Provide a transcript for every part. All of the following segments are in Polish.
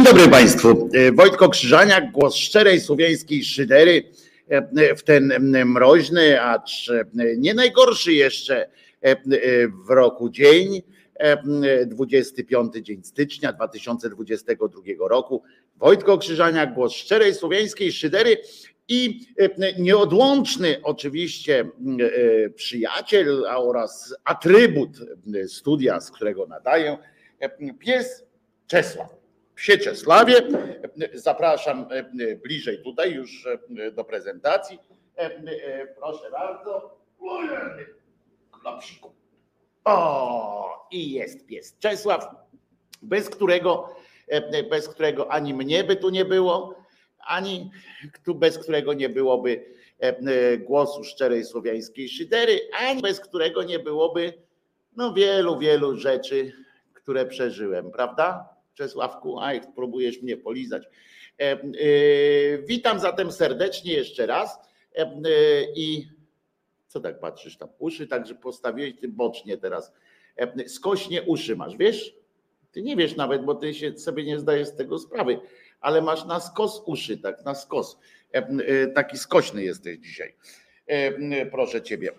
dobry Państwu. Wojtko Krzyżaniak, głos szczerej słowiańskiej szydery w ten mroźny, acz nie najgorszy jeszcze w roku dzień, 25 dzień stycznia 2022 roku. Wojtko Krzyżaniak, głos szczerej słowiańskiej szydery i nieodłączny oczywiście przyjaciel oraz atrybut studia, z którego nadaję, pies Czesław. Psie Czesławie, zapraszam bliżej tutaj już do prezentacji. Proszę bardzo. O, i jest pies Czesław, bez którego ani mnie by tu nie było, ani bez którego nie byłoby głosu szczerej słowiańskiej szydery, ani bez którego nie byłoby wielu rzeczy, które przeżyłem, prawda? Czesławku, próbujesz mnie polizać. Witam zatem serdecznie jeszcze raz. I co tak patrzysz tam? Uszy także postawiłeś ty bocznie teraz. Skośnie uszy masz, wiesz? Ty nie wiesz nawet, bo ty się sobie nie zdajesz z tego sprawy, ale masz na skos uszy, tak na skos. Taki skośny jesteś dzisiaj. Proszę ciebie.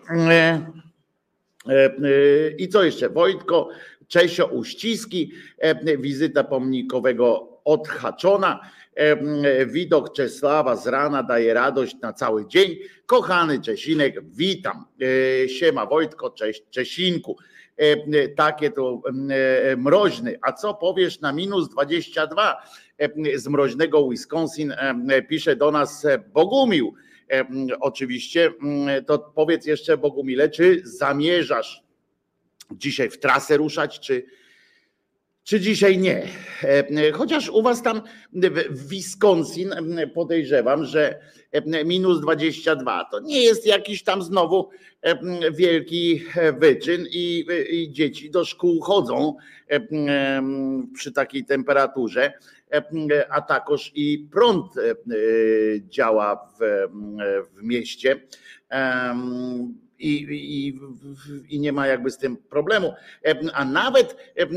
I co jeszcze? Wojtko, Czesio uściski, wizyta pomnikowego odhaczona, widok Czesława z rana daje radość na cały dzień. Kochany Czesinek, witam. Siema Wojtko, cześć Czesinku. Takie to mroźny. A co powiesz na -22 z mroźnego Wisconsin? Pisze do nas Bogumił. Oczywiście, to powiedz jeszcze Bogumile, czy zamierzasz dzisiaj w trasę ruszać, czy dzisiaj nie? Chociaż u was tam w Wisconsin podejrzewam, że -22 to nie jest jakiś tam znowu wielki wyczyn i dzieci do szkół chodzą przy takiej temperaturze, a takoż i prąd działa w mieście. I nie ma jakby z tym problemu, a nawet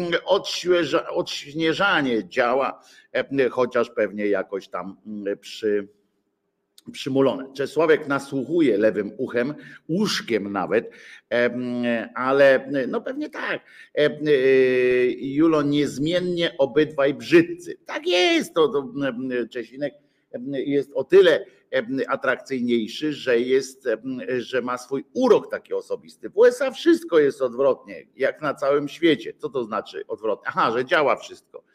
odśnieżanie działa, chociaż pewnie jakoś tam przymulone. Czesławek nasłuchuje lewym uchem, uszkiem nawet, ale no pewnie tak. Julo, niezmiennie obydwaj brzydcy. Tak jest, to Czesinek jest o tyle atrakcyjniejszy, że ma swój urok taki osobisty. W USA wszystko jest odwrotnie, jak na całym świecie. Co to znaczy odwrotnie? Aha, że działa wszystko.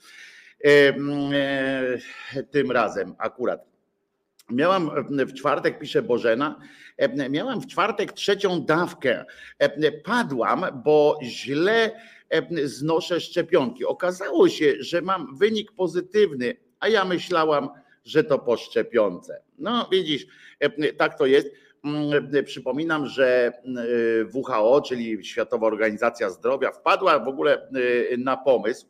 Tym razem akurat. Miałam w czwartek, pisze Bożena, miałam w czwartek 3. dawkę. Padłam, bo źle znoszę szczepionki. Okazało się, że mam wynik pozytywny, a ja myślałam, że to po szczepionce. No widzisz, tak to jest. Przypominam, że WHO, czyli Światowa Organizacja Zdrowia, wpadła w ogóle na pomysł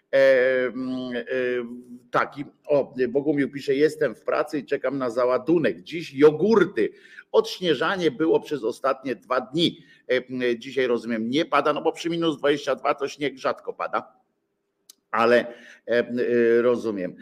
taki. O, Bogumił pisze, jestem w pracy i czekam na załadunek. Dziś jogurty. Odśnieżanie było przez ostatnie 2 dni. Dzisiaj rozumiem, nie pada, no bo przy -22 to śnieg rzadko pada. Ale rozumiem.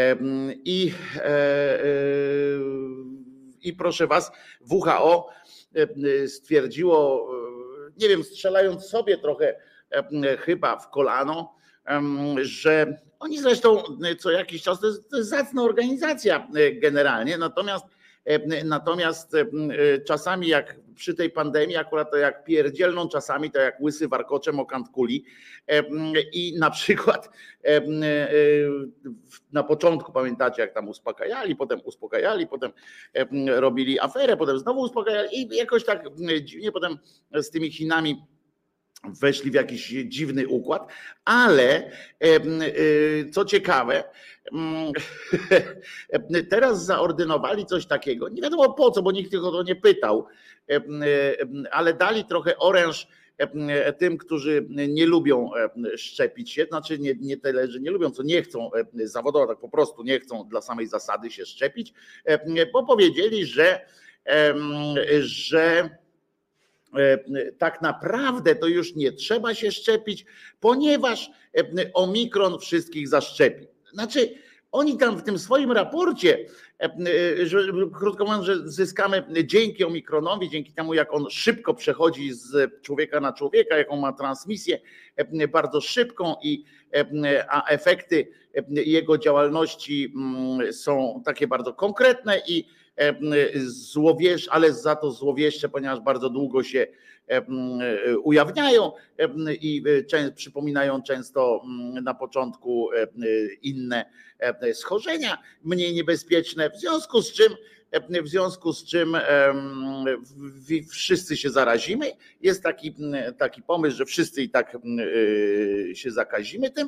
I proszę was, WHO stwierdziło, nie wiem, strzelając sobie trochę chyba w kolano, że oni zresztą co jakiś czas, to jest zacna organizacja generalnie, natomiast czasami jak przy tej pandemii, akurat to jak pierdzielną czasami, to jak łysy warkoczem o kant kuli i na przykład na początku pamiętacie, jak tam uspokajali, potem robili aferę, potem znowu uspokajali i jakoś tak dziwnie potem z tymi Chinami weszli w jakiś dziwny układ, ale co ciekawe, teraz zaordynowali coś takiego, nie wiadomo po co, bo nikt ich o to nie pytał, ale dali trochę oręż tym, którzy nie lubią szczepić się, znaczy nie tyle, że nie lubią, co nie chcą zawodowo, tak po prostu nie chcą dla samej zasady się szczepić, bo powiedzieli, że tak naprawdę to już nie trzeba się szczepić, ponieważ omikron wszystkich zaszczepi. Znaczy oni tam w tym swoim raporcie, że, krótko mówiąc, że zyskamy dzięki omikronowi, dzięki temu jak on szybko przechodzi z człowieka na człowieka, jaką ma transmisję bardzo szybką a efekty jego działalności są takie bardzo konkretne i ale za to złowieszcze, ponieważ bardzo długo się ujawniają i przypominają często na początku inne schorzenia, mniej niebezpieczne, w związku z czym wszyscy się zarazimy. Jest taki pomysł, że wszyscy i tak się zakazimy tym.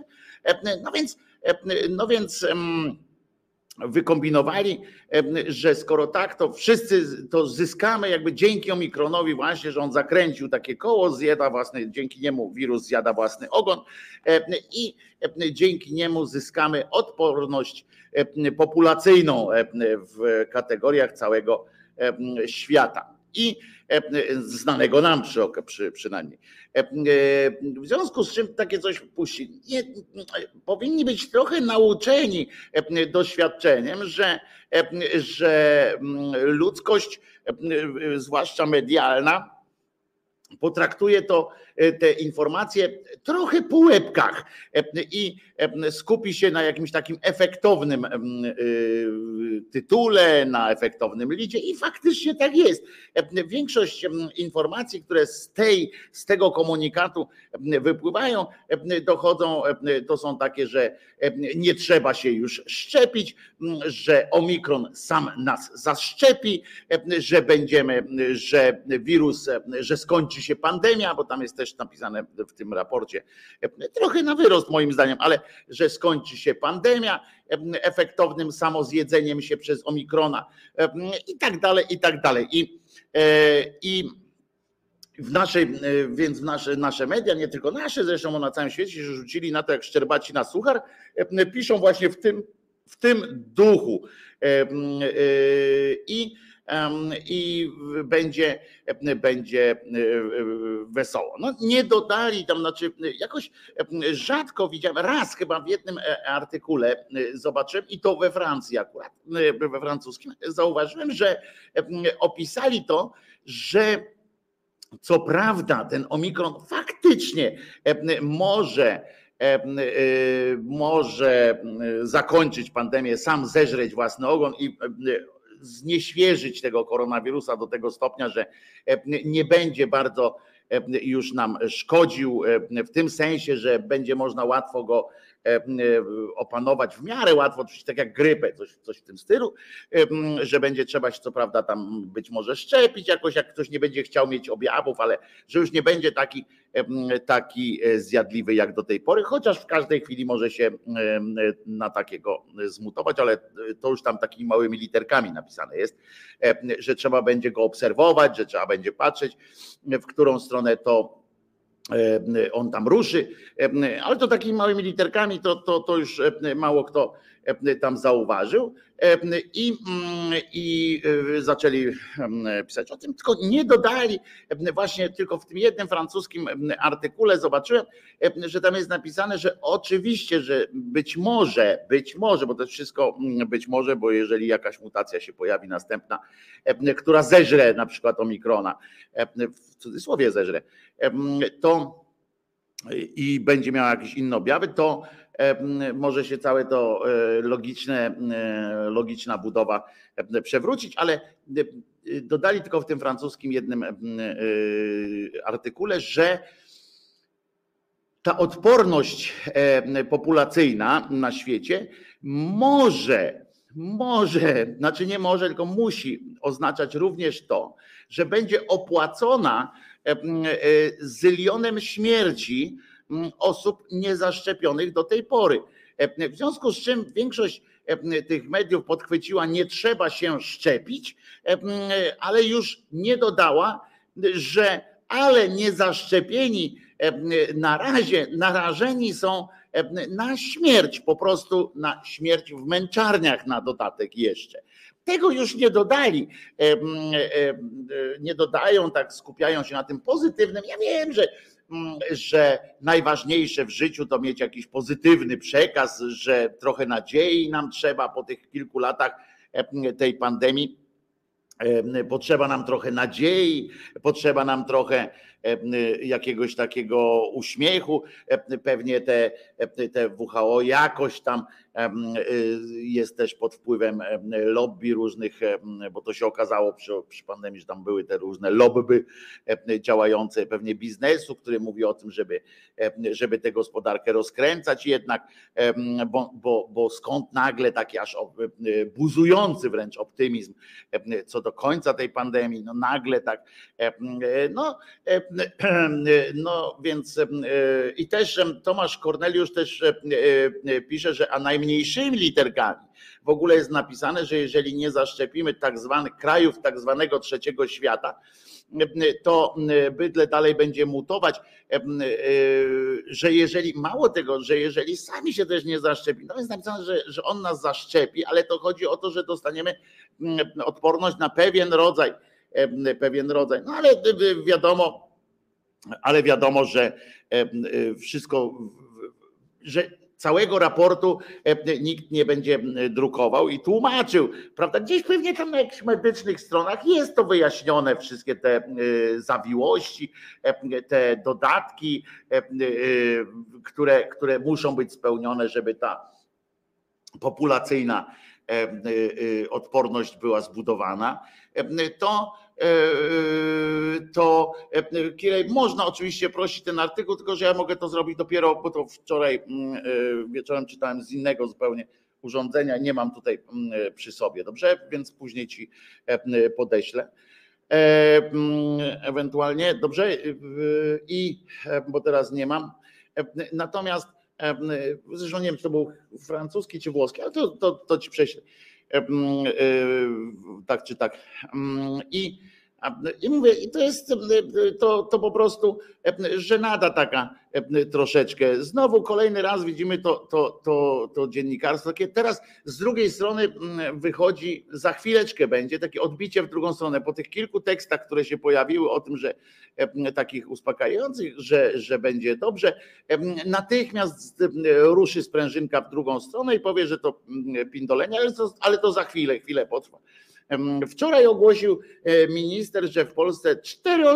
No więc wykombinowali, że skoro tak, to wszyscy to zyskamy jakby dzięki omikronowi właśnie, że on zakręcił takie koło, dzięki niemu wirus zjada własny ogon i dzięki niemu zyskamy odporność populacyjną w kategoriach całego świata i znanego nam przynajmniej. W związku z czym takie coś puścili. Powinni być trochę nauczeni doświadczeniem, że ludzkość, zwłaszcza medialna, potraktuje te informacje trochę po łebkach i skupi się na jakimś takim efektownym tytule, na efektownym lidzie i faktycznie tak jest. Większość informacji, które z tego komunikatu wypływają, to są takie, że nie trzeba się już szczepić, że omikron sam nas zaszczepi, że skończy się pandemia, bo tam jest też napisane w tym raporcie, trochę na wyrost moim zdaniem, ale że skończy się pandemia efektownym samozjedzeniem się przez omikrona i tak dalej, i tak dalej. Więc nasze media, nie tylko nasze, zresztą na całym świecie się rzucili na to jak szczerbaci na suchar, piszą właśnie w tym duchu. I będzie wesoło. No nie dodali tam, znaczy jakoś rzadko widziałem, raz chyba w jednym artykule zobaczyłem i to we Francji akurat, we francuskim, zauważyłem, że opisali to, że co prawda ten omikron faktycznie może zakończyć pandemię, sam zeżreć własny ogon i znieświeżyć tego koronawirusa do tego stopnia, że nie będzie bardzo już nam szkodził w tym sensie, że będzie można łatwo go opanować, w miarę łatwo, oczywiście tak jak grypę, coś w tym stylu, że będzie trzeba się co prawda tam być może szczepić jakoś, jak ktoś nie będzie chciał mieć objawów, ale że już nie będzie taki zjadliwy jak do tej pory, chociaż w każdej chwili może się na takiego zmutować, ale to już tam takimi małymi literkami napisane jest, że trzeba będzie go obserwować, że trzeba będzie patrzeć, w którą stronę to on tam ruszy, ale to takimi małymi literkami to już mało kto tam zauważył i zaczęli pisać o tym, tylko nie dodali, właśnie tylko w tym jednym francuskim artykule zobaczyłem, że tam jest napisane, że oczywiście, że być może, bo to jest wszystko być może, bo jeżeli jakaś mutacja się pojawi następna, która zeżre na przykład omikrona, w cudzysłowie zeżre, to i będzie miała jakieś inne objawy, to może się całe to logiczna budowa przewrócić, ale dodali tylko w tym francuskim jednym artykule, że ta odporność populacyjna na świecie może, znaczy nie może, tylko musi oznaczać również to, że będzie opłacona zylionem śmierci osób niezaszczepionych do tej pory. W związku z czym większość tych mediów podchwyciła, nie trzeba się szczepić, ale już nie dodała, że ale niezaszczepieni na razie narażeni są na śmierć, po prostu na śmierć w męczarniach na dodatek jeszcze. Tego już nie dodali, nie dodają, tak skupiają się na tym pozytywnym. Ja wiem, że najważniejsze w życiu to mieć jakiś pozytywny przekaz, że trochę nadziei nam trzeba po tych kilku latach tej pandemii. Potrzeba nam trochę nadziei, potrzeba nam trochę jakiegoś takiego uśmiechu. Pewnie te WHO jakoś tam jest też pod wpływem lobby różnych, bo to się okazało przy pandemii, że tam były te różne lobby działające, pewnie biznesu, który mówi o tym, żeby tę gospodarkę rozkręcać jednak, bo skąd nagle taki aż buzujący wręcz optymizm co do końca tej pandemii, no nagle tak, no więc i też Tomasz Korneliusz też pisze, że a najmniejszymi literkami w ogóle jest napisane, że jeżeli nie zaszczepimy tak zwanych krajów tak zwanego trzeciego świata, to bydle dalej będzie mutować, że jeżeli mało tego, że jeżeli sami się też nie zaszczepimy, no jest napisane, że on nas zaszczepi, ale to chodzi o to, że dostaniemy odporność na pewien rodzaj, no ale wiadomo, że wszystko, że całego raportu nikt nie będzie drukował i tłumaczył, prawda? Gdzieś pewnie tam na jakichś medycznych stronach jest to wyjaśnione, wszystkie te zawiłości, te dodatki, które muszą być spełnione, żeby ta populacyjna odporność była zbudowana. To Kirej, można oczywiście prosić ten artykuł, tylko że ja mogę to zrobić dopiero, bo to wczoraj wieczorem czytałem z innego zupełnie urządzenia, nie mam tutaj przy sobie, dobrze? Więc później ci podeślę. Ewentualnie, dobrze? Bo teraz nie mam. Natomiast zresztą nie wiem, czy to był francuski czy włoski, ale to ci prześlę. Tak czy tak. I mówię, i to jest to po prostu żenada taka troszeczkę. Znowu kolejny raz widzimy to dziennikarstwo. Takie teraz z drugiej strony wychodzi, za chwileczkę będzie takie odbicie w drugą stronę. Po tych kilku tekstach, które się pojawiły o tym, że takich uspokajających, że będzie dobrze, natychmiast ruszy sprężynka w drugą stronę i powie, że to pindolenie, ale to za chwilę potrwa. Wczoraj ogłosił minister, że w Polsce 4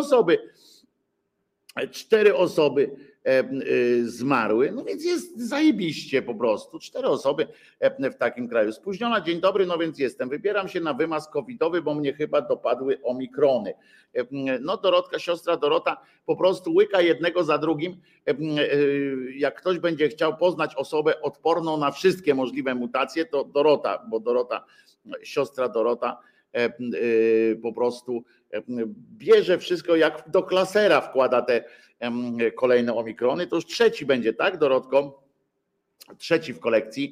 osoby zmarły, no więc jest zajebiście po prostu. 4 osoby w takim kraju. Spóźniona, dzień dobry, no więc jestem. Wybieram się na wymaz covidowy, bo mnie chyba dopadły omikrony. No Dorotka, siostra Dorota po prostu łyka jednego za drugim. Jak ktoś będzie chciał poznać osobę odporną na wszystkie możliwe mutacje, to Dorota, bo siostra Dorota po prostu bierze wszystko, jak do klasera wkłada te kolejne omikrony. To już 3 będzie, tak, Dorotko? 3 w kolekcji.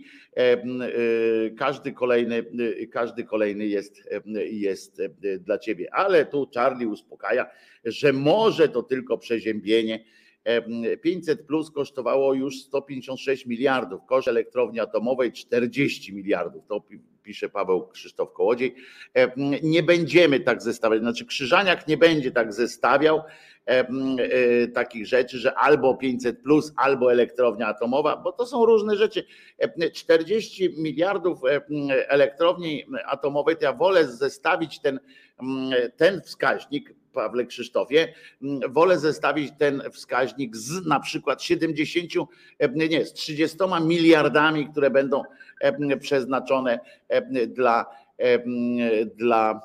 Każdy kolejny jest dla ciebie. Ale tu Charlie uspokaja, że może to tylko przeziębienie. 500 plus kosztowało już 156 miliardów, koszt elektrowni atomowej 40 miliardów. To pisze Paweł Krzysztof Kołodziej. Nie będziemy tak zestawiać, znaczy Krzyżaniak nie będzie tak zestawiał takich rzeczy, że albo 500 plus, albo elektrownia atomowa, bo to są różne rzeczy. 40 miliardów elektrowni atomowej, to ja wolę zestawić ten wskaźnik, Pawle Krzysztofie, wolę zestawić ten wskaźnik z na przykład 30 miliardami, które będą przeznaczone dla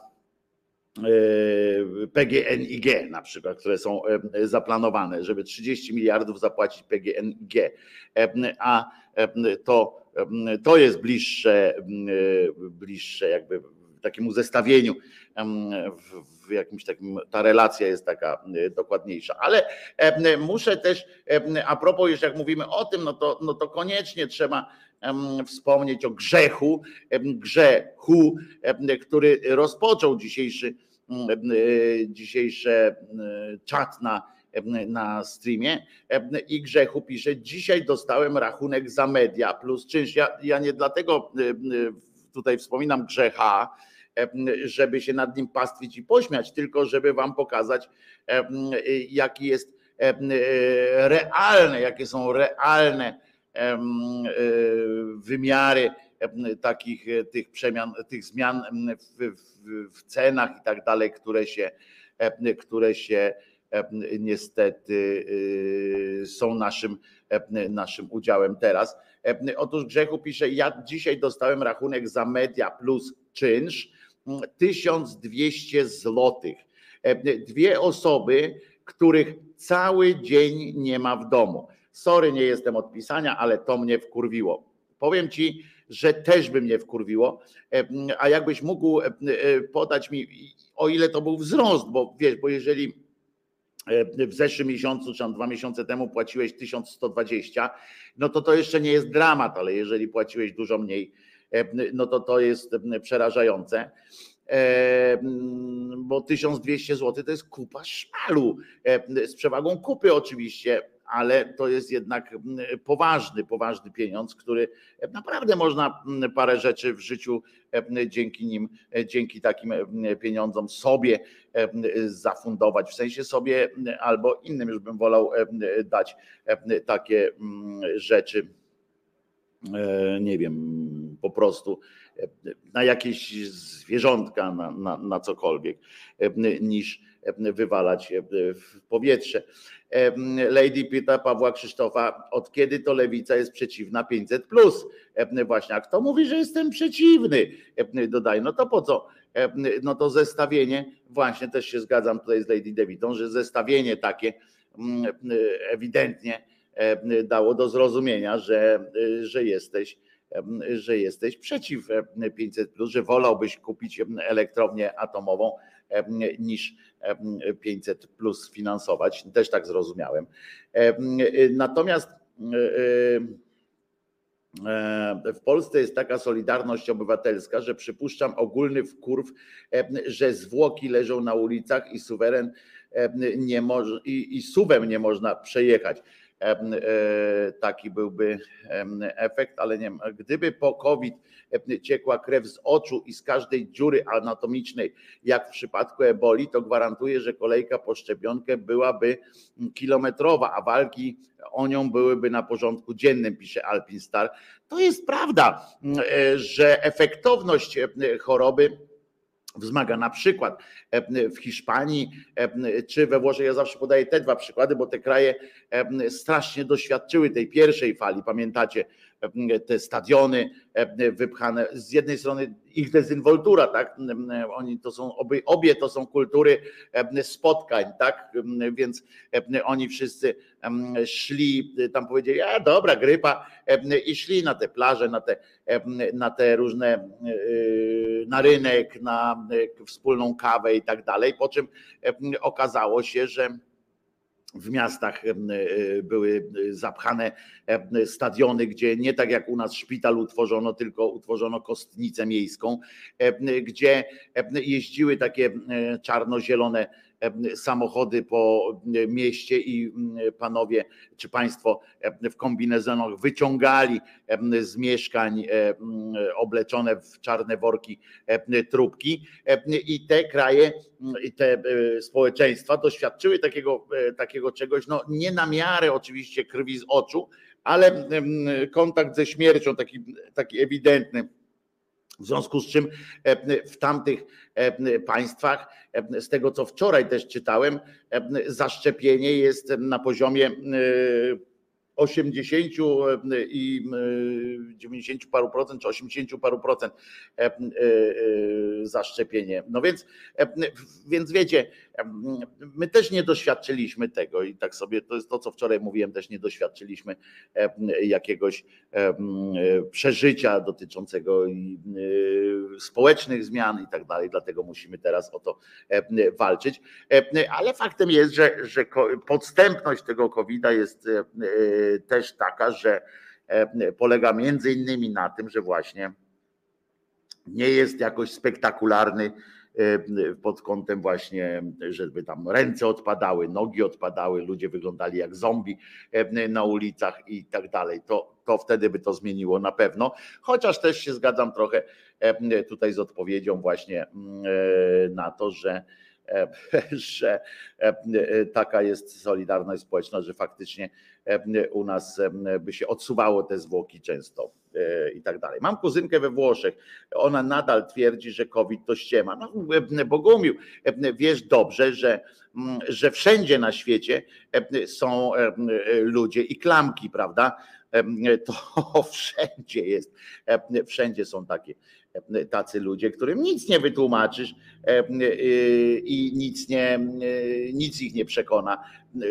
PGNiG na przykład, które są zaplanowane, żeby 30 miliardów zapłacić PGNiG, a to jest bliższe jakby takiemu zestawieniu, w jakimś takim, ta relacja jest taka dokładniejsza. Ale muszę też, a propos, już jak mówimy o tym, no to koniecznie trzeba wspomnieć o grzechu, który rozpoczął dzisiejszy czat na streamie. I Grzechu pisze: dzisiaj dostałem rachunek za media plus czynsz. Ja nie dlatego tutaj wspominam Grzecha, żeby się nad nim pastwić i pośmiać, tylko żeby wam pokazać, jaki jest realne, jakie są realne wymiary takich tych przemian, tych zmian w cenach i tak dalej, które się niestety są naszym udziałem teraz. Otóż Grzechu pisze, ja dzisiaj dostałem rachunek za media plus czynsz 1200 złotych. Dwie osoby, których cały dzień nie ma w domu. Sorry, nie jestem od pisania, ale to mnie wkurwiło. Powiem ci, że też by mnie wkurwiło, a jakbyś mógł podać mi, o ile to był wzrost, bo wiesz, bo jeżeli w zeszłym miesiącu, czy tam 2 miesiące temu płaciłeś 1120, no to jeszcze nie jest dramat, ale jeżeli płaciłeś dużo mniej, no to jest przerażające. Bo 1200 zł to jest kupa szmalu, z przewagą kupy oczywiście, ale to jest jednak poważny pieniądz, który naprawdę można parę rzeczy w życiu dzięki takim pieniądzom sobie zafundować, w sensie sobie albo innym, już bym wolał dać takie rzeczy, nie wiem, po prostu na jakieś zwierzątka, na cokolwiek, niż wywalać w powietrze. Lady pyta Pawła Krzysztofa, od kiedy to lewica jest przeciwna 500+? Właśnie, a kto mówi, że jestem przeciwny? Dodaj, no to po co? No to zestawienie, właśnie też się zgadzam tutaj z Lady Devitą, że zestawienie takie ewidentnie dało do zrozumienia, że jesteś przeciw 500+, że wolałbyś kupić elektrownię atomową niż 500+ finansować. Też tak zrozumiałem. Natomiast w Polsce jest taka solidarność obywatelska, że przypuszczam ogólny wkurw, że zwłoki leżą na ulicach i suweren nie może, i suwem nie można przejechać. Taki byłby efekt, ale nie. Gdyby po COVID ciekła krew z oczu i z każdej dziury anatomicznej, jak w przypadku eboli, to gwarantuję, że kolejka po szczepionkę byłaby kilometrowa, a walki o nią byłyby na porządku dziennym, pisze Alpinstar. To jest prawda, że efektowność choroby wzmaga. Na przykład w Hiszpanii czy we Włoszech, ja zawsze podaję te dwa przykłady, bo te kraje strasznie doświadczyły tej pierwszej fali. Pamiętacie te stadiony wypchane, z jednej strony ich dezynwoltura, tak? Oni to są, obie to są kultury spotkań, tak? Więc oni wszyscy szli, tam powiedzieli, a dobra, grypa, i szli na te plaże, na te różne, na rynek, na wspólną kawę i tak dalej, po czym okazało się, że w miastach były zapchane stadiony, gdzie nie tak jak u nas szpital utworzono, tylko utworzono kostnicę miejską, gdzie jeździły takie czarno-zielone samochody po mieście i panowie czy państwo w kombinezonach wyciągali z mieszkań obleczone w czarne worki trupki i te kraje i te społeczeństwa doświadczyły takiego czegoś, no nie na miarę oczywiście krwi z oczu, ale kontakt ze śmiercią taki ewidentny. W związku z czym w tamtych państwach, z tego co wczoraj też czytałem, zaszczepienie jest na poziomie 80 i 90 paru procent, czy 80 paru procent zaszczepienie. No więc wiecie, my też nie doświadczyliśmy tego i tak sobie, to jest to, co wczoraj mówiłem, też nie doświadczyliśmy jakiegoś przeżycia dotyczącego społecznych zmian i tak dalej, dlatego musimy teraz o to walczyć. Ale faktem jest, że podstępność tego COVID-a jest też taka, że polega między innymi na tym, że właśnie nie jest jakoś spektakularny pod kątem właśnie, żeby tam ręce odpadały, nogi odpadały, ludzie wyglądali jak zombie na ulicach i tak dalej. To wtedy by to zmieniło na pewno. Chociaż też się zgadzam trochę tutaj z odpowiedzią właśnie na to, że taka jest solidarność społeczna, że faktycznie u nas by się odsuwało te zwłoki często i tak dalej. Mam kuzynkę we Włoszech, ona nadal twierdzi, że COVID to ściema. No, Bogumił, wiesz dobrze, że wszędzie na świecie są ludzie i klamki, prawda? To wszędzie jest, wszędzie są tacy ludzie, którym nic nie wytłumaczysz i nic ich nie przekona,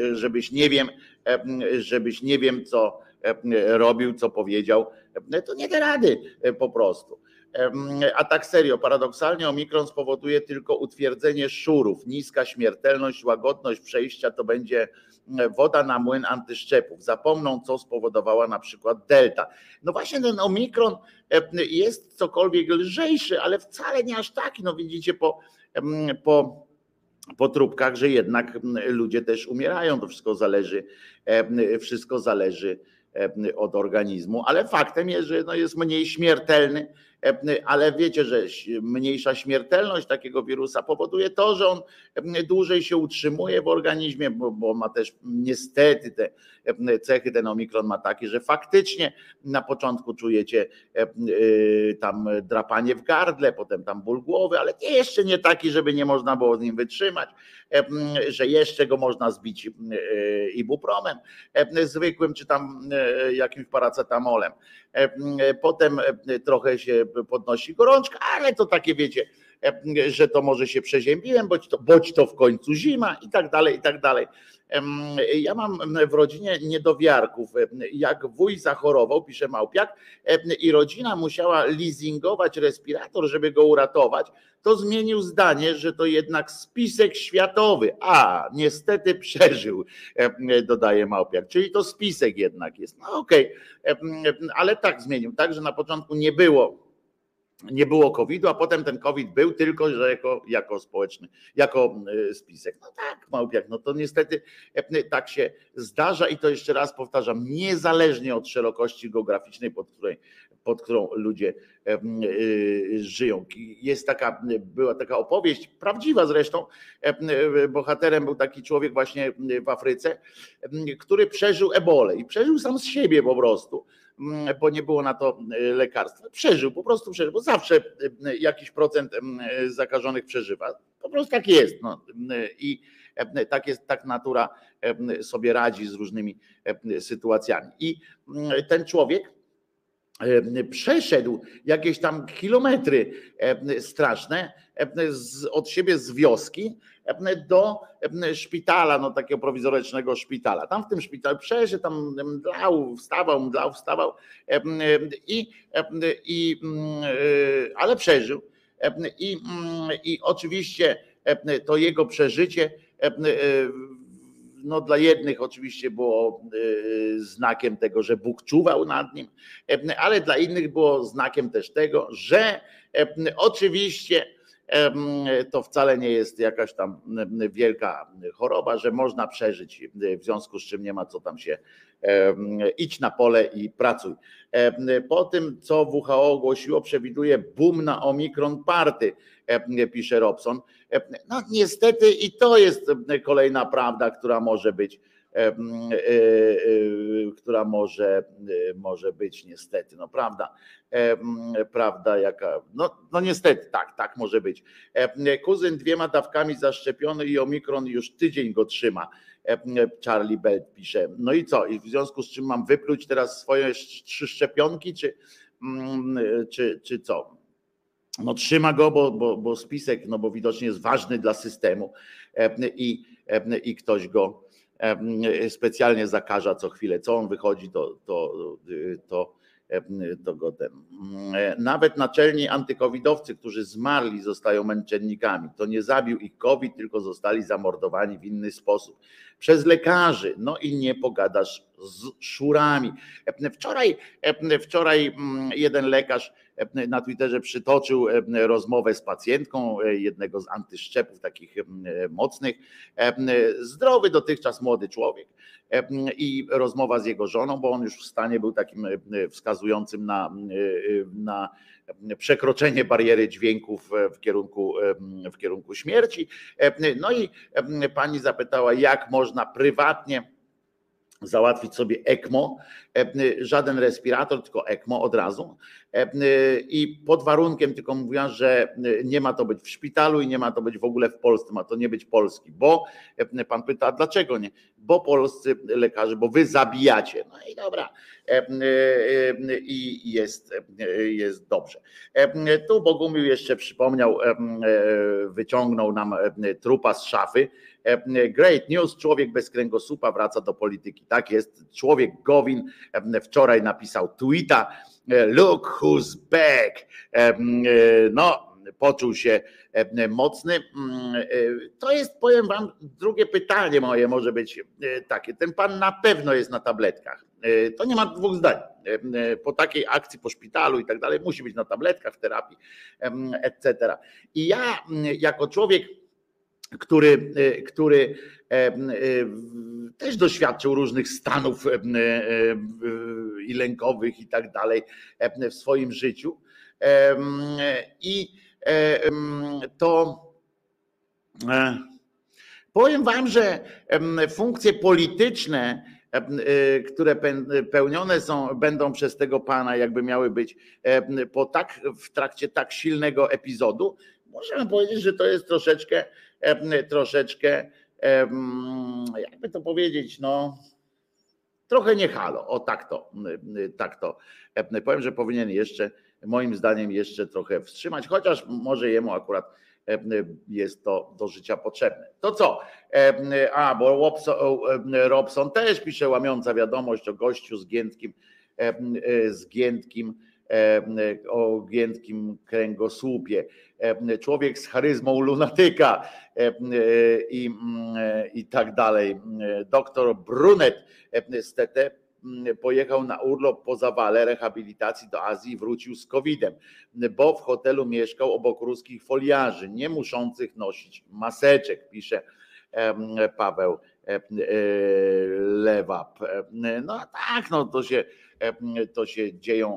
żebyś nie wiem co robił, co powiedział, to nie da rady po prostu. A tak serio, paradoksalnie omikron spowoduje tylko utwierdzenie szurów, niska śmiertelność, łagodność przejścia to będzie woda na młyn antyszczepów. Zapomną, co spowodowała na przykład delta. No właśnie ten omikron jest cokolwiek lżejszy, ale wcale nie aż taki. No widzicie po trupkach, że jednak ludzie też umierają. To wszystko zależy od organizmu, ale faktem jest, że jest mniej śmiertelny, ale wiecie, że mniejsza śmiertelność takiego wirusa powoduje to, że on dłużej się utrzymuje w organizmie, bo ma też niestety te cechy, ten omikron ma takie, że faktycznie na początku czujecie tam drapanie w gardle, potem tam ból głowy, ale jeszcze nie taki, żeby nie można było z nim wytrzymać, że jeszcze go można zbić ibupromem zwykłym, czy tam jakimś paracetamolem. Potem trochę się podnosi gorączka, ale to takie wiecie, że to może się przeziębiłem, boć to w końcu zima i tak dalej, i tak dalej. Ja mam w rodzinie niedowiarków. Jak wuj zachorował, pisze Małpiak, i rodzina musiała leasingować respirator, żeby go uratować, to zmienił zdanie, że to jednak spisek światowy. A, niestety przeżył, dodaje Małpiak. Czyli to spisek jednak jest. No okej, ale tak zmienił. Tak, że na początku nie było COVID-u, a potem ten COVID był tylko, że jako społeczny, jako spisek. No tak, Małpiak, no to niestety tak się zdarza i to jeszcze raz powtarzam, niezależnie od szerokości geograficznej, pod którą ludzie żyją. Była taka opowieść, prawdziwa zresztą, bohaterem był taki człowiek właśnie w Afryce, który przeżył ebolę i przeżył sam z siebie po prostu, bo nie było na to lekarstwa. Po prostu przeżył, bo zawsze jakiś procent zakażonych przeżywa. Po prostu tak jest. No. I tak natura sobie radzi z różnymi sytuacjami. I ten człowiek przeszedł jakieś tam kilometry straszne od siebie z wioski do szpitala, no takiego prowizorycznego szpitala. Tam w tym szpitalu przeszedł, tam wstawał, ale przeżył. I oczywiście to jego przeżycie no dla jednych oczywiście było znakiem tego, że Bóg czuwał nad nim, ale dla innych było znakiem też tego, że oczywiście to wcale nie jest jakaś tam wielka choroba, że można przeżyć, w związku z czym nie ma co tam się idź na pole i pracuj. Po tym, co WHO ogłosiło, przewiduje boom na Omikron Party, pisze Robson. No niestety i to jest kolejna prawda, która może być, która może być niestety, no prawda jaka, no niestety tak może być. Kuzyn 2 dawkami zaszczepiony i omikron już tydzień go trzyma, Charlie Belt pisze. No i co? I w związku z czym mam wypluć teraz swoje 3 szczepionki, czy co? No trzyma go, bo spisek, no bo widocznie jest ważny dla systemu i ktoś go specjalnie zakaża co chwilę. Co on wychodzi, to go ten. Nawet naczelni antykowidowcy, którzy zmarli, zostają męczennikami. To nie zabił ich COVID, tylko zostali zamordowani w inny sposób. Przez lekarzy. No i nie pogadasz z szurami. Wczoraj jeden lekarz na Twitterze przytoczył rozmowę z pacjentką jednego z antyszczepów takich mocnych. Zdrowy dotychczas młody człowiek i rozmowa z jego żoną, bo on już w stanie był takim wskazującym na przekroczenie bariery dźwięków w kierunku śmierci. No i pani zapytała, jak można prywatnie załatwić sobie ECMO, żaden respirator, tylko ECMO od razu. I pod warunkiem tylko mówiła, że nie ma to być w szpitalu i nie ma to być w ogóle w Polsce, ma to nie być polski, bo pan pyta, a dlaczego nie? Bo polscy lekarze, bo wy zabijacie. No i dobra, i jest dobrze. Tu Bogumił jeszcze przypomniał, wyciągnął nam trupa z szafy. Great news, człowiek bez kręgosłupa wraca do polityki. Tak jest, człowiek Gowin wczoraj napisał tweeta, look who's back. No, poczuł się mocny. To jest, powiem wam, drugie pytanie moje może być takie. Ten pan na pewno jest na tabletkach. To nie ma dwóch zdań. Po takiej akcji, po szpitalu i tak dalej, musi być na tabletkach, w terapii, etc. I ja jako człowiek, który też doświadczył różnych stanów i lękowych i tak dalej w swoim życiu. I to powiem wam, że funkcje polityczne, które pełnione będą przez tego pana, jakby miały być w trakcie tak silnego epizodu, możemy powiedzieć, że to jest troszeczkę, jakby to powiedzieć, no trochę nie halo, o tak to powiem, że powinien jeszcze, moim zdaniem, jeszcze trochę wstrzymać, chociaż może jemu akurat jest to do życia potrzebne. To co? Bo Robson też pisze łamiąca wiadomość o gościu o giętkim kręgosłupie. Człowiek z charyzmą lunatyka i tak dalej. Doktor Brunet z TT pojechał na urlop po zawale rehabilitacji do Azji i wrócił z COVID-em, bo w hotelu mieszkał obok ruskich foliarzy, nie muszących nosić maseczek, pisze Paweł Lewap. No tak, no to się dzieją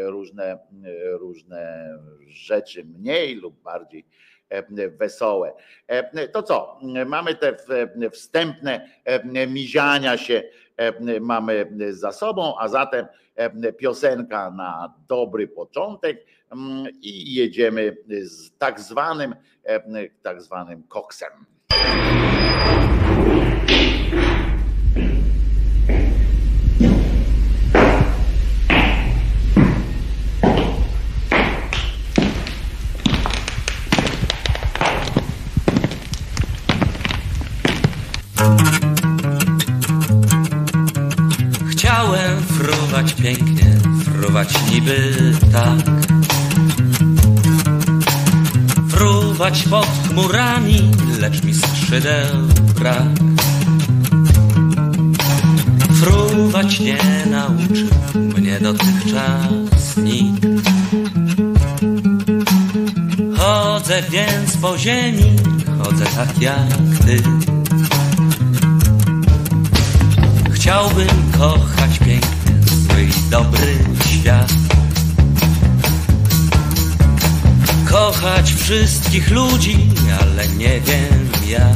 różne rzeczy, mniej lub bardziej wesołe. To co? Mamy te wstępne miziania się mamy za sobą, a zatem piosenka na dobry początek i jedziemy z tak zwanym koksem. Chciałem fruwać pięknie, fruwać niby tak, fruwać pod chmurami, lecz mi skrzydeł brak. Fruwać nie nauczył mnie dotychczas nikt. Chodzę więc po ziemi, chodzę tak jak ty. Chciałbym kochać piękny, zły i dobry świat. Kochać wszystkich ludzi, ale nie wiem jak.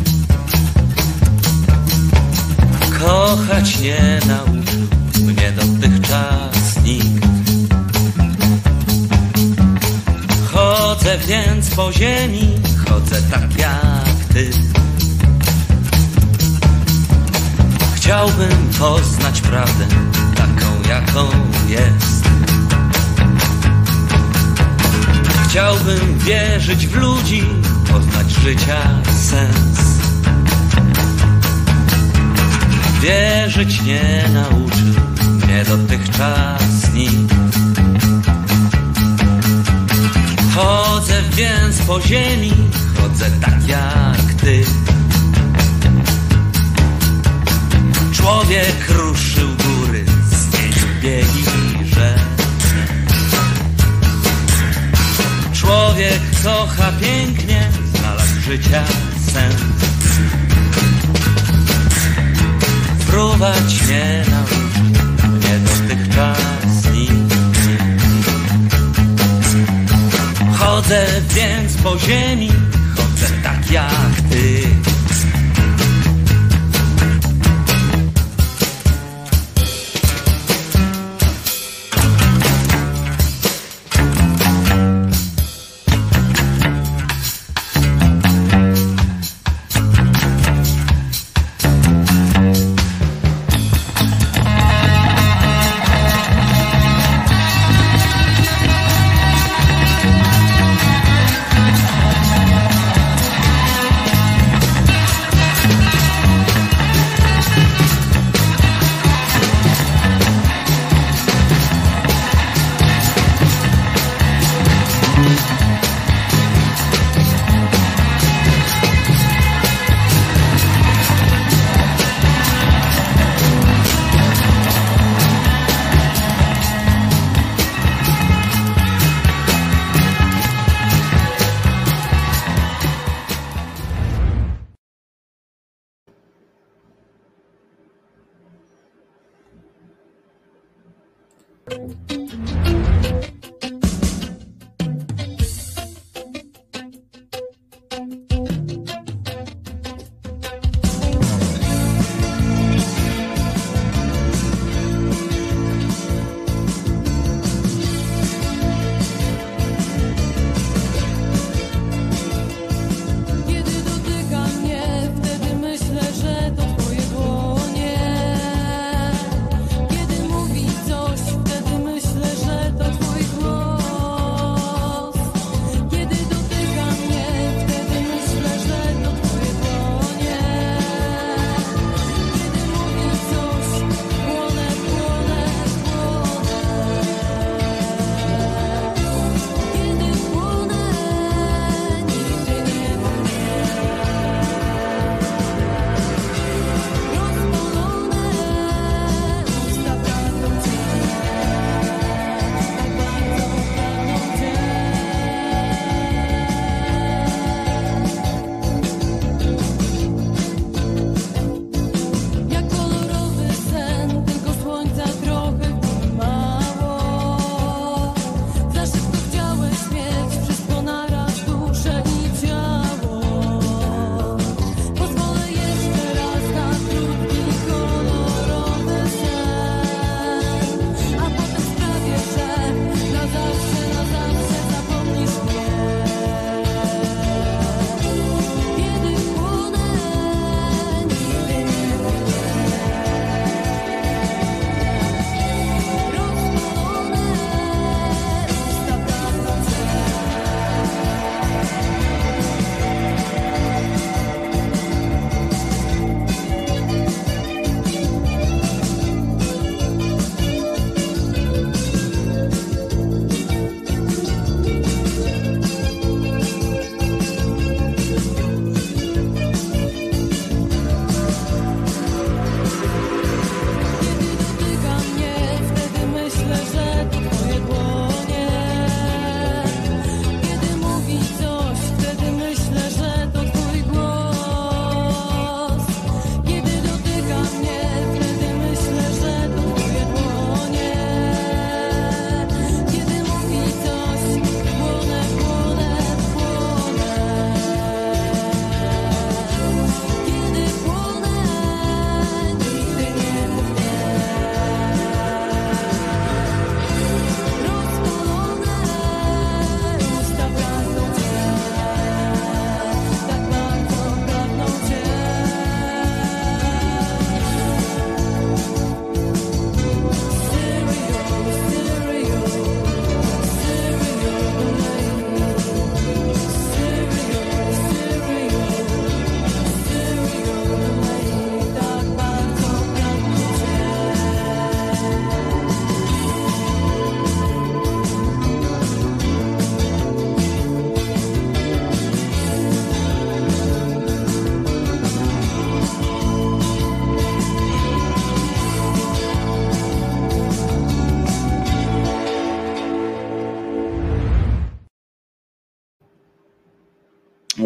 Kochać nie nauczył mnie dotychczas nikt. Chodzę więc po ziemi, chodzę tak jak ty. Chciałbym poznać prawdę taką, jaką jest. Chciałbym wierzyć w ludzi, poznać życia sens. Wierzyć nie nauczył mnie dotychczas nikt. Chodzę więc po ziemi, chodzę tak jak ty. Człowiek ruszył góry, znieść biegi rzek. kocha pięknie, znalazł życia sens. Fruwać mnie nauczył, mnie dotychczas nikt. Chodzę więc po ziemi, chodzę tak jak ty. Że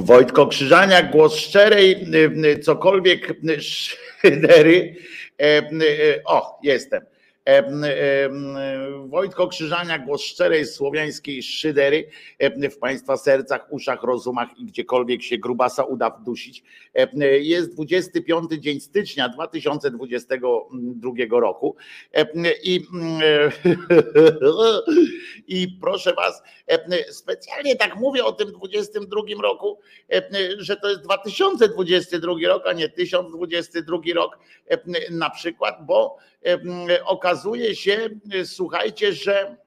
Wojtko Krzyżaniak, głos szczerej, cokolwiek szydery. O, jestem. Wojtko Krzyżaniak, głos szczerej słowiańskiej szydery w Państwa sercach, uszach, rozumach i gdziekolwiek się grubasa uda wdusić. Jest 25 dzień stycznia 2022 roku i proszę Was, specjalnie tak mówię o tym 22 roku, że to jest 2022 rok, a nie 1022 rok na przykład, bo okazuje się, słuchajcie, że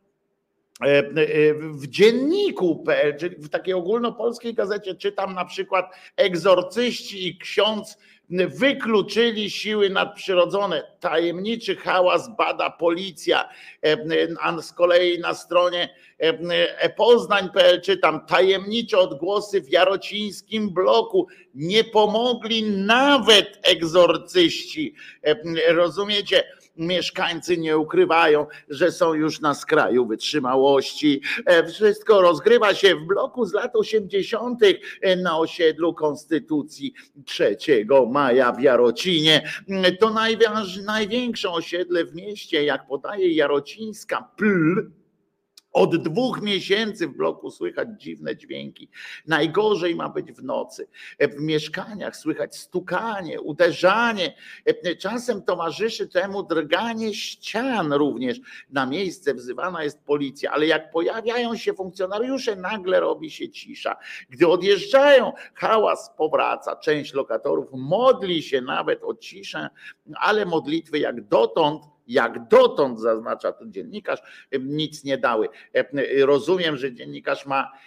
w dzienniku.pl, czyli w takiej ogólnopolskiej gazecie czytam na przykład: egzorcyści i ksiądz wykluczyli siły nadprzyrodzone. Tajemniczy hałas bada policja. A z kolei na stronie epoznań.pl czytam: tajemnicze odgłosy w jarocińskim bloku. Nie pomogli nawet egzorcyści. Rozumiecie? Mieszkańcy nie ukrywają, że są już na skraju wytrzymałości. Wszystko rozgrywa się w bloku z lat 80. na osiedlu Konstytucji 3 maja w Jarocinie. To największe osiedle w mieście, jak podaje jarocińska.pl. Od 2 miesięcy w bloku słychać dziwne dźwięki. Najgorzej ma być w nocy. W mieszkaniach słychać stukanie, uderzanie. Czasem towarzyszy temu drganie ścian również. Na miejsce wzywana jest policja, ale jak pojawiają się funkcjonariusze, nagle robi się cisza. Gdy odjeżdżają, hałas powraca. Część lokatorów modli się nawet o ciszę, ale modlitwy jak dotąd, zaznacza tu dziennikarz, nic nie dały. Rozumiem, że dziennikarz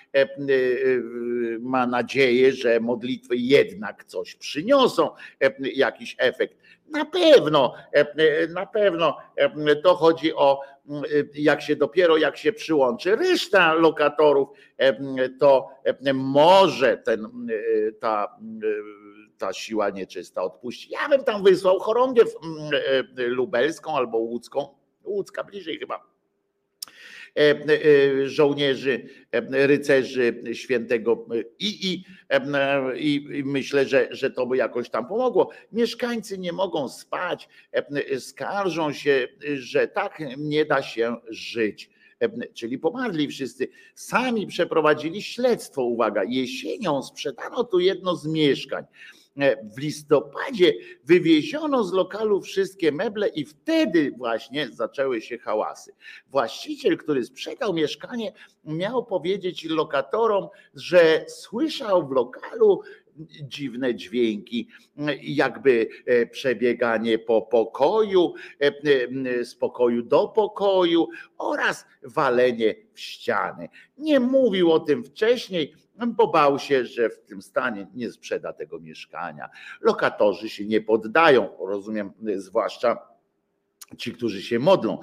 ma nadzieję, że modlitwy jednak coś przyniosą, jakiś efekt. Na pewno to chodzi o, jak się przyłączy reszta lokatorów, to może ta siła nieczysta odpuści. Ja bym tam wysłał chorągiew lubelską albo łódzką, łódzka bliżej chyba, żołnierzy, rycerzy świętego i myślę, że to by jakoś tam pomogło. Mieszkańcy nie mogą spać, skarżą się, że tak nie da się żyć. Czyli pomarli wszyscy. Sami przeprowadzili śledztwo, uwaga, jesienią sprzedano tu jedno z mieszkań. W listopadzie wywieziono z lokalu wszystkie meble i wtedy właśnie zaczęły się hałasy. Właściciel, który sprzedał mieszkanie, miał powiedzieć lokatorom, że słyszał w lokalu dziwne dźwięki, jakby przebieganie po pokoju, z pokoju do pokoju oraz walenie w ściany. Nie mówił o tym wcześniej, bo bał się, że w tym stanie nie sprzeda tego mieszkania. Lokatorzy się nie poddają, rozumiem, zwłaszcza ci, którzy się modlą,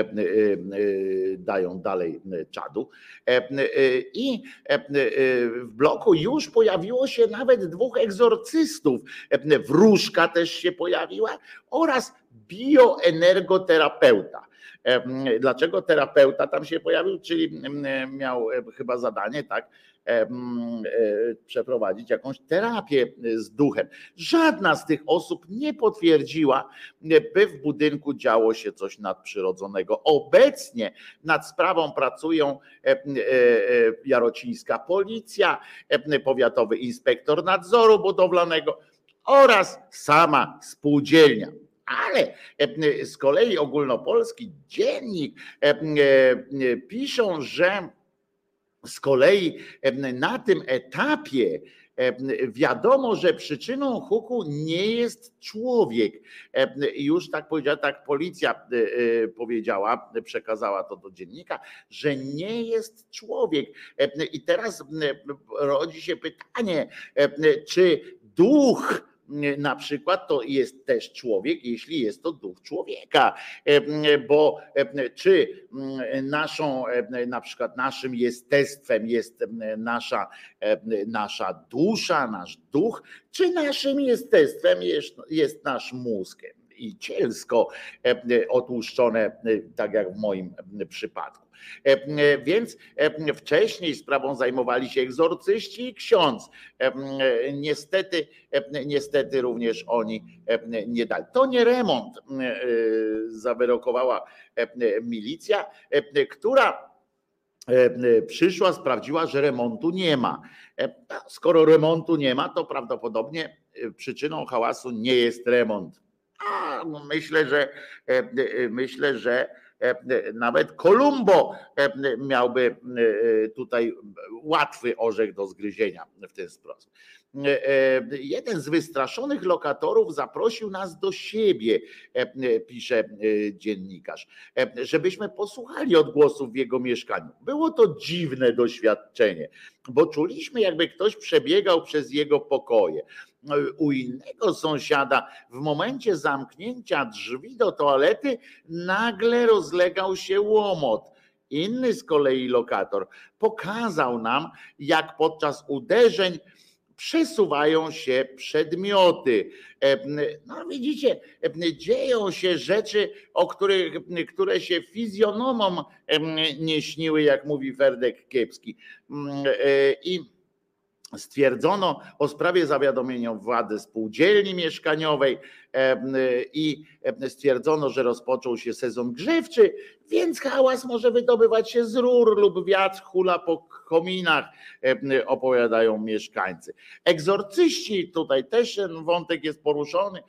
dają dalej czadu. I w bloku już pojawiło się nawet 2 egzorcystów. Wróżka też się pojawiła oraz bioenergoterapeuta. Dlaczego terapeuta tam się pojawił? Czyli miał chyba zadanie, tak, przeprowadzić jakąś terapię z duchem. Żadna z tych osób nie potwierdziła, by w budynku działo się coś nadprzyrodzonego. Obecnie nad sprawą pracują jarocińska policja, powiatowy inspektor nadzoru budowlanego oraz sama spółdzielnia. Ale z kolei ogólnopolski dziennik piszą, że z kolei na tym etapie wiadomo, że przyczyną huku nie jest człowiek. Już tak powiedziała, tak policja powiedziała, przekazała to do dziennika, że nie jest człowiek. I teraz rodzi się pytanie, czy duch na przykład to jest też człowiek, jeśli jest to duch człowieka, bo czy na przykład naszym jestestwem jest nasza dusza, nasz duch, czy naszym jestestwem jest nasz mózg i cielsko otłuszczone, tak jak w moim przypadku. Więc wcześniej sprawą zajmowali się egzorcyści i ksiądz. Niestety również oni nie dali. To nie remont, zawyrokowała milicja, która przyszła, sprawdziła, że remontu nie ma. Skoro remontu nie ma, to prawdopodobnie przyczyną hałasu nie jest remont. Myślę, że nawet Kolumbo miałby tutaj łatwy orzech do zgryzienia w ten sposób. Jeden z wystraszonych lokatorów zaprosił nas do siebie, pisze dziennikarz, żebyśmy posłuchali odgłosów w jego mieszkaniu. Było to dziwne doświadczenie, bo czuliśmy, jakby ktoś przebiegał przez jego pokoje. U innego sąsiada w momencie zamknięcia drzwi do toalety nagle rozlegał się łomot. Inny z kolei lokator pokazał nam, jak podczas uderzeń przesuwają się przedmioty. No widzicie, dzieją się rzeczy, które się fizjonomom nie śniły, jak mówi Ferdek Kiepski. I stwierdzono o sprawie zawiadomienia władzy spółdzielni mieszkaniowej i stwierdzono, że rozpoczął się sezon grzewczy, więc hałas może wydobywać się z rur lub wiatr hula po kominach, opowiadają mieszkańcy. Egzorcyści, tutaj też ten wątek jest poruszony,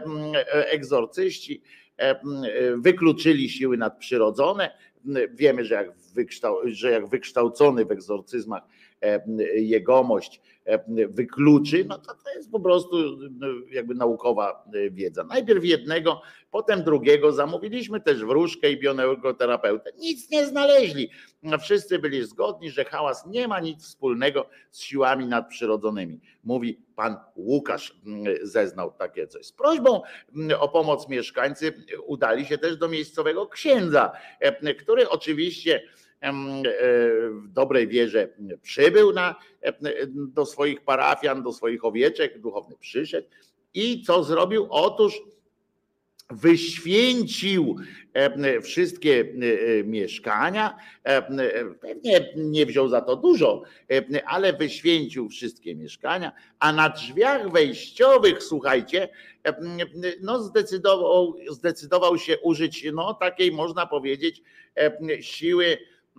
egzorcyści wykluczyli siły nadprzyrodzone. Wiemy, że jak wykształcony w egzorcyzmach jegomość wykluczy, no to jest po prostu jakby naukowa wiedza. Najpierw jednego, potem drugiego, zamówiliśmy też wróżkę i bioenergoterapeutę. Nic nie znaleźli. Wszyscy byli zgodni, że hałas nie ma nic wspólnego z siłami nadprzyrodzonymi. Mówi pan Łukasz, zeznał takie coś. Z prośbą o pomoc mieszkańcy udali się też do miejscowego księdza, który oczywiście w dobrej wierze przybył do swoich parafian, do swoich owieczek, duchowny przyszedł i co zrobił? Otóż wyświęcił wszystkie mieszkania, pewnie nie wziął za to dużo, ale wyświęcił wszystkie mieszkania, a na drzwiach wejściowych, słuchajcie, no zdecydował się użyć takiej, można powiedzieć, siły,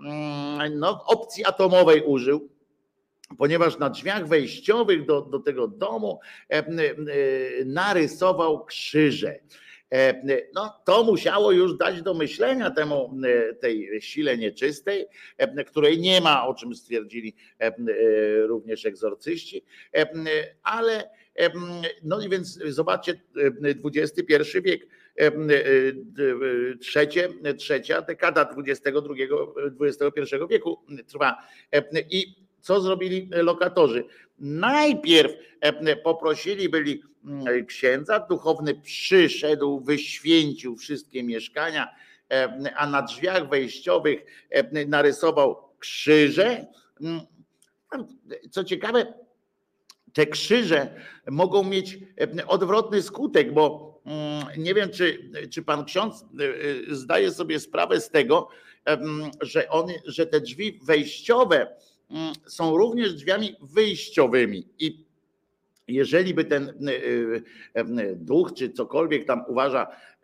opcji atomowej użył, ponieważ na drzwiach wejściowych do tego domu narysował krzyże. To musiało już dać do myślenia tej sile nieczystej, której nie ma, o czym stwierdzili również egzorcyści, ale no i więc zobaczcie, XXI wiek, trzecia dekada XXI wieku trwa. I co zrobili lokatorzy? Najpierw poprosili księdza, duchowny przyszedł, wyświęcił wszystkie mieszkania, a na drzwiach wejściowych narysował krzyże. Co ciekawe, te krzyże mogą mieć odwrotny skutek, bo nie wiem, czy pan ksiądz zdaje sobie sprawę z tego, że te drzwi wejściowe są również drzwiami wyjściowymi i jeżeli by ten duch czy cokolwiek tam uważa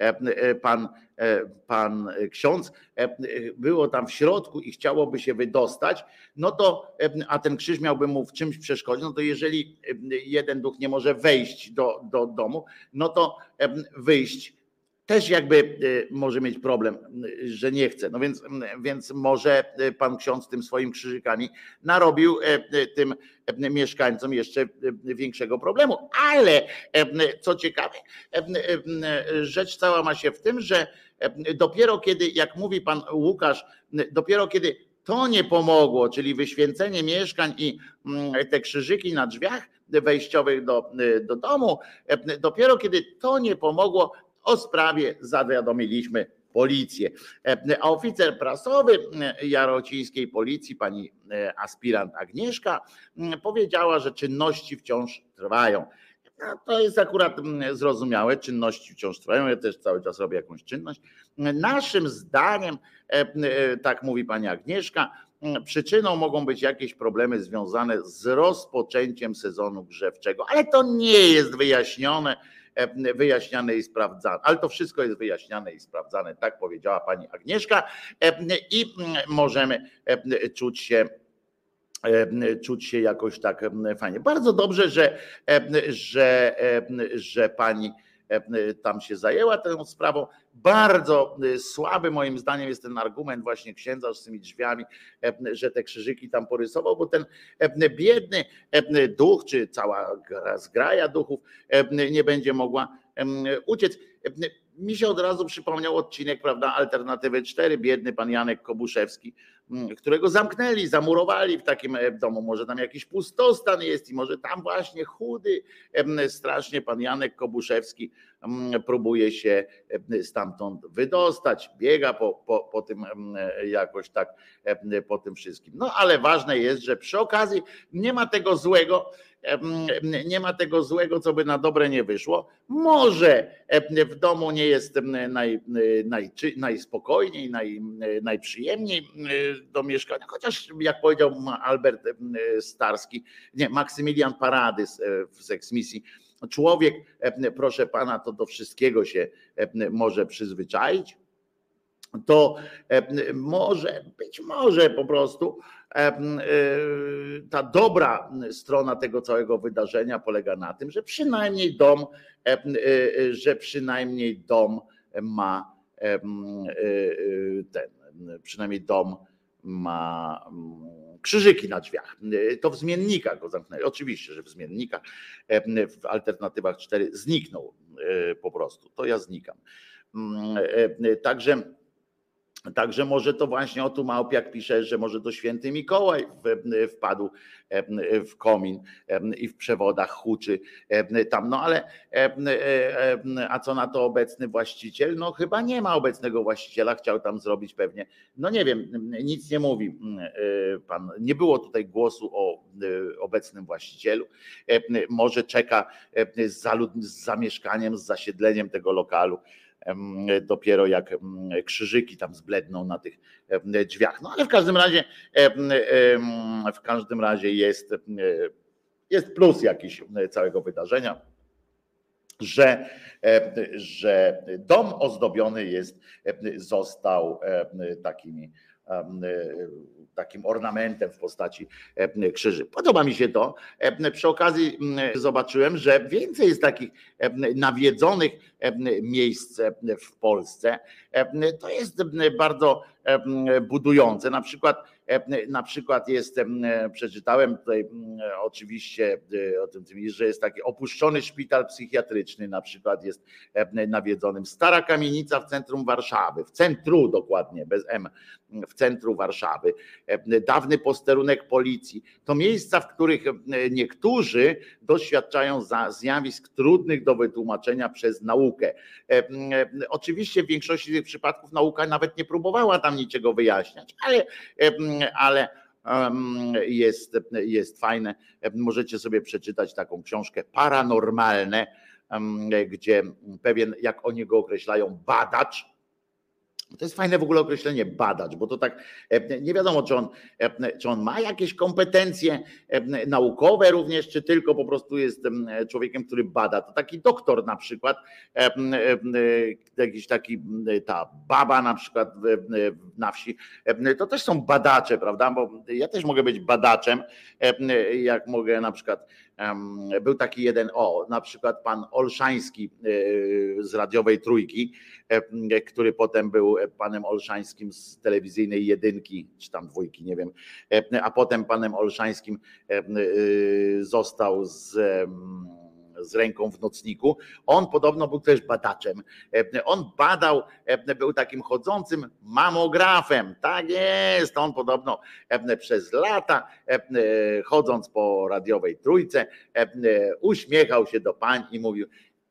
pan ksiądz, było tam w środku i chciałoby się wydostać, no to, a ten krzyż miałby mu w czymś przeszkodzić, no to jeżeli jeden duch nie może wejść do domu, no to wyjść też jakby może mieć problem, że nie chce. No więc może pan ksiądz tym swoimi krzyżykami narobił tym mieszkańcom jeszcze większego problemu. Ale co ciekawe, rzecz cała ma się w tym, że dopiero kiedy, jak mówi pan Łukasz, dopiero kiedy to nie pomogło, czyli wyświęcenie mieszkań i te krzyżyki na drzwiach wejściowych do domu, dopiero kiedy to nie pomogło, o sprawie zawiadomiliśmy policję. A oficer prasowy jarocińskiej policji, pani aspirant Agnieszka, powiedziała, że czynności wciąż trwają. No, to jest akurat zrozumiałe, czynności wciąż trwają, ja też cały czas robię jakąś czynność. Naszym zdaniem, tak mówi pani Agnieszka, przyczyną mogą być jakieś problemy związane z rozpoczęciem sezonu grzewczego, ale to nie jest wyjaśniane i sprawdzane, ale to wszystko jest wyjaśniane i sprawdzane, tak powiedziała pani Agnieszka i możemy czuć się jakoś tak fajnie. Bardzo dobrze, że pani tam się zajęła tą sprawą. Bardzo słaby moim zdaniem jest ten argument właśnie księdza z tymi drzwiami, że te krzyżyki tam porysował, bo ten biedny duch, czy cała zgraja duchów nie będzie mogła uciec. Mi się od razu przypomniał odcinek, prawda, Alternatywy 4, biedny pan Janek Kobuszewski, którego zamknęli, zamurowali w takim domu. Może tam jakiś pustostan jest i może tam właśnie chudy strasznie pan Janek Kobuszewski próbuje się stamtąd wydostać, biega po tym jakoś tak, po tym wszystkim. No ale ważne jest, że przy okazji nie ma tego złego, co by na dobre nie wyszło. Może w domu nie jest najspokojniej, najprzyjemniej do mieszkania, chociaż jak powiedział Albert Starski, nie, Maksymilian Paradys w Seksmisji, człowiek, proszę pana, to do wszystkiego się może przyzwyczaić. To być może po prostu ta dobra strona tego całego wydarzenia polega na tym, że przynajmniej dom ma krzyżyki na drzwiach. To w zmiennikach go zamknęli. Oczywiście, że w zmiennikach, w alternatywach 4 zniknął po prostu. To ja znikam. Także może to właśnie, o tu Małpiak pisze, że może to święty Mikołaj wpadł w komin i w przewodach huczy tam, no ale a co na to obecny właściciel? No chyba nie ma obecnego właściciela, chciał tam zrobić pewnie, no nie wiem, nic nie mówi pan, nie było tutaj głosu o obecnym właścicielu, może czeka z zamieszkaniem, z zasiedleniem tego lokalu, dopiero jak krzyżyki tam zbledną na tych drzwiach. No ale w każdym razie jest plus jakiś całego wydarzenia, że dom ozdobiony został takim ornamentem w postaci krzyży. Podoba mi się to. Przy okazji zobaczyłem, że więcej jest takich nawiedzonych miejsc w Polsce. To jest bardzo budujące. Na przykład przeczytałem tutaj oczywiście o tym, że jest taki opuszczony szpital psychiatryczny, na przykład jest nawiedzonym. Stara kamienica w centrum Warszawy, w centrum dokładnie, bez M, w centrum Warszawy. Dawny posterunek policji. To miejsca, w których niektórzy doświadczają zjawisk trudnych do wytłumaczenia przez naukę. Oczywiście w większości tych przypadków nauka nawet nie próbowała tam niczego wyjaśniać, ale jest fajne. Możecie sobie przeczytać taką książkę Paranormalne, gdzie pewien, jak oni go określają, badacz. To jest fajne w ogóle określenie badacz, bo to tak nie wiadomo, czy on ma jakieś kompetencje naukowe również, czy tylko po prostu jest człowiekiem, który bada. To taki doktor na przykład, jakiś taki, ta baba na przykład na wsi, to też są badacze, prawda? Bo ja też mogę być badaczem, jak mogę na przykład, był taki jeden, na przykład pan Olszański z radiowej Trójki, który potem był panem Olszańskim z telewizyjnej Jedynki, czy tam Dwójki, nie wiem, a potem panem Olszańskim został z ręką w nocniku. On podobno był też badaczem. On badał, był takim chodzącym mamografem. Tak jest, on podobno przez lata, chodząc po radiowej Trójce, uśmiechał się do pań i mówił: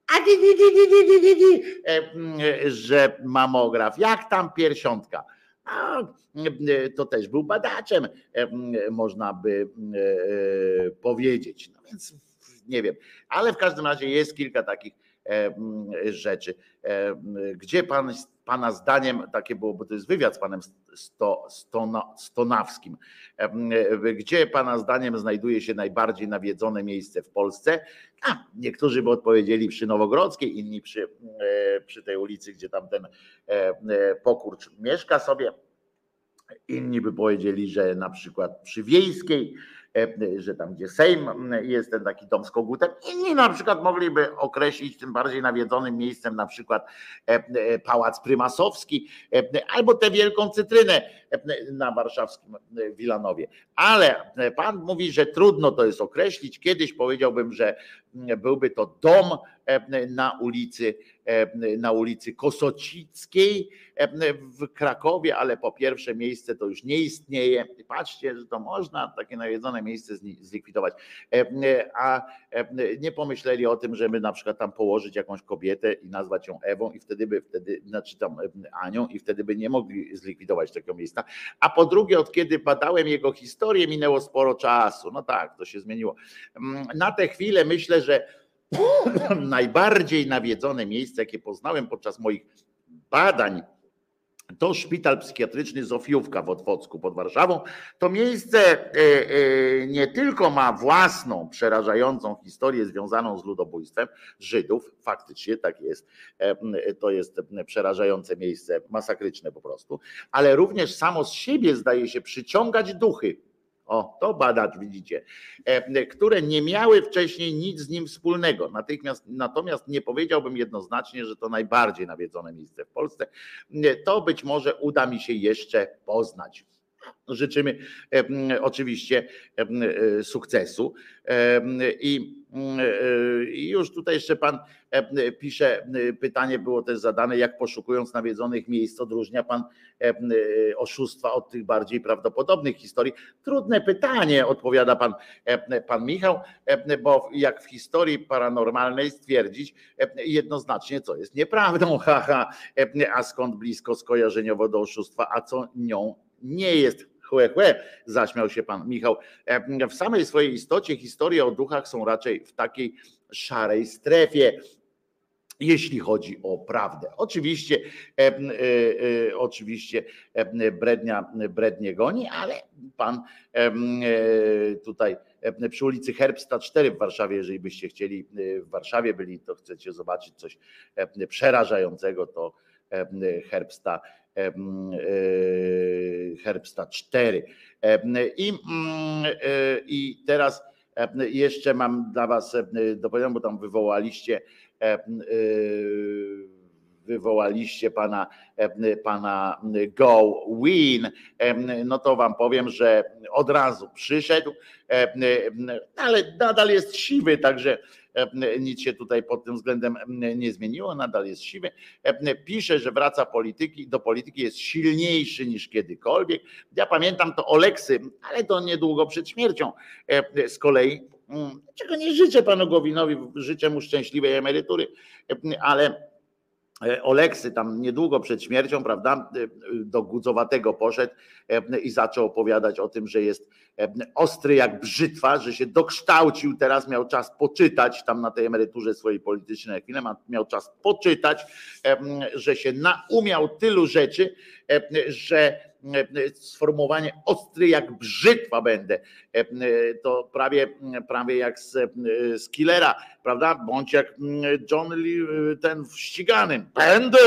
że mamograf, jak tam piersiątka. To też był badaczem, można by powiedzieć. No więc nie wiem, ale w każdym razie jest kilka takich rzeczy. Gdzie pana zdaniem, takie było, bo to jest wywiad z panem Stonawskim, gdzie pana zdaniem znajduje się najbardziej nawiedzone miejsce w Polsce? Niektórzy by odpowiedzieli przy Nowogrodzkiej, inni przy tej ulicy, gdzie tam ten pokurcz mieszka sobie. Inni by powiedzieli, że na przykład przy Wiejskiej, że tam gdzie Sejm jest, ten taki dom z kogutem. Inni na przykład mogliby określić tym bardziej nawiedzonym miejscem na przykład Pałac Prymasowski albo tę Wielką Cytrynę na warszawskim Wilanowie. Ale pan mówi, że trudno to jest określić. Kiedyś powiedziałbym, że byłby to dom na ulicy Kosocickiej w Krakowie, ale po pierwsze miejsce to już nie istnieje. Patrzcie, że to można takie nawiedzone miejsce zlikwidować. A nie pomyśleli o tym, żeby na przykład tam położyć jakąś kobietę i nazwać ją Ewą i wtedy znaczy tam Anią i wtedy by nie mogli zlikwidować takiego miejsca. A po drugie, od kiedy badałem jego historię, minęło sporo czasu. No tak, to się zmieniło. Na tę chwilę myślę, że najbardziej nawiedzone miejsce, jakie poznałem podczas moich badań, to szpital psychiatryczny Zofiówka w Otwocku pod Warszawą. To miejsce nie tylko ma własną przerażającą historię związaną z ludobójstwem Żydów, faktycznie tak jest, to jest przerażające miejsce, masakryczne po prostu, ale również samo z siebie zdaje się przyciągać duchy. O, to badać widzicie, które nie miały wcześniej nic z nim wspólnego. Natomiast nie powiedziałbym jednoznacznie, że to najbardziej nawiedzone miejsce w Polsce. To być może uda mi się jeszcze poznać. Życzymy oczywiście sukcesu. I już tutaj jeszcze pan pisze, pytanie było też zadane, jak poszukując nawiedzonych miejsc odróżnia pan oszustwa od tych bardziej prawdopodobnych historii. Trudne pytanie, odpowiada pan Michał, bo jak w historii paranormalnej stwierdzić jednoznacznie, co jest nieprawdą, haha, a skąd blisko skojarzeniowo do oszustwa, a co nią nie jest. Zaśmiał się pan Michał. W samej swojej istocie historie o duchach są raczej w takiej szarej strefie, jeśli chodzi o prawdę. Oczywiście brednie goni, ale pan tutaj przy ulicy Herbsta 4 w Warszawie, jeżeli byście chcieli w Warszawie byli, to chcecie zobaczyć coś przerażającego, to Herbsta 4. I teraz jeszcze mam dla was do powiedzenia, bo tam wywołaliście pana Go Win, no to wam powiem, że od razu przyszedł, ale nadal jest siwy, także nic się tutaj pod tym względem nie zmieniło, nadal jest siwy. Pisze, że wraca do polityki, jest silniejszy niż kiedykolwiek. Ja pamiętam to Oleksy, ale to niedługo przed śmiercią z kolei, czego nie życzę panu Gowinowi, życzę mu szczęśliwej emerytury, ale Oleksy tam niedługo przed śmiercią, prawda, do Gudzowatego poszedł i zaczął opowiadać o tym, że jest ostry jak brzytwa, że się dokształcił, teraz miał czas poczytać tam na tej emeryturze swojej politycznej, chwilę miał czas poczytać, że się naumiał tylu rzeczy, że sformułowanie ostry jak brzytwa będę, to prawie jak z Killera, prawda, bądź jak John Lee, ten w Ściganym, będę.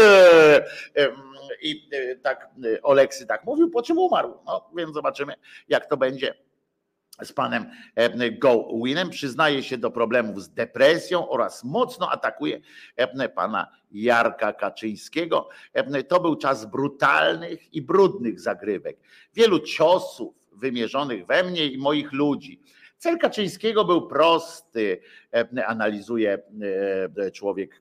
I tak Oleksy tak mówił, po czym umarł, no więc zobaczymy, jak to będzie z panem Go Winem. Przyznaje się do problemów z depresją oraz mocno atakuje pana Jarka Kaczyńskiego. To był czas brutalnych i brudnych zagrywek. Wielu ciosów wymierzonych we mnie i moich ludzi. Cel Kaczyńskiego był prosty, analizuje człowiek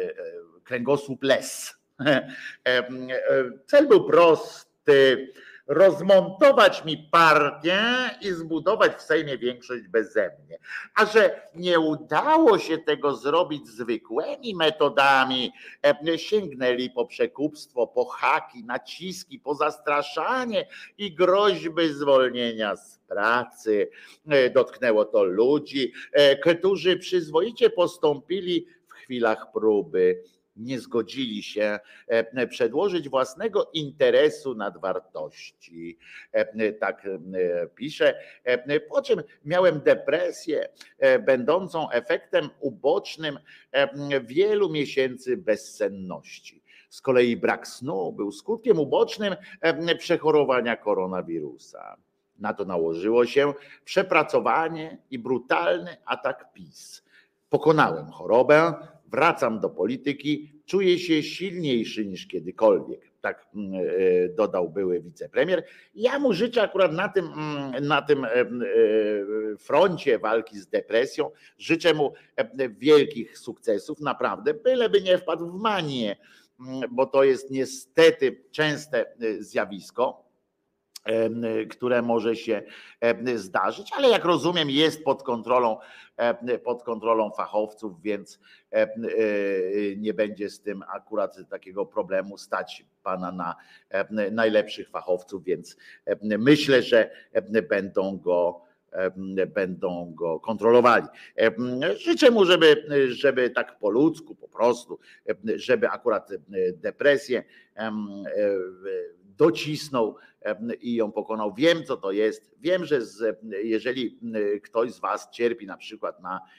kręgosłup les. Cel był prosty. rozmontować mi partię i zbudować w Sejmie większość beze mnie. A że nie udało się tego zrobić zwykłymi metodami, sięgnęli po przekupstwo, po haki, naciski, po zastraszanie i groźby zwolnienia z pracy. Dotknęło to ludzi, którzy przyzwoicie postąpili w chwilach próby. Nie zgodzili się przedłożyć własnego interesu nad wartości. Tak pisze. Po czym miałem depresję, będącą efektem ubocznym wielu miesięcy bezsenności. Z kolei brak snu był skutkiem ubocznym przechorowania koronawirusa. Na to nałożyło się przepracowanie i brutalny atak PiS. Pokonałem chorobę, wracam do polityki, czuję się silniejszy niż kiedykolwiek. Tak dodał były wicepremier. Ja mu życzę akurat na tym froncie walki z depresją, życzę mu wielkich sukcesów, naprawdę, byleby nie wpadł w manię, bo to jest niestety częste zjawisko, które może się zdarzyć, ale jak rozumiem jest pod kontrolą fachowców, więc nie będzie z tym akurat takiego problemu, stać pana na najlepszych fachowców, więc myślę, że będą go kontrolowali. Życzę mu, żeby tak po ludzku po prostu, żeby akurat depresję docisnął i ją pokonał. Wiem, co to jest. Wiem, że jeżeli ktoś z was cierpi na przykład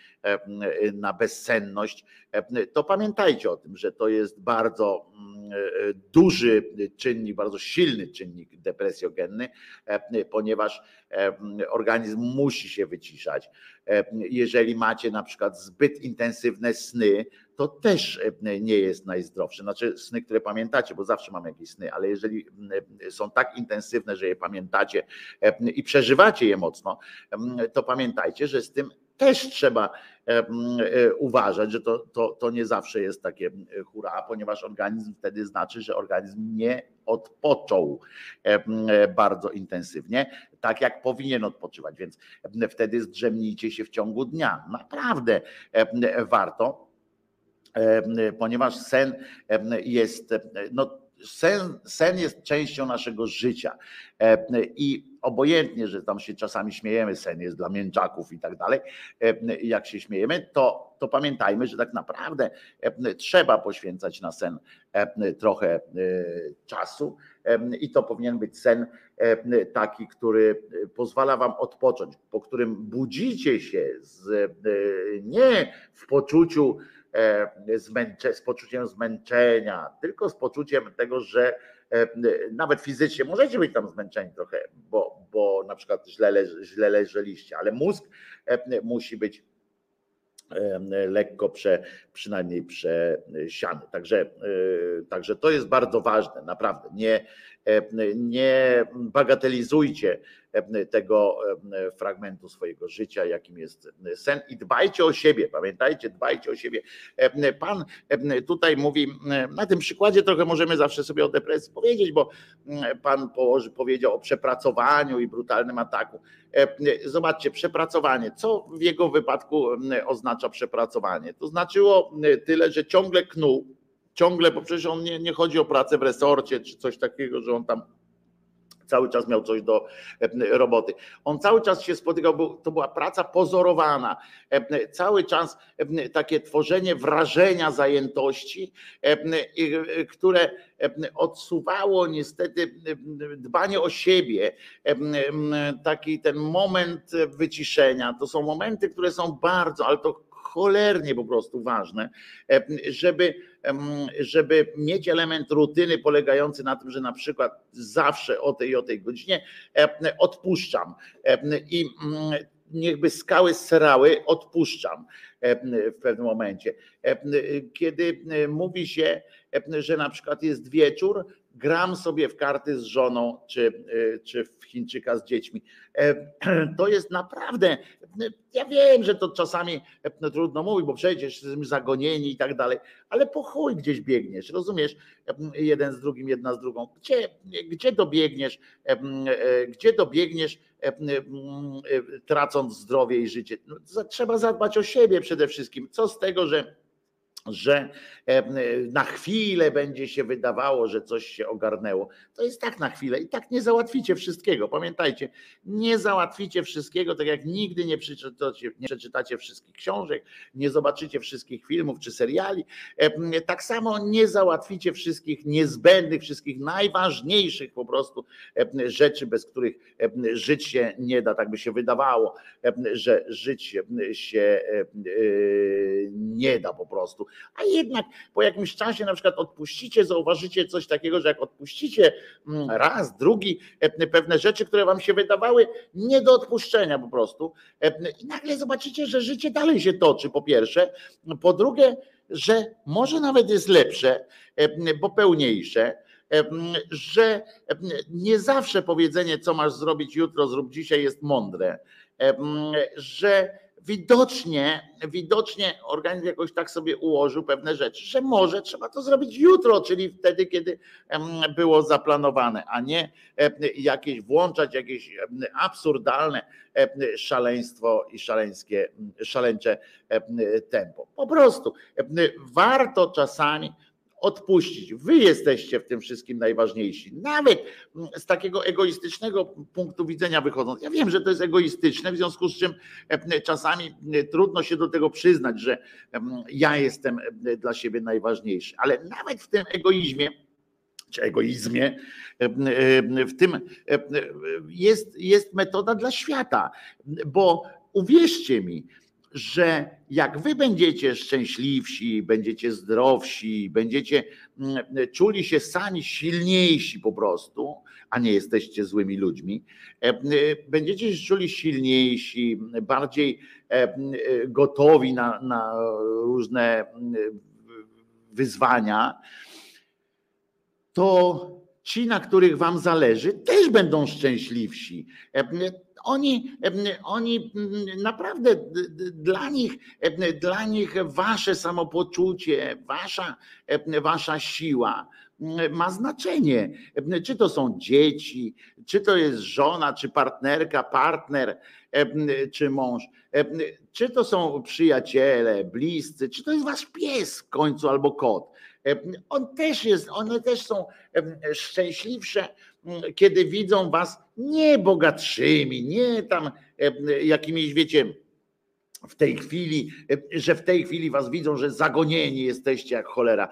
na bezsenność, to pamiętajcie o tym, że to jest bardzo duży czynnik, bardzo silny czynnik depresjogenny, ponieważ organizm musi się wyciszać. Jeżeli macie na przykład zbyt intensywne sny, to też nie jest najzdrowsze. Znaczy sny, które pamiętacie, bo zawsze mamy jakieś sny, ale jeżeli są tak intensywne, że je pamiętacie i przeżywacie je mocno, to pamiętajcie, że z tym też trzeba uważać, że to nie zawsze jest takie hura, ponieważ organizm wtedy znaczy, że organizm nie odpoczął bardzo intensywnie, tak jak powinien odpoczywać, więc wtedy zdrzemnijcie się w ciągu dnia. Naprawdę warto, ponieważ sen jest, sen jest częścią naszego życia i obojętnie, że tam się czasami śmiejemy, sen jest dla mięczaków i tak dalej, jak się śmiejemy, to pamiętajmy, że tak naprawdę trzeba poświęcać na sen trochę czasu i to powinien być sen taki, który pozwala wam odpocząć, po którym budzicie się nie w poczuciu z poczuciem zmęczenia, tylko z poczuciem tego, że nawet fizycznie możecie być tam zmęczeni trochę, bo na przykład źle leżeliście, ale mózg musi być lekko przynajmniej przesiany. Także to jest bardzo ważne, naprawdę. Nie bagatelizujcie tego fragmentu swojego życia, jakim jest sen, i dbajcie o siebie, pamiętajcie, dbajcie o siebie. Pan tutaj mówi, na tym przykładzie trochę możemy zawsze sobie o depresji powiedzieć, bo pan powiedział o przepracowaniu i brutalnym ataku. Zobaczcie, przepracowanie, co w jego wypadku oznacza przepracowanie? To znaczyło tyle, że ciągle knuł, bo przecież on nie chodzi o pracę w resorcie czy coś takiego, że on tam cały czas miał coś do roboty. On cały czas się spotykał, to była praca pozorowana, cały czas takie tworzenie wrażenia zajętości, które odsuwało niestety dbanie o siebie, taki ten moment wyciszenia. To są momenty, które są bardzo, ale to cholernie po prostu ważne, żeby mieć element rutyny polegający na tym, że na przykład zawsze o tej godzinie odpuszczam i niechby skały sserały, odpuszczam w pewnym momencie. Kiedy mówi się, że na przykład jest wieczór, gram sobie w karty z żoną, czy w Chińczyka z dziećmi. To jest naprawdę, ja wiem, że to czasami trudno mówić, bo przecież jesteśmy zagonieni i tak dalej, ale po chuj gdzieś biegniesz, rozumiesz? Jeden z drugim, jedna z drugą. Gdzie dobiegniesz, tracąc zdrowie i życie? No, trzeba zadbać o siebie przede wszystkim. Co z tego, że na chwilę będzie się wydawało, że coś się ogarnęło. To jest tak na chwilę i tak nie załatwicie wszystkiego. Pamiętajcie, nie załatwicie wszystkiego, tak jak nigdy nie przeczytacie wszystkich książek, nie zobaczycie wszystkich filmów czy seriali. Tak samo nie załatwicie wszystkich niezbędnych, wszystkich najważniejszych po prostu rzeczy, bez których żyć się nie da. Tak by się wydawało, że żyć się nie da po prostu. A jednak po jakimś czasie na przykład odpuścicie, zauważycie coś takiego, że jak odpuścicie raz, drugi, pewne rzeczy, które wam się wydawały nie do odpuszczenia po prostu, i nagle zobaczycie, że życie dalej się toczy, po pierwsze, po drugie, że może nawet jest lepsze, bo pełniejsze, że nie zawsze powiedzenie, co masz zrobić jutro, zrób dzisiaj, jest mądre, że widocznie organizm jakoś tak sobie ułożył pewne rzeczy, że może trzeba to zrobić jutro, czyli wtedy, kiedy było zaplanowane, a nie włączać jakieś absurdalne szaleństwo i szaleńcze tempo. Po prostu warto czasami odpuścić. Wy jesteście w tym wszystkim najważniejsi. Nawet z takiego egoistycznego punktu widzenia wychodząc. Ja wiem, że to jest egoistyczne, w związku z czym czasami trudno się do tego przyznać, że ja jestem dla siebie najważniejszy. Ale nawet w tym egoizmie, czy egoizmie, w tym jest metoda dla świata. Bo uwierzcie mi, że jak wy będziecie szczęśliwsi, będziecie zdrowsi, będziecie czuli się sami silniejsi po prostu, a nie jesteście złymi ludźmi, będziecie się czuli silniejsi, bardziej gotowi na różne wyzwania, to ci, na których wam zależy, też będą szczęśliwsi. Oni naprawdę, dla nich wasze samopoczucie, wasza siła ma znaczenie. Czy to są dzieci, czy to jest żona, czy partnerka, partner, czy mąż, czy to są przyjaciele, bliscy, czy to jest wasz pies w końcu albo kot. One też są szczęśliwsze, kiedy widzą was nie bogatszymi, nie tam jakimiś, wiecie, że w tej chwili was widzą, że zagonieni jesteście jak cholera.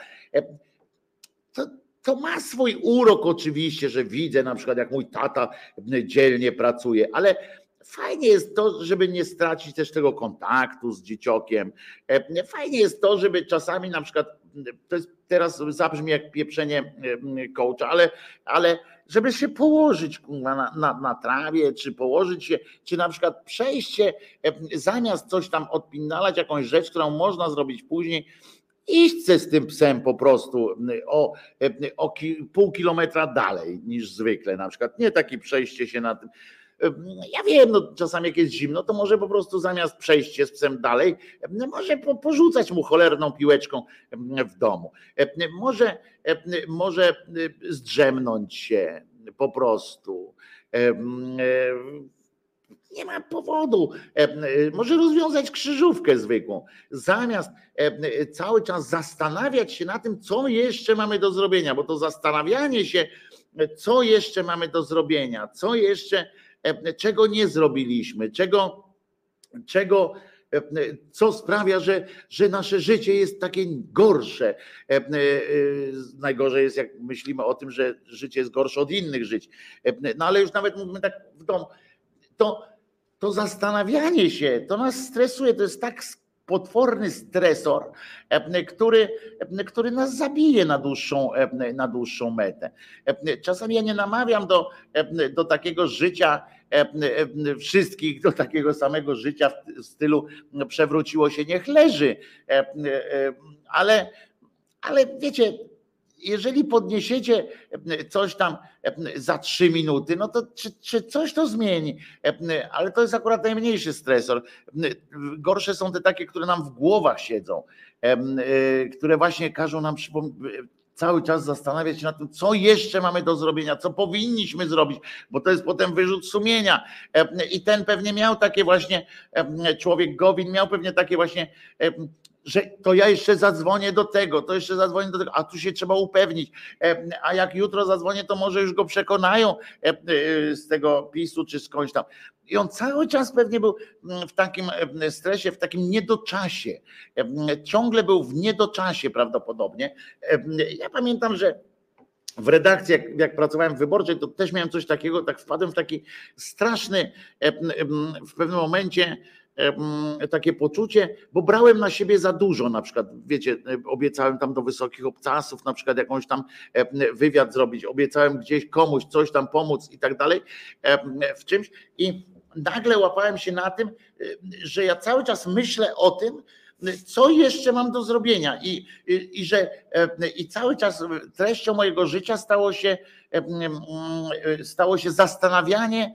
To ma swój urok oczywiście, że widzę na przykład, jak mój tata dzielnie pracuje, ale fajnie jest to, żeby nie stracić też tego kontaktu z dzieciokiem. Fajnie jest to, żeby czasami na przykład, to jest teraz zabrzmi jak pieprzenie coacha, ale żeby się położyć na trawie, czy położyć się, czy na przykład przejście, zamiast coś tam odpinalać, jakąś rzecz, którą można zrobić później, iść z tym psem po prostu o pół kilometra dalej niż zwykle, na przykład nie takie przejście się na tym. Ja wiem, no czasami jak jest zimno, to może po prostu zamiast przejść się z psem dalej, może porzucać mu cholerną piłeczką w domu. Może zdrzemnąć się po prostu. Nie ma powodu. Może rozwiązać krzyżówkę zwykłą. Zamiast cały czas zastanawiać się na tym, co jeszcze mamy do zrobienia, bo to zastanawianie się, co jeszcze mamy do zrobienia, czego nie zrobiliśmy, co sprawia, że nasze życie jest takie gorsze. Najgorzej jest, jak myślimy o tym, że życie jest gorsze od innych żyć. No ale już nawet mówimy tak w domu, to zastanawianie się, to nas stresuje, to jest tak potworny stresor, który nas zabije na dłuższą metę. Czasami ja nie namawiam do takiego życia wszystkich, do takiego samego życia w stylu przewróciło się, niech leży. Ale wiecie, jeżeli podniesiecie coś tam za 3 minuty, no to czy coś to zmieni? Ale to jest akurat najmniejszy stresor. Gorsze są te takie, które nam w głowach siedzą, które właśnie każą nam cały czas zastanawiać się nad tym, co jeszcze mamy do zrobienia, co powinniśmy zrobić, bo to jest potem wyrzut sumienia. I ten pewnie miał takie właśnie, człowiek Gowin miał pewnie takie właśnie, że to ja jeszcze zadzwonię do tego, a tu się trzeba upewnić, a jak jutro zadzwonię, to może już go przekonają z tego PiS-u czy skądś tam. I on cały czas pewnie był w takim stresie, w takim niedoczasie. Ciągle był w niedoczasie prawdopodobnie. Ja pamiętam, że w redakcji, jak pracowałem w Wyborczej, to też miałem coś takiego, tak wpadłem w taki straszny w pewnym momencie takie poczucie, bo brałem na siebie za dużo, na przykład, wiecie, obiecałem tam do wysokich obcasów, na przykład jakąś tam wywiad zrobić, obiecałem gdzieś komuś coś tam pomóc i tak dalej w czymś i nagle łapałem się na tym, że ja cały czas myślę o tym, co jeszcze mam do zrobienia i cały czas treścią mojego życia stało się zastanawianie,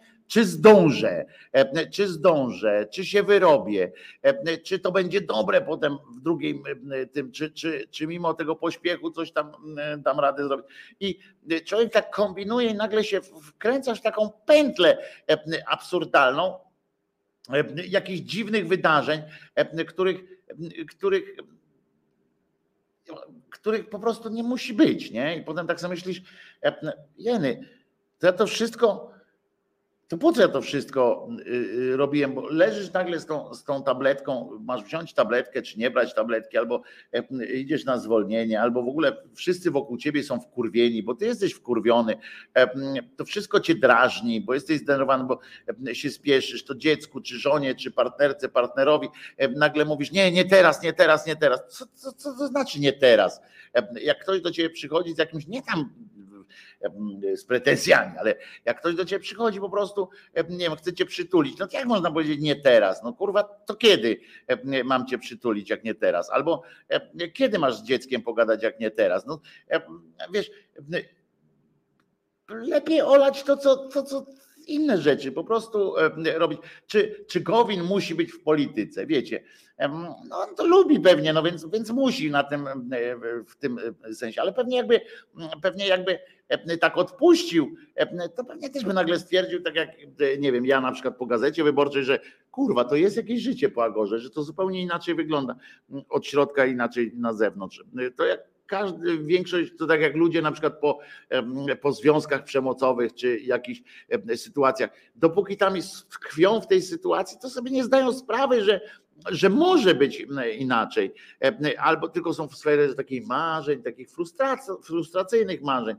czy się wyrobię, czy to będzie dobre potem w drugim tym, czy mimo tego pośpiechu coś tam dam radę zrobić. I człowiek tak kombinuje i nagle się wkręca w taką pętlę absurdalną, jakichś dziwnych wydarzeń, których po prostu nie musi być, nie? I potem tak sobie myślisz, jeny, to wszystko, to po co ja to wszystko robiłem, bo leżysz nagle z tą tabletką, masz wziąć tabletkę, czy nie brać tabletki, albo idziesz na zwolnienie, albo w ogóle wszyscy wokół ciebie są wkurwieni, bo ty jesteś wkurwiony, to wszystko cię drażni, bo jesteś zdenerwowany, bo się spieszysz, to dziecku, czy żonie, czy partnerce, partnerowi, nagle mówisz, nie teraz. Co to znaczy nie teraz? Jak ktoś do ciebie przychodzi z jakimś, nie tam z pretensjami, ale jak ktoś do ciebie przychodzi po prostu, nie wiem, chce cię przytulić, no to jak można powiedzieć nie teraz? No kurwa, to kiedy mam cię przytulić, jak nie teraz? Albo kiedy masz z dzieckiem pogadać, jak nie teraz? No wiesz, lepiej olać to, co inne rzeczy, po prostu robić. Czy Gowin musi być w polityce? Wiecie, no on to lubi pewnie, no więc musi w tym sensie, ale pewnie jakby tak odpuścił, to pewnie też by nagle stwierdził, tak jak, nie wiem, ja na przykład po Gazecie Wyborczej, że kurwa, to jest jakieś życie po Agorze, że to zupełnie inaczej wygląda od środka, inaczej na zewnątrz. To jak większość, to tak jak ludzie na przykład po związkach przemocowych czy jakichś sytuacjach, dopóki tam tkwią w tej sytuacji, to sobie nie zdają sprawy, że może być inaczej, albo tylko są w sferze takich marzeń, takich frustracyjnych marzeń,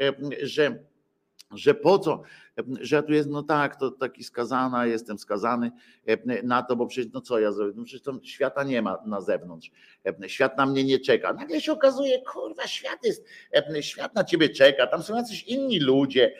że po co, że ja tu jest, no tak, to taki skazana, jestem skazany na to, bo przecież no co ja zrobię, no przecież tam świata nie ma na zewnątrz, świat na mnie nie czeka. Nagle się okazuje, kurwa, świat na ciebie czeka, tam są jacyś inni ludzie,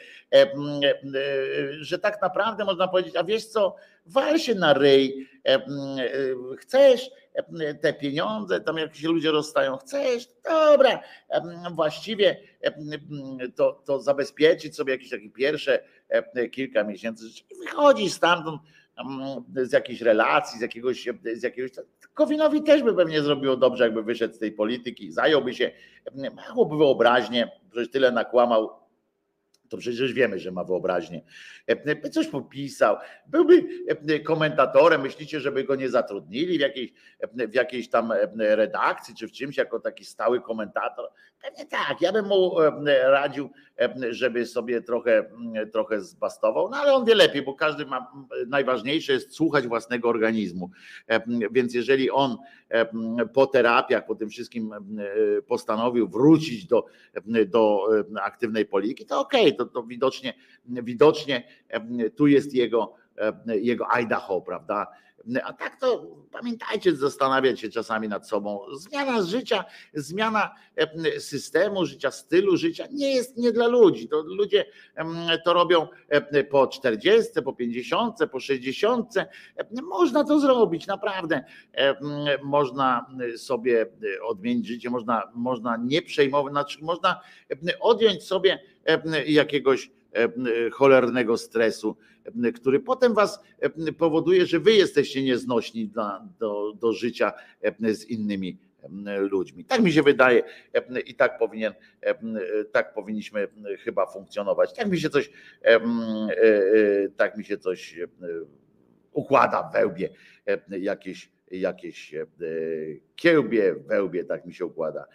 że tak naprawdę można powiedzieć, a wiesz co, wal się na ryj, chcesz te pieniądze, tam jak się ludzie rozstają, chcesz, dobra, właściwie to zabezpieczyć sobie jakieś takie pierwsze kilka miesięcy, wychodzisz stamtąd z jakiejś relacji, z jakiegoś. Gowinowi też by pewnie zrobiło dobrze, jakby wyszedł z tej polityki, zająłby się, miałby wyobraźnię, przecież tyle nakłamał, to przecież wiemy, że ma wyobraźnię, by coś popisał, byłby komentatorem, myślicie, żeby go nie zatrudnili w jakiejś tam redakcji, czy w czymś jako taki stały komentator? Pewnie tak, ja bym mu radził, żeby sobie trochę zbastował, no ale on wie lepiej, bo każdy ma, najważniejsze jest słuchać własnego organizmu, więc jeżeli on po terapiach, po tym wszystkim postanowił wrócić do aktywnej polityki, to okej, to widocznie tu jest jego jego Idaho, prawda? A tak to pamiętajcie, zastanawiać się czasami nad sobą. Zmiana życia, zmiana systemu życia, stylu życia nie dla ludzi. To ludzie to robią po 40, po 50, po 60. Można to zrobić, naprawdę. Można sobie odmienić życie, można nie przejmować, znaczy można odjąć sobie jakiegoś cholernego stresu, który potem was powoduje, że wy jesteście nieznośni do życia z innymi ludźmi. Tak mi się wydaje i tak powinniśmy chyba funkcjonować. Tak mi się coś układa w wełbie, jakieś kiełbie, wełbie, tak mi się układa.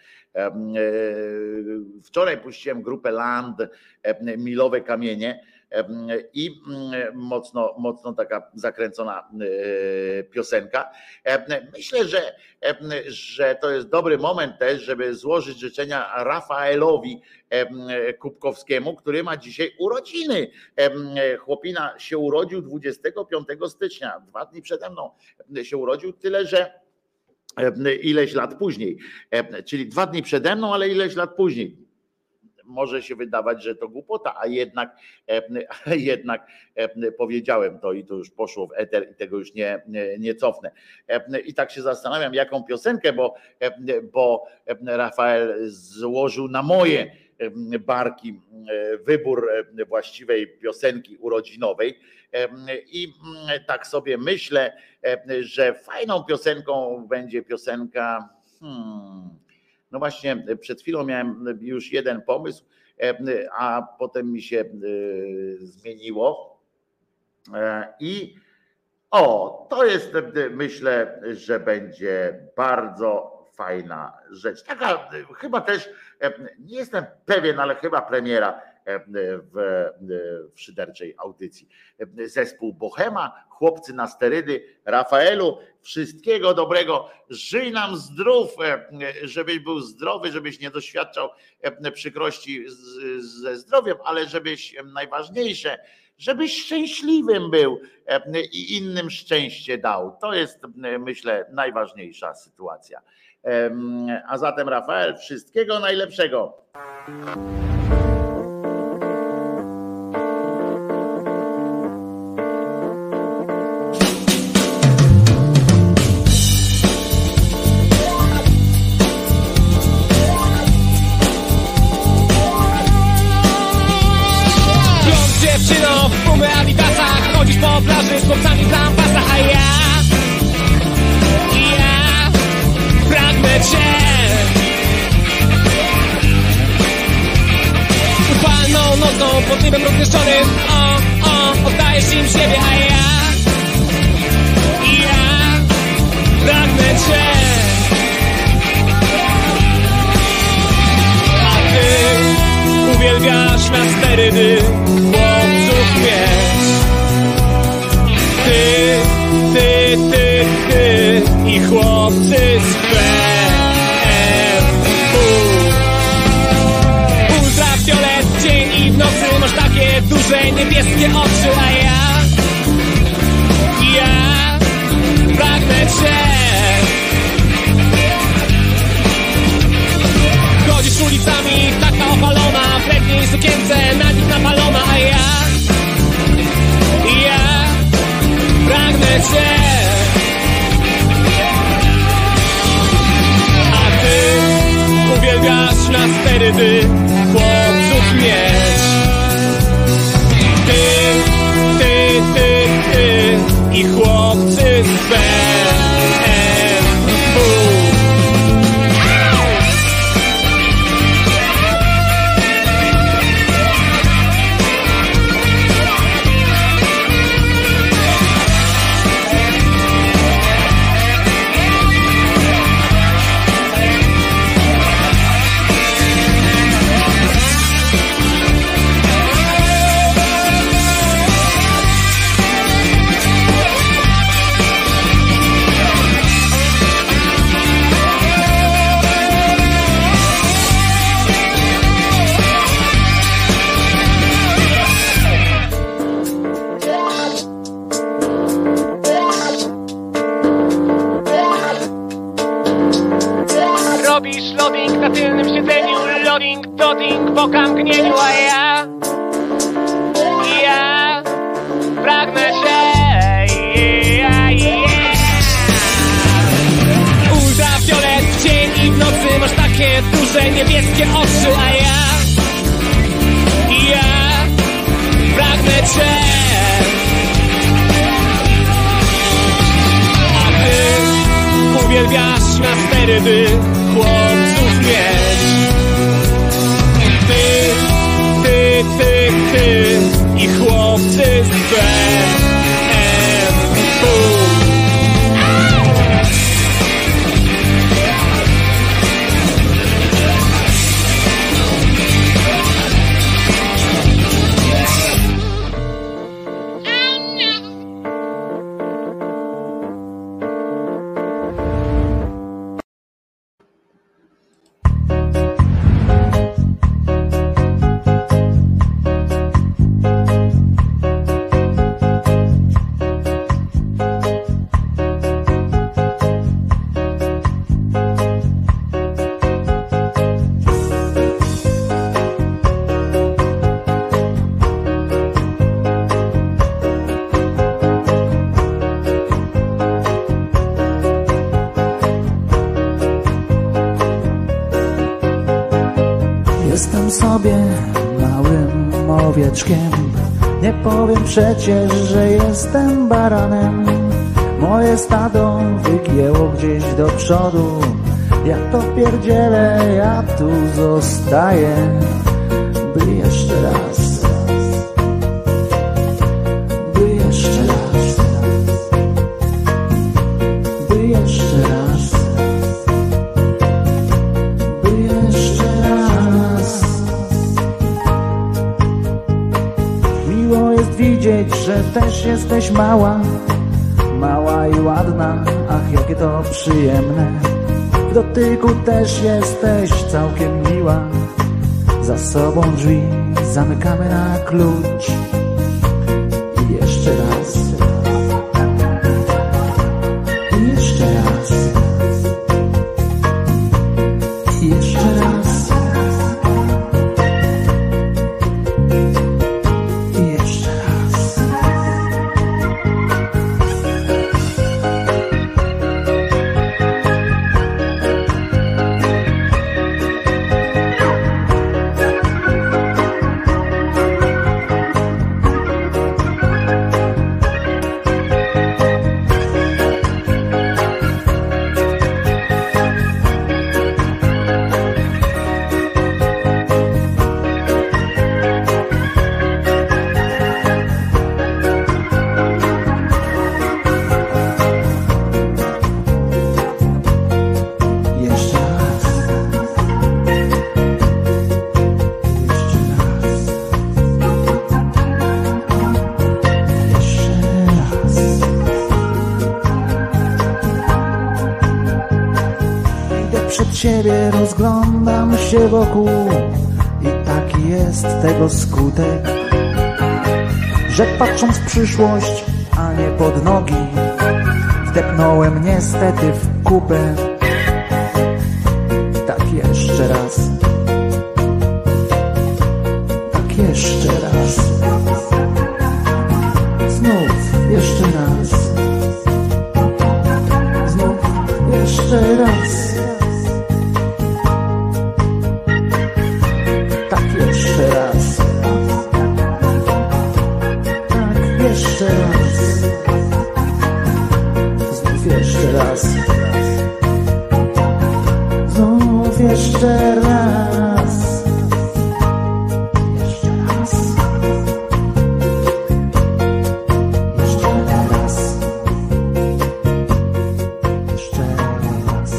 Wczoraj puściłem grupę Land, Milowe Kamienie i mocno taka zakręcona piosenka. Myślę, że to jest dobry moment też, żeby złożyć życzenia Rafaelowi Kubkowskiemu, który ma dzisiaj urodziny. Chłopina się urodził 25 stycznia, 2 dni przede mną się urodził, tyle że ileś lat później, czyli 2 dni przede mną, ale ileś lat później. Może się wydawać, że to głupota, a jednak powiedziałem to i to już poszło w eter i tego już nie cofnę. I tak się zastanawiam, jaką piosenkę, bo Rafael złożył na moje barki wybór właściwej piosenki urodzinowej i tak sobie myślę, że fajną piosenką będzie piosenka no właśnie, przed chwilą miałem już jeden pomysł, a potem mi się zmieniło i to jest, myślę, że będzie bardzo fajna rzecz. Taka chyba też, nie jestem pewien, ale chyba premiera w szyderczej audycji. Zespół Bohema, Chłopcy na sterydy. Rafaelu, wszystkiego dobrego, żyj nam zdrów, żebyś był zdrowy, żebyś nie doświadczał przykrości ze zdrowiem, ale żebyś, najważniejsze, żebyś szczęśliwym był i innym szczęście dał. To jest, myślę, najważniejsza sytuacja. A zatem Rafael, wszystkiego najlepszego. Chodzisz po plaży z chłopcami w lampasach, a ja pragnę cię. Upalną nocą pod niebem rozmieszczonym, oddajesz im siebie, a ja pragnę cię. A ty uwielbiasz na sterydy chłopców mieć. Ty i chłopcy z BMW. Ultrafiolet w dzień i w nocy, masz takie duże niebieskie oczy, a ja pragnę cię. Chodzisz ulicami, taka opalona, w letniej sukience, na nich napalona, a ja pragnę cię. A ty uwielbiasz na sterydy chłopców mieć. Ty i chłopcy z BMW. robisz loading na tylnym siedzeniu. Loading, dotting, po mgnieniu, a ja pragnę cię. Ultrafiolet w dzień i w nocy, masz takie duże niebieskie oczy, a ja pragnę cię. A ty uwielbiasz na sterydy chłopców mieć. Ty i chłopcy z BMW. Jestem sobie małym owieczkiem, nie powiem przecież, że jestem baranem. Moje stado wygięło gdzieś do przodu, ja to pierdzielę, ja tu zostaję, by jeszcze raz, by jeszcze raz, by jeszcze raz, by jeszcze raz. Miło jest widzieć, że też jesteś mała, mała i ładna, ach jakie to przyjemne. W dotyku też jesteś całkiem miła. Za sobą drzwi zamykamy na klucz. I jeszcze raz, i jeszcze raz, i jeszcze raz, i jeszcze raz. Przed siebie rozglądam się wokół i taki jest tego skutek, że patrząc w przyszłość, a nie pod nogi, wdepnąłem niestety w kupę. Tak jeszcze raz, tak jeszcze raz, znów jeszcze raz, znów jeszcze raz. Jeszcze raz, tak jeszcze raz, znów jeszcze raz, znów jeszcze raz, jeszcze raz, jeszcze raz, jeszcze raz,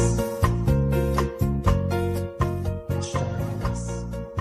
jeszcze raz.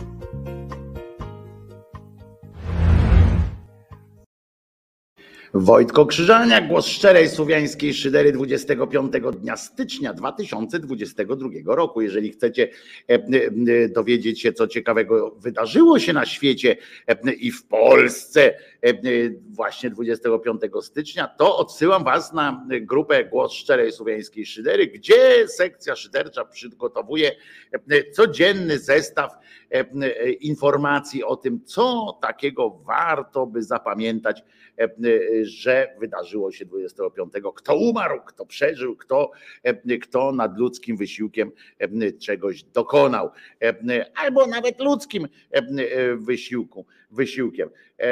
Wojtko Krzyżaniak, głos szczerej słowiańskiej szydery 25 dnia stycznia 2022 roku. Jeżeli chcecie dowiedzieć się, co ciekawego wydarzyło się na świecie i w Polsce właśnie 25 stycznia, to odsyłam was na grupę Głos Szczerej Słowiańskiej Szydery, gdzie sekcja szydercza przygotowuje codzienny zestaw informacji o tym, co takiego warto by zapamiętać, że wydarzyło się 25. Kto umarł, kto przeżył, kto nad ludzkim wysiłkiem czegoś dokonał, albo nawet ludzkim wysiłkiem.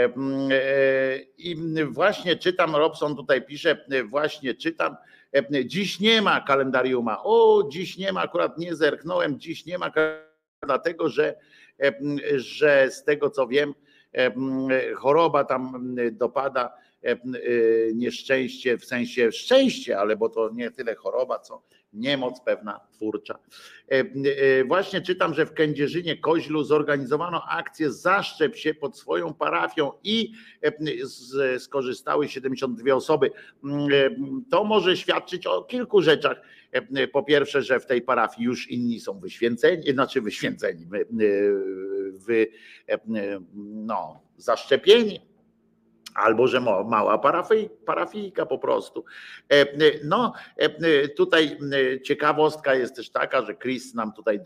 I właśnie czytam, Robson tutaj pisze, właśnie czytam, dziś nie ma kalendariuma. Dziś nie ma, akurat nie zerknąłem, dziś nie ma, dlatego że z tego co wiem, choroba tam dopada, nieszczęście, w sensie szczęście, ale bo to nie tyle choroba, co niemoc pewna twórcza. Właśnie czytam, że w Kędzierzynie-Koźlu zorganizowano akcję Zaszczep się pod swoją parafią i skorzystały 72 osoby. To może świadczyć o kilku rzeczach. Po pierwsze, że w tej parafii już inni są zaszczepieni, albo że mała parafijka po prostu. No tutaj ciekawostka jest też taka, że Chris nam tutaj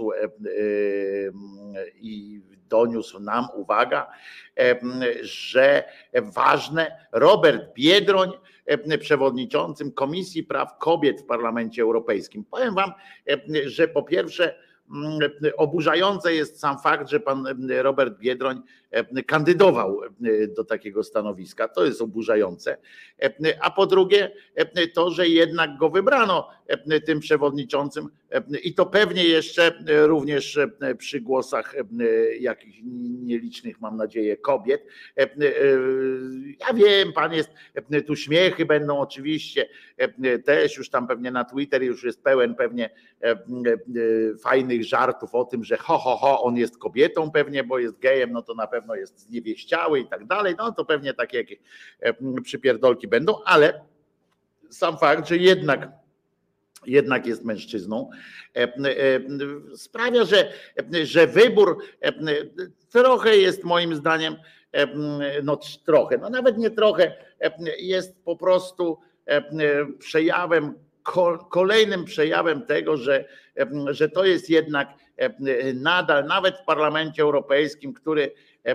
doniósł nam, uwaga, że ważne, Robert Biedroń, przewodniczącym Komisji Praw Kobiet w Parlamencie Europejskim. Powiem wam, że po pierwsze oburzający jest sam fakt, że pan Robert Biedroń kandydował do takiego stanowiska. To jest oburzające. A po drugie to, że jednak go wybrano tym przewodniczącym i to pewnie jeszcze również przy głosach jakichś nielicznych, mam nadzieję, kobiet. Ja wiem, pan jest, tu śmiechy będą oczywiście, też już tam pewnie na Twitter już jest pełen pewnie fajnych żartów o tym, że on jest kobietą pewnie, bo jest gejem, no to na pewno jest zniewieściały i tak dalej, no to pewnie takie jakieś przypierdolki będą, ale sam fakt, że jednak jest mężczyzną, sprawia, że wybór trochę jest moim zdaniem, no trochę, no nawet nie trochę, jest po prostu przejawem, kolejnym przejawem tego, że to jest jednak nadal, nawet w Parlamencie Europejskim, który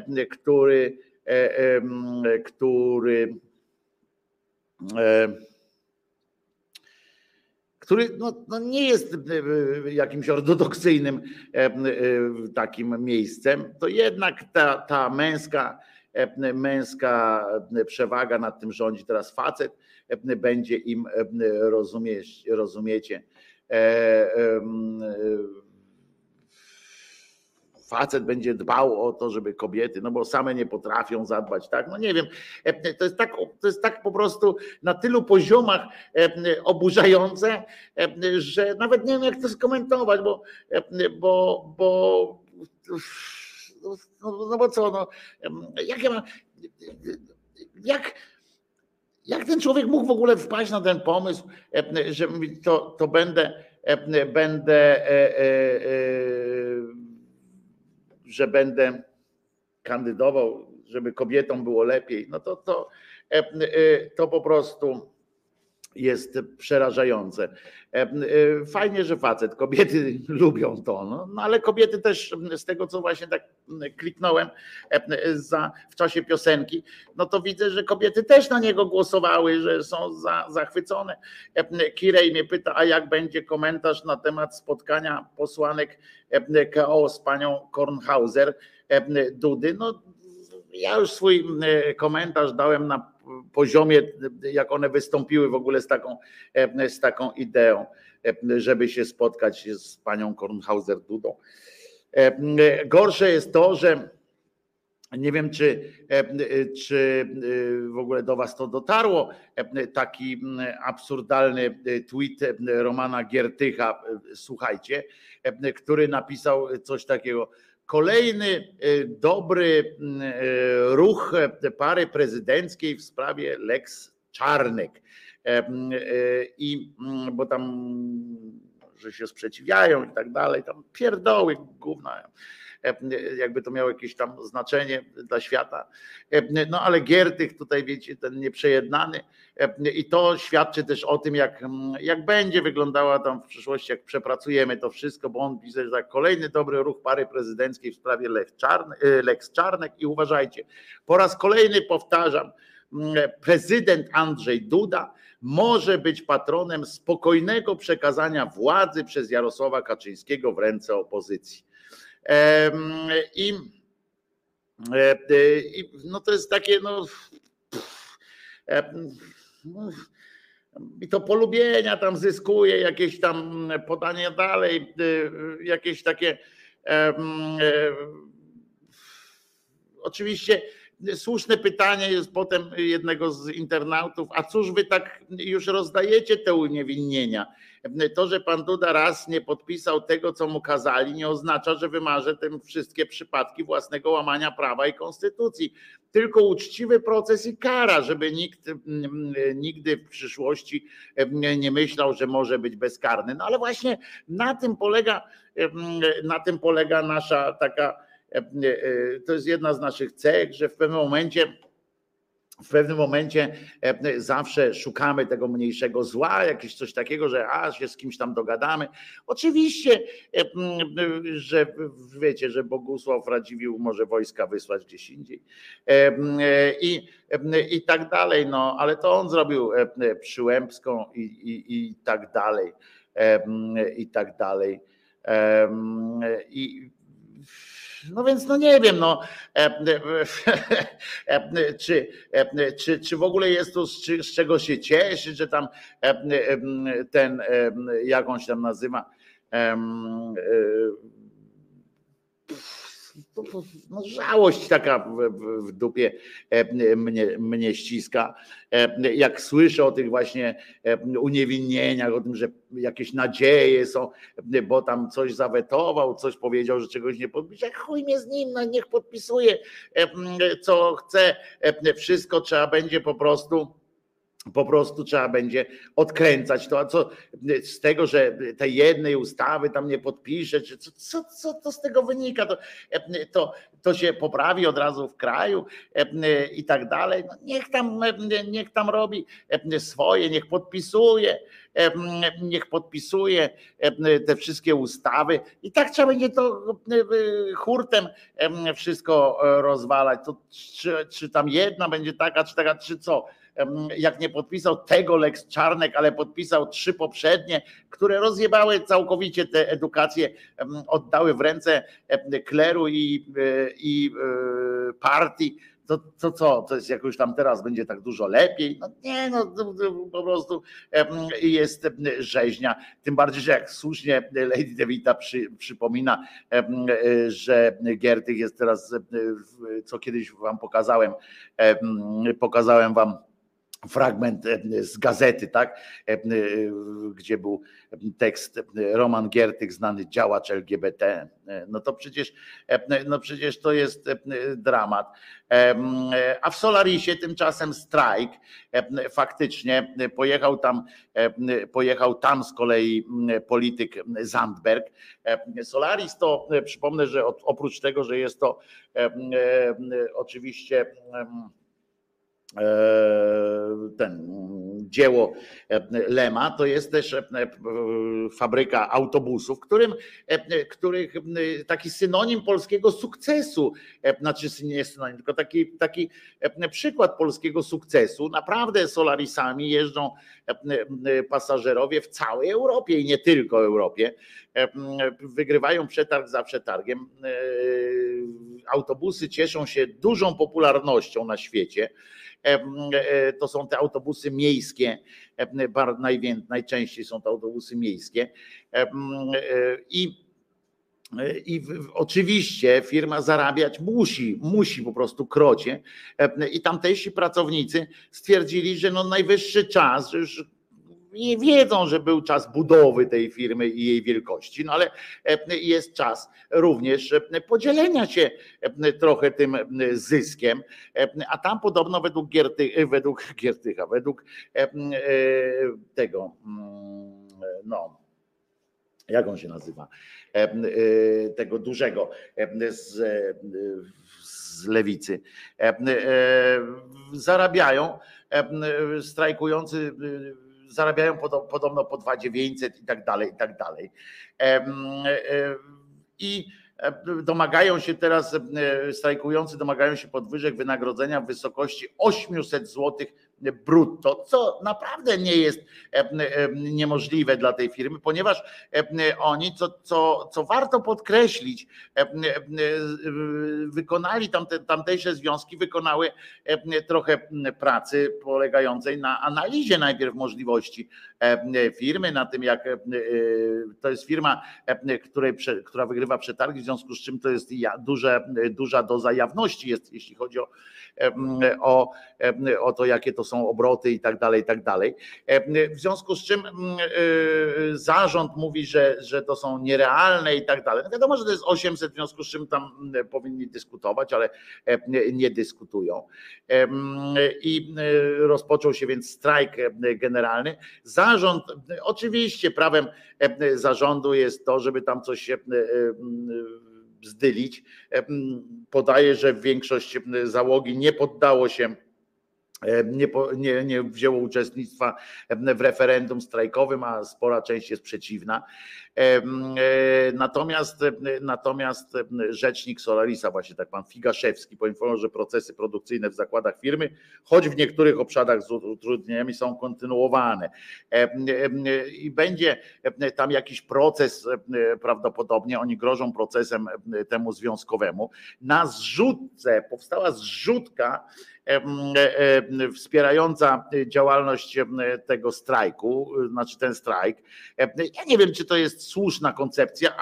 no nie jest jakimś ortodoksyjnym takim miejscem, to jednak ta męska przewaga nad tym rządzi teraz facet, będzie im, rozumiecie, facet będzie dbał o to, żeby kobiety, no bo same nie potrafią zadbać, tak? No nie wiem, to jest tak po prostu na tylu poziomach oburzające, że nawet nie wiem, jak to skomentować, bo co, no, jak ten człowiek mógł w ogóle wpaść na ten pomysł, że to że będę kandydował, żeby kobietom było lepiej, no to po prostu jest przerażające. Fajnie, że facet, kobiety lubią to, no ale kobiety też, z tego co właśnie tak kliknąłem w czasie piosenki, no to widzę, że kobiety też na niego głosowały, że są zachwycone. Kirej mnie pyta, a jak będzie komentarz na temat spotkania posłanek KO z panią Kornhauser, Dudy? No ja już swój komentarz dałem na poziomie, jak one wystąpiły w ogóle z taką ideą, żeby się spotkać z panią Kornhauser-Dudą. Gorsze jest to, że nie wiem, czy w ogóle do was to dotarło, taki absurdalny tweet Romana Giertycha, słuchajcie, który napisał coś takiego: kolejny dobry ruch pary prezydenckiej w sprawie Lex Czarnek. I bo tam że się sprzeciwiają i tak dalej, tam pierdoły, gówna, jakby to miało jakieś tam znaczenie dla świata. No ale Giertych tutaj, wiecie, ten nieprzejednany, i to świadczy też o tym, jak będzie wyglądała tam w przyszłości, jak przepracujemy to wszystko, bo on pisze, że tak, kolejny dobry ruch pary prezydenckiej w sprawie Lex Czarnek i uważajcie, po raz kolejny powtarzam, prezydent Andrzej Duda może być patronem spokojnego przekazania władzy przez Jarosława Kaczyńskiego w ręce opozycji. I no to jest takie, i to polubienia tam zyskuje, jakieś tam podania dalej, jakieś takie oczywiście słuszne pytanie jest potem jednego z internautów, a cóż wy tak już rozdajecie te uniewinnienia? To, że pan Duda raz nie podpisał tego, co mu kazali, nie oznacza, że wymarze tym wszystkie przypadki własnego łamania prawa i konstytucji. Tylko uczciwy proces i kara, żeby nikt nigdy w przyszłości nie myślał, że może być bezkarny. No ale właśnie na tym polega nasza taka, to jest jedna z naszych cech, że w pewnym momencie zawsze szukamy tego mniejszego zła, jakieś coś takiego, że się z kimś tam dogadamy. Oczywiście, że wiecie, że Bogusław Radziwiłł może wojska wysłać gdzieś indziej i tak dalej, no ale to on zrobił Przyłębską i tak dalej, i tak dalej. No więc no nie wiem, czy w ogóle jest tu z czego się cieszyć, że tam ten, jak on się tam nazywa, no żałość taka w dupie mnie ściska, jak słyszę o tych właśnie uniewinnieniach, o tym, że jakieś nadzieje są, bo tam coś zawetował, coś powiedział, że czegoś nie podpisze. Chuj mnie z nim, no niech podpisuje co chce, wszystko trzeba będzie po prostu trzeba będzie odkręcać to, a co z tego, że tej jednej ustawy tam nie podpisze, czy co to z tego wynika, to się poprawi od razu w kraju i tak dalej. No niech tam robi swoje, niech podpisuje te wszystkie ustawy i tak trzeba będzie to hurtem wszystko rozwalać. To czy tam jedna będzie taka, czy co? Jak nie podpisał tego Lex Czarnek, ale podpisał 3 poprzednie, które rozjebały całkowicie tę edukację, oddały w ręce kleru i partii, to co? To jest jakoś tam teraz będzie tak dużo lepiej? No nie, po prostu jest rzeźnia. Tym bardziej, że jak słusznie Lady Devita przypomina, że Giertych jest teraz, co kiedyś wam pokazałem wam fragment z gazety, tak, gdzie był tekst Roman Giertych, znany działacz LGBT. No to przecież to jest dramat. A w Solarisie tymczasem strajk faktycznie pojechał tam z kolei polityk Zandberg. Solaris to przypomnę, że oprócz tego, że jest to oczywiście ten dzieło Lema, to jest też fabryka autobusów, których taki synonim polskiego sukcesu, znaczy nie synonim, tylko taki przykład polskiego sukcesu. Naprawdę Solarisami jeżdżą pasażerowie w całej Europie i nie tylko Europie. Wygrywają przetarg za przetargiem. Autobusy cieszą się dużą popularnością na świecie. To są te autobusy miejskie, najczęściej są to autobusy miejskie i oczywiście firma zarabiać musi po prostu krocie i tamtejsi pracownicy stwierdzili, że no najwyższy czas, że już nie wiedzą, że był czas budowy tej firmy i jej wielkości, no ale jest czas również podzielenia się trochę tym zyskiem, a tam podobno według tego jak on się nazywa, tego dużego z lewicy, zarabiają, strajkujący zarabiają podobno po 2900 i tak dalej, i tak dalej. I domagają się teraz, strajkujący domagają się podwyżek wynagrodzenia w wysokości 800 zł brutto, co naprawdę nie jest niemożliwe dla tej firmy, ponieważ oni, co warto podkreślić, wykonali tamtejsze związki, wykonały trochę pracy polegającej na analizie najpierw możliwości firmy, na tym jak to jest firma, która wygrywa przetargi, w związku z czym to jest duża doza jawności jest, jeśli chodzi o to, jakie to są obroty i tak dalej, i tak dalej. W związku z czym zarząd mówi, że to są nierealne i tak dalej. No wiadomo, że to jest 800, w związku z czym tam powinni dyskutować, ale nie dyskutują. I rozpoczął się więc strajk generalny. Zarząd, oczywiście prawem zarządu jest to, żeby tam coś się zdylić. Podaje, że większość załogi nie poddało się, nie wzięło uczestnictwa w referendum strajkowym, a spora część jest przeciwna. Natomiast rzecznik Solarisa, właśnie tak pan Figaszewski, poinformował, że procesy produkcyjne w zakładach firmy, choć w niektórych obszarach z utrudnieniami, są kontynuowane. I będzie tam jakiś proces, prawdopodobnie oni grożą procesem temu związkowemu. Na zrzutce powstała zrzutka wspierająca działalność tego strajku, znaczy ten strajk. Ja nie wiem, czy to jest słuszna koncepcja,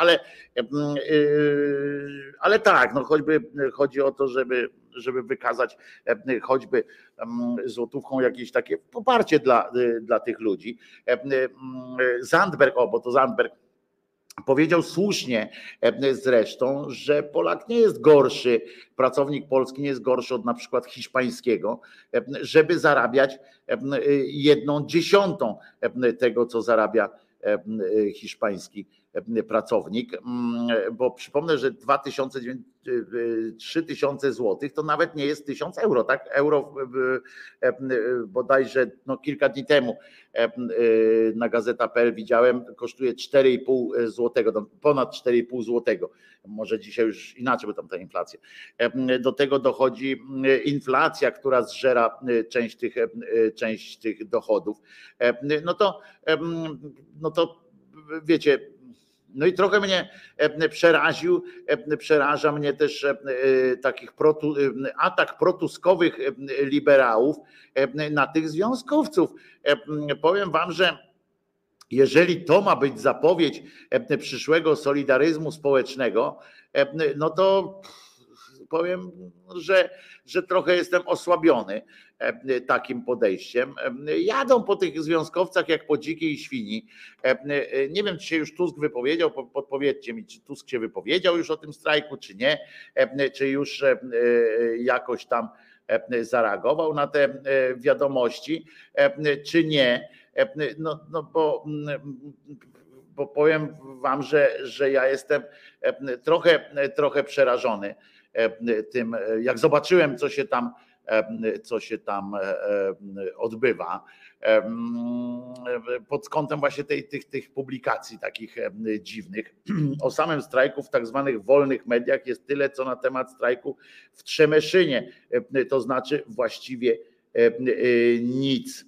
ale tak, no choćby chodzi o to, żeby wykazać choćby złotówką jakieś takie poparcie dla tych ludzi. Zandberg, bo to Zandberg powiedział słusznie zresztą, że Polak nie jest gorszy, pracownik polski nie jest gorszy od na przykład hiszpańskiego, żeby zarabiać 1/10 tego, co zarabia hiszpański pracownik, bo przypomnę, że 3000 złotych to nawet nie jest 1000 euro, tak? Euro bodajże kilka dni temu na gazeta.pl widziałem, kosztuje 4,5 złotego, ponad 4,5 złotego. Może dzisiaj już inaczej, bo tam ta inflacja. Do tego dochodzi inflacja, która zżera część tych dochodów. No to wiecie, no i trochę mnie przeraża mnie też atak protuskowych liberałów na tych związkowców. Powiem wam, że jeżeli to ma być zapowiedź przyszłego solidaryzmu społecznego, no to powiem, że trochę jestem osłabiony takim podejściem. Jadą po tych związkowcach jak po dzikiej świni. Nie wiem, czy się już Tusk wypowiedział, podpowiedzcie mi, czy Tusk się wypowiedział już o tym strajku, czy nie, czy już jakoś tam zareagował na te wiadomości, czy nie. Bo powiem wam, że ja jestem trochę przerażony tym, jak zobaczyłem, co się tam odbywa pod kątem właśnie tych publikacji takich dziwnych. O samym strajku w tak zwanych wolnych mediach jest tyle, co na temat strajku w Trzemeszynie, to znaczy właściwie nic.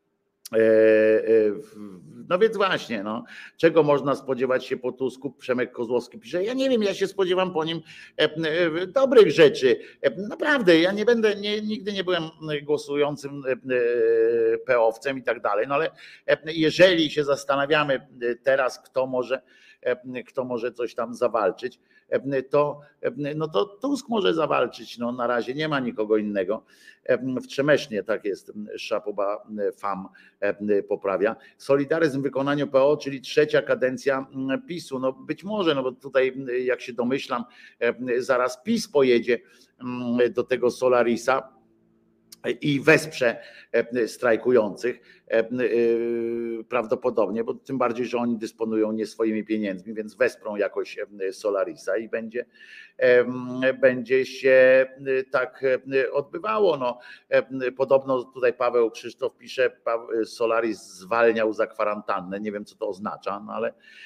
No więc właśnie, czego można spodziewać się po Tusku? Przemek Kozłowski pisze, ja nie wiem, ja się spodziewam po nim dobrych rzeczy. Naprawdę, ja nigdy nie byłem głosującym PO-wcem i tak dalej, no ale jeżeli się zastanawiamy teraz, kto może coś tam zawalczyć, to Tusk może zawalczyć. No, na razie nie ma nikogo innego. W Trzemesznie tak jest, Szapoba Fam poprawia. Solidaryzm w wykonaniu PO, czyli trzecia kadencja PiS-u. No być może, bo tutaj, jak się domyślam, zaraz PiS pojedzie do tego Solarisa i wesprze strajkujących prawdopodobnie, bo tym bardziej, że oni dysponują nie swoimi pieniędzmi, więc wesprą jakoś Solarisa i będzie się tak odbywało. No, podobno tutaj Paweł Krzysztof pisze, Solaris zwalniał za kwarantannę, nie wiem co to oznacza, no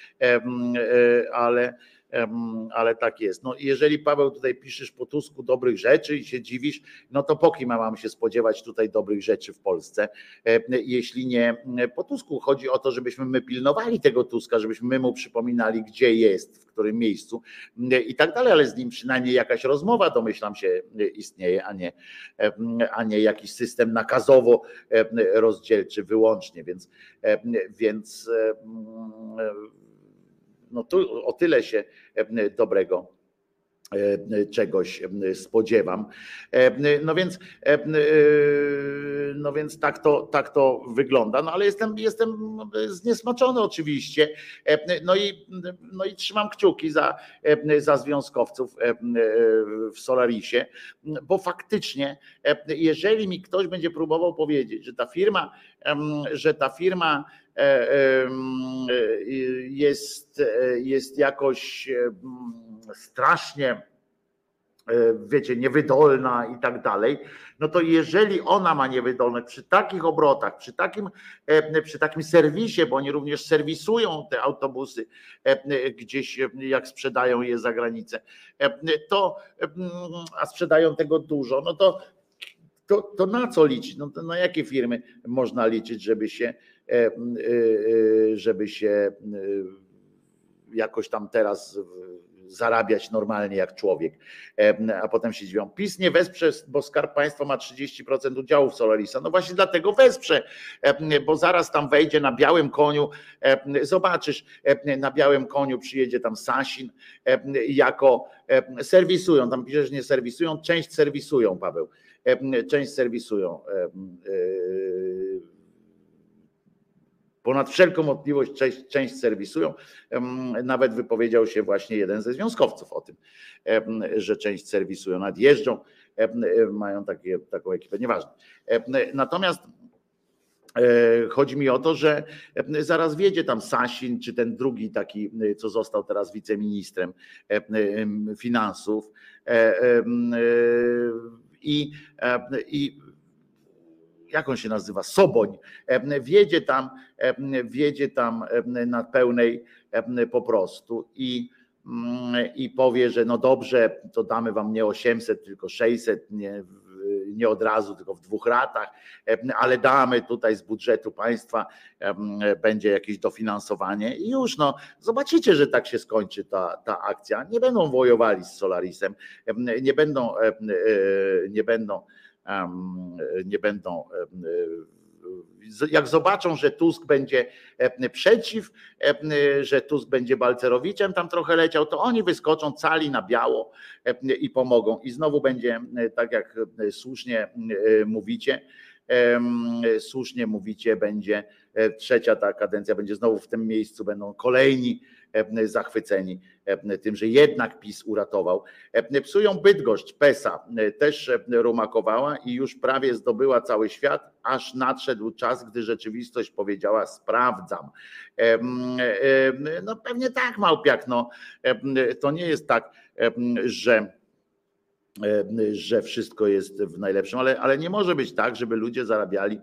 ale tak jest. No jeżeli Paweł tutaj piszesz po Tusku dobrych rzeczy i się dziwisz, no to po kim mam się spodziewać tutaj dobrych rzeczy w Polsce, jeśli nie po Tusku. Chodzi o to, żebyśmy my pilnowali tego Tuska, żebyśmy my mu przypominali, gdzie jest, w którym miejscu i tak dalej, ale z nim przynajmniej jakaś rozmowa, domyślam się, istnieje, a nie jakiś system nakazowo rozdzielczy wyłącznie, więc no tu o tyle się dobrego czegoś spodziewam. No więc tak to wygląda. No ale jestem zniesmaczony oczywiście. No i trzymam kciuki za związkowców w Solarisie, bo faktycznie, jeżeli mi ktoś będzie próbował powiedzieć, że ta firma jest jakoś strasznie, wiecie, niewydolna i tak dalej, no to jeżeli ona ma niewydolność przy takich obrotach, przy takim serwisie, bo oni również serwisują te autobusy gdzieś, jak sprzedają je za granicę, a sprzedają tego dużo, no to na co liczyć? No to na jakie firmy można liczyć, żeby się jakoś tam teraz zarabiać normalnie jak człowiek, a potem się dziwią. PiS nie wesprze, bo Skarb Państwa ma 30% udziałów Solarisa. No właśnie dlatego wesprze, bo zaraz tam wejdzie na białym koniu, zobaczysz, na białym koniu przyjedzie tam Sasin, jako serwisują, tam pisze, że nie serwisują, część serwisują, Paweł, część serwisują. Ponad wszelką wątpliwość część serwisują. Nawet wypowiedział się właśnie jeden ze związkowców o tym, że część serwisują. Nawet jeżdżą, mają taką ekipę, nieważne. Natomiast chodzi mi o to, że zaraz wjedzie tam Sasin, czy ten drugi taki, co został teraz wiceministrem finansów i jak on się nazywa, Soboń, wjedzie tam na pełnej po prostu i powie, że no dobrze, to damy wam nie 800, tylko 600, nie od razu, tylko w 2 latach, ale damy tutaj z budżetu państwa, będzie jakieś dofinansowanie i już no, zobaczycie, że tak się skończy ta akcja. Nie będą wojowali z Solarisem, nie będą jak zobaczą, że Tusk będzie przeciw, że Tusk będzie Balcerowiczem tam trochę leciał, to oni wyskoczą cali na biało i pomogą. I znowu będzie, tak jak słusznie mówicie, będzie trzecia ta kadencja, będzie znowu w tym miejscu, będą kolejni zachwyceni tym, że jednak PiS uratował. Psują Bydgoszcz, PESA też rumakowała i już prawie zdobyła cały świat, aż nadszedł czas, gdy rzeczywistość powiedziała: sprawdzam. No pewnie tak, Małpiak, no to nie jest tak, że wszystko jest w najlepszym, ale nie może być tak, żeby ludzie zarabiali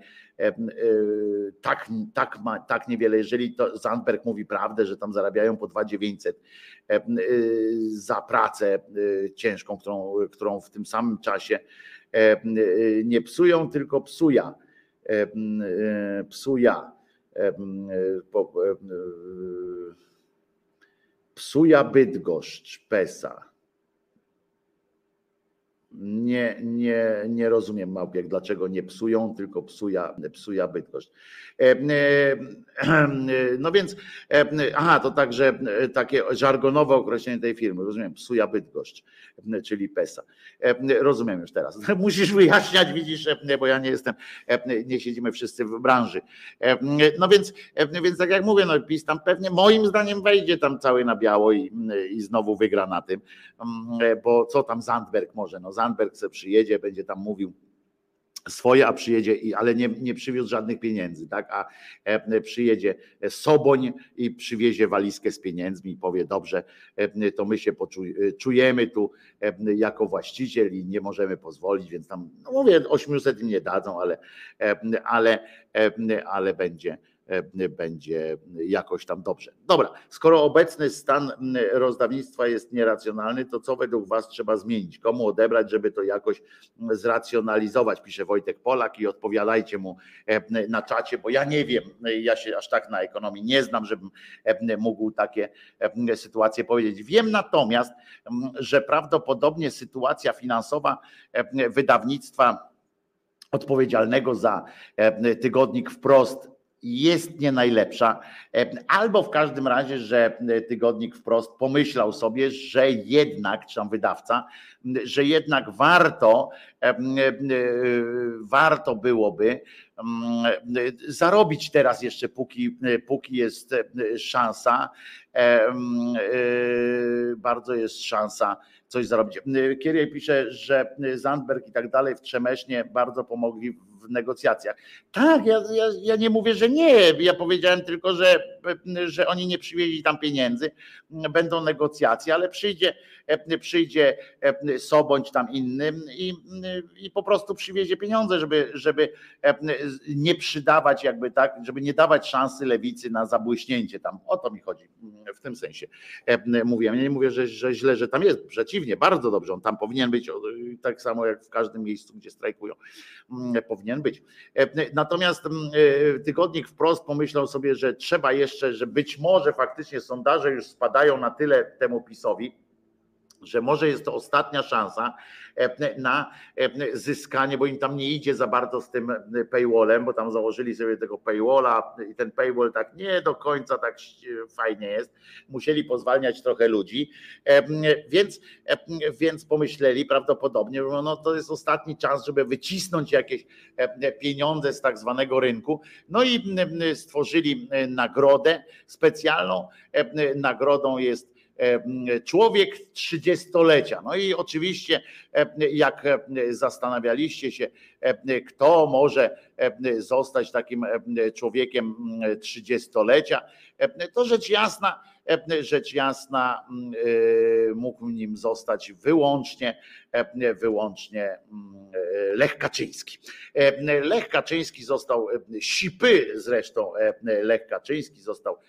tak niewiele. Jeżeli to Zandberg mówi prawdę, że tam zarabiają po 2900 za pracę ciężką, którą w tym samym czasie nie psują, tylko psuja. Psuja Bydgoszcz, PESA. Nie rozumiem, Małpiak, dlaczego nie psują, tylko psuja Bydgoszcz. No więc, to także takie żargonowe określenie tej firmy, rozumiem, psuja Bydgoszcz, czyli PESA. Rozumiem już teraz. Musisz wyjaśniać, widzisz, bo ja nie jestem, nie siedzimy wszyscy w branży. No więc tak jak mówię, no PiS tam pewnie moim zdaniem wejdzie tam cały na biało i znowu wygra na tym, bo co tam Zandberg może, no Zandberg se przyjedzie, będzie tam mówił swoje, a przyjedzie, ale nie przywiózł żadnych pieniędzy, tak? A przyjedzie Soboń i przywiezie walizkę z pieniędzmi i powie, dobrze, to my się czujemy tu jako właściciel i nie możemy pozwolić, więc tam, no mówię, 800 im nie dadzą, ale będzie jakoś tam dobrze. Dobra, skoro obecny stan rozdawnictwa jest nieracjonalny, to co według was trzeba zmienić? Komu odebrać, żeby to jakoś zracjonalizować? Pisze Wojtek Polak i odpowiadajcie mu na czacie, bo ja nie wiem, ja się aż tak na ekonomii nie znam, żebym mógł takie sytuacje powiedzieć. Wiem natomiast, że prawdopodobnie sytuacja finansowa wydawnictwa odpowiedzialnego za tygodnik Wprost jest nie najlepsza, albo w każdym razie, że tygodnik Wprost pomyślał sobie, że jednak, czy tam wydawca, że jednak warto byłoby zarobić teraz jeszcze, póki jest szansa, bardzo jest szansa coś zarobić. Kierej pisze, że Zandberg i tak dalej w Trzemesznie bardzo pomogli w negocjacjach. Tak, ja nie mówię, że nie. Ja powiedziałem tylko, że oni nie przywieźli tam pieniędzy. Będą negocjacje, ale przyjdzie Soboń tam innym i po prostu przywiezie pieniądze, żeby nie przydawać jakby tak, żeby nie dawać szansy lewicy na zabłyśnięcie tam. O to mi chodzi w tym sensie. Mówiłem, ja nie mówię, że źle, że tam jest. Przeciwnie, bardzo dobrze. On tam powinien być tak samo jak w każdym miejscu, gdzie strajkują. Powinien być. Natomiast tygodnik Wprost pomyślał sobie, że trzeba jeszcze, że być może faktycznie sondaże już spadają na tyle temu PiS-owi, że może jest to ostatnia szansa na zyskanie, bo im tam nie idzie za bardzo z tym paywallem, bo tam założyli sobie tego paywalla i ten paywall tak nie do końca tak fajnie jest. Musieli pozwalniać trochę ludzi, więc pomyśleli prawdopodobnie, że no to jest ostatni czas, żeby wycisnąć jakieś pieniądze z tak zwanego rynku. No i stworzyli nagrodę specjalną. Nagrodą jest człowiek 30-lecia. No i oczywiście, jak zastanawialiście się, kto może zostać takim człowiekiem 30-lecia, to rzecz jasna mógł nim zostać wyłącznie Lech Kaczyński. Lech Kaczyński został, sipy zresztą, Lech Kaczyński został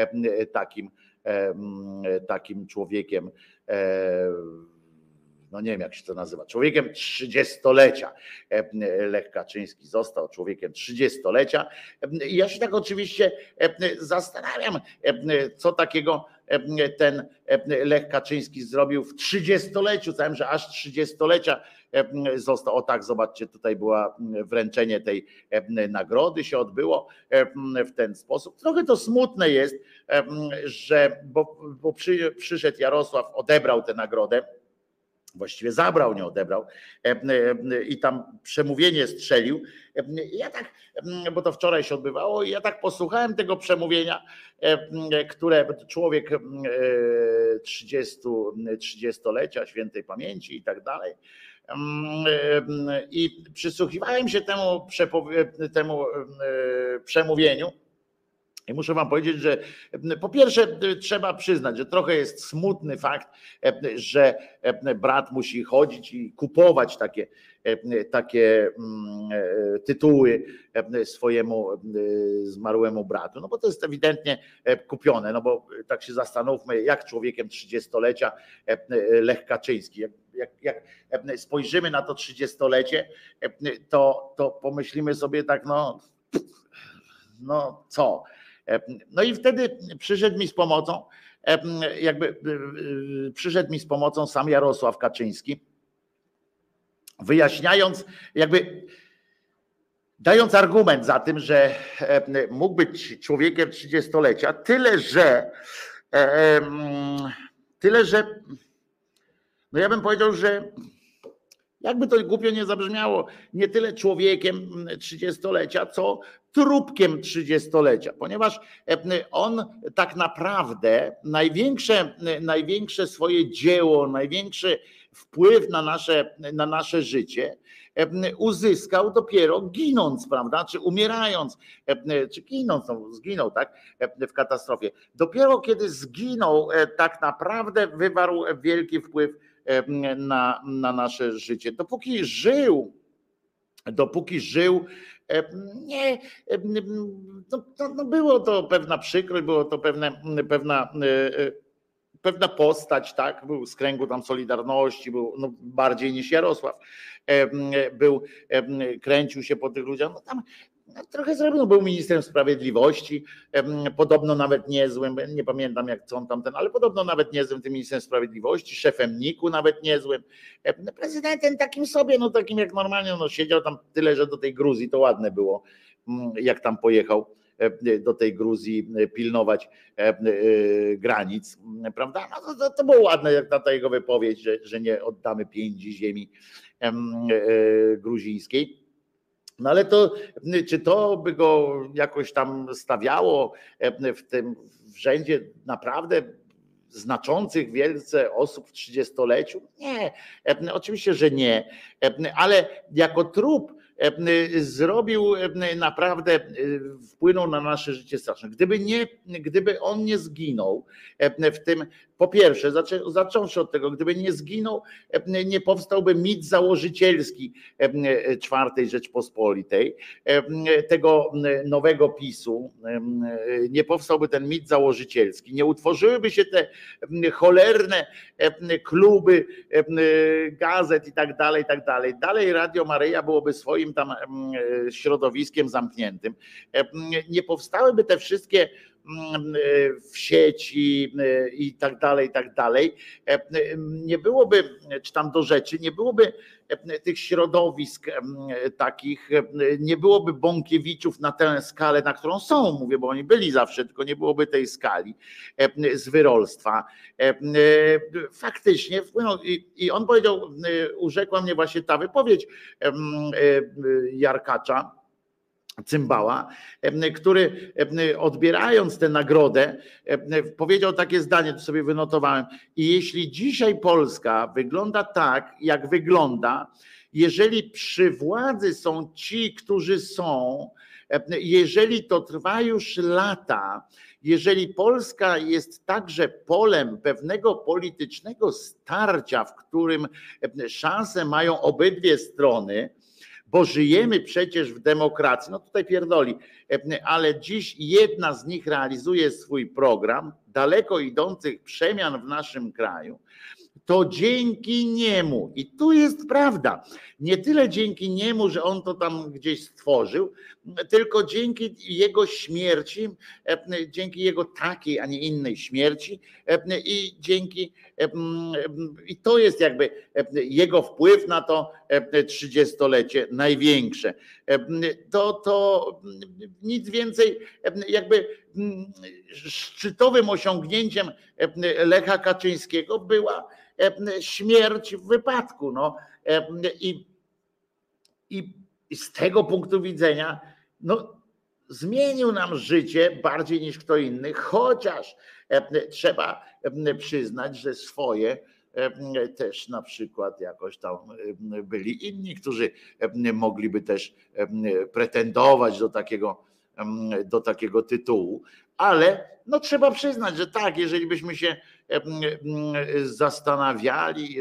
takim człowiekiem, no nie wiem jak się to nazywa, człowiekiem 30-lecia. Lech Kaczyński został człowiekiem 30-lecia. I ja się tak oczywiście zastanawiam, co takiego ten Lech Kaczyński zrobił w 30-leciu, całym, że aż 30-lecia został. O tak, zobaczcie, tutaj było wręczenie tej nagrody, się odbyło w ten sposób. Trochę to smutne jest, że bo przyszedł Jarosław, odebrał tę nagrodę, właściwie zabrał, nie odebrał, i tam przemówienie strzelił. Ja tak, bo to wczoraj się odbywało, i ja tak posłuchałem tego przemówienia, które człowiek 30-lecia świętej pamięci i tak dalej. I przysłuchiwałem się temu przemówieniu. I muszę wam powiedzieć, że po pierwsze trzeba przyznać, że trochę jest smutny fakt, że brat musi chodzić i kupować takie tytuły swojemu zmarłemu bratu. No bo to jest ewidentnie kupione, no bo tak się zastanówmy, jak człowiekiem 30-lecia Lech Kaczyński. Jak spojrzymy na to 30-lecie, to pomyślimy sobie tak, no co? No i wtedy przyszedł mi z pomocą sam Jarosław Kaczyński, wyjaśniając, dając argument za tym, że mógł być człowiekiem 30-lecia, tyle że no ja bym powiedział, że jakby to głupio nie zabrzmiało, nie tyle człowiekiem 30-lecia, co trupkiem 30-lecia, ponieważ on tak naprawdę największe swoje dzieło, wpływ na nasze życie uzyskał dopiero ginąc, prawda, czy umierając, czy ginąc, no, zginął, tak, w katastrofie. Dopiero kiedy zginął, tak naprawdę wywarł wielki wpływ na nasze życie. Dopóki żył, nie, no było to pewna przykrość, było to pewna postać, tak, był z kręgu tam Solidarności, był no, bardziej niż Jarosław, kręcił się po tych ludziach, no tam trochę zrobił, no, był ministrem sprawiedliwości, podobno nawet niezłym, nie pamiętam co on tam ale podobno nawet niezłym tym ministrem sprawiedliwości, szefem NIK-u nawet niezłym, prezydentem takim sobie, no takim jak normalnie, no siedział tam, tyle że do tej Gruzji to ładne było, jak tam pojechał do tej Gruzji pilnować granic, prawda? No to było ładne, jak ta jego wypowiedź, że nie oddamy pięści ziemi gruzińskiej. No ale to, czy to by go jakoś tam stawiało w rzędzie naprawdę znaczących wielce osób w 30-leciu? Nie, oczywiście, że nie, ale jako trup zrobił naprawdę, wpłynął na nasze życie strasznie. Gdyby on nie zginął w tym, po pierwsze, zacząwszy od tego, gdyby nie zginął, nie powstałby mit założycielski IV Rzeczpospolitej, tego nowego PiS-u, nie powstałby ten mit założycielski, nie utworzyłyby się te cholerne kluby gazet i tak dalej, i tak dalej. Dalej Radio Maryja byłoby swoim tam środowiskiem zamkniętym. Nie powstałyby te wszystkie w sieci i tak dalej, nie byłoby, czy tam do rzeczy, nie byłoby tych środowisk takich, nie byłoby Bąkiewiczów na tę skalę, na którą są, mówię, bo oni byli zawsze, tylko nie byłoby tej skali zwyrolstwa. Faktycznie wpłynął i on powiedział, urzekła mnie właśnie ta wypowiedź Jarkacza, Cymbała, który odbierając tę nagrodę powiedział takie zdanie, to sobie wynotowałem: i jeśli dzisiaj Polska wygląda tak, jak wygląda, jeżeli przy władzy są ci, którzy są, jeżeli to trwa już lata, jeżeli Polska jest także polem pewnego politycznego starcia, w którym szanse mają obydwie strony, bo żyjemy przecież w demokracji, no tutaj pierdoli, ale dziś jedna z nich realizuje swój program daleko idących przemian w naszym kraju, to dzięki niemu, i tu jest prawda, nie tyle dzięki niemu, że on to tam gdzieś stworzył, tylko dzięki jego śmierci, dzięki jego takiej, a nie innej śmierci i dzięki, i to jest jakby jego wpływ na to 30-lecie największe. To nic więcej, jakby szczytowym osiągnięciem Lecha Kaczyńskiego była śmierć w wypadku. No. I z tego punktu widzenia no, zmienił nam życie bardziej niż kto inny, chociaż trzeba przyznać, że swoje też na przykład jakoś tam byli inni, którzy mogliby też pretendować do takiego tytułu, ale no trzeba przyznać, że tak, jeżeli byśmy się zastanawiali,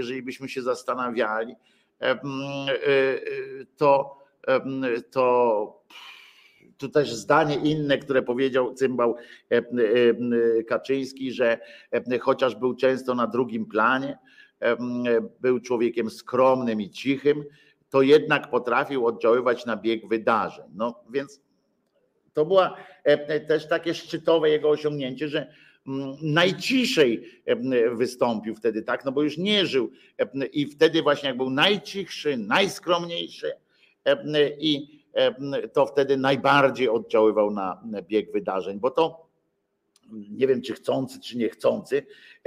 to też zdanie inne, które powiedział Cymbał Kaczyński, że chociaż był często na drugim planie, był człowiekiem skromnym i cichym, to jednak potrafił oddziaływać na bieg wydarzeń. No więc to była też takie szczytowe jego osiągnięcie, że najciszej wystąpił wtedy, tak, no bo już nie żył i wtedy właśnie jak był najcichszy, najskromniejszy i to wtedy najbardziej oddziaływał na bieg wydarzeń, bo to nie wiem, czy chcący, czy niechcący,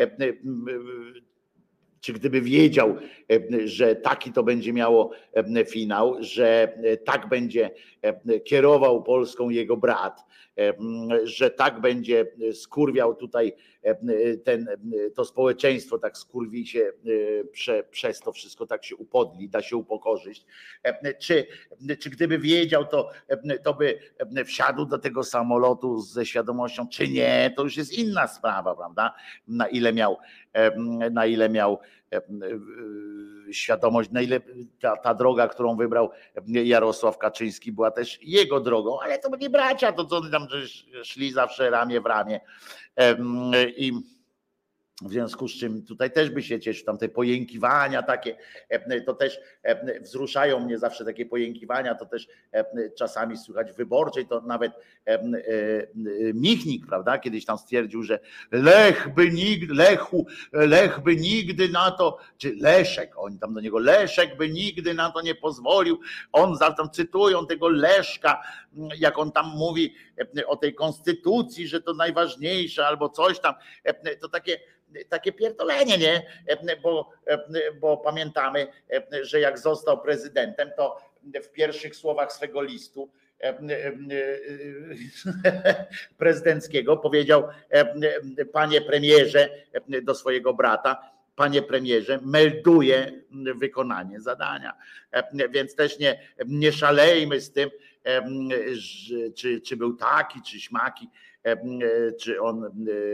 czy gdyby wiedział, że taki to będzie miało finał, że tak będzie kierował Polską jego brat, że tak będzie skurwiał tutaj to społeczeństwo tak skurwi się przez to wszystko, tak się upodli, da się upokorzyć. Czy gdyby wiedział, to by wsiadł do tego samolotu ze świadomością, czy nie, to już jest inna sprawa, prawda? Na ile miał świadomość, na ile ta droga, którą wybrał Jarosław Kaczyński, była też jego drogą, ale to byli bracia, to co tam szli zawsze ramię w ramię. I w związku z czym tutaj też by się cieszył, tam te pojękiwania takie, to też wzruszają mnie zawsze takie pojękiwania, to też czasami słychać w Wyborczej, to nawet Michnik, prawda, kiedyś tam stwierdził, że Lech by nigdy na to, czy Leszek, oni tam do niego, Leszek by nigdy na to nie pozwolił, on tam cytują tego Leszka, jak on tam mówi o tej konstytucji, że to najważniejsze albo coś tam, to takie pierdolenie, nie? Bo pamiętamy, że jak został prezydentem, to w pierwszych słowach swego listu prezydenckiego powiedział: panie premierze, do swojego brata, panie premierze, melduję wykonanie zadania. Więc też nie szalejmy z tym, czy był taki, czy śmaki, czy on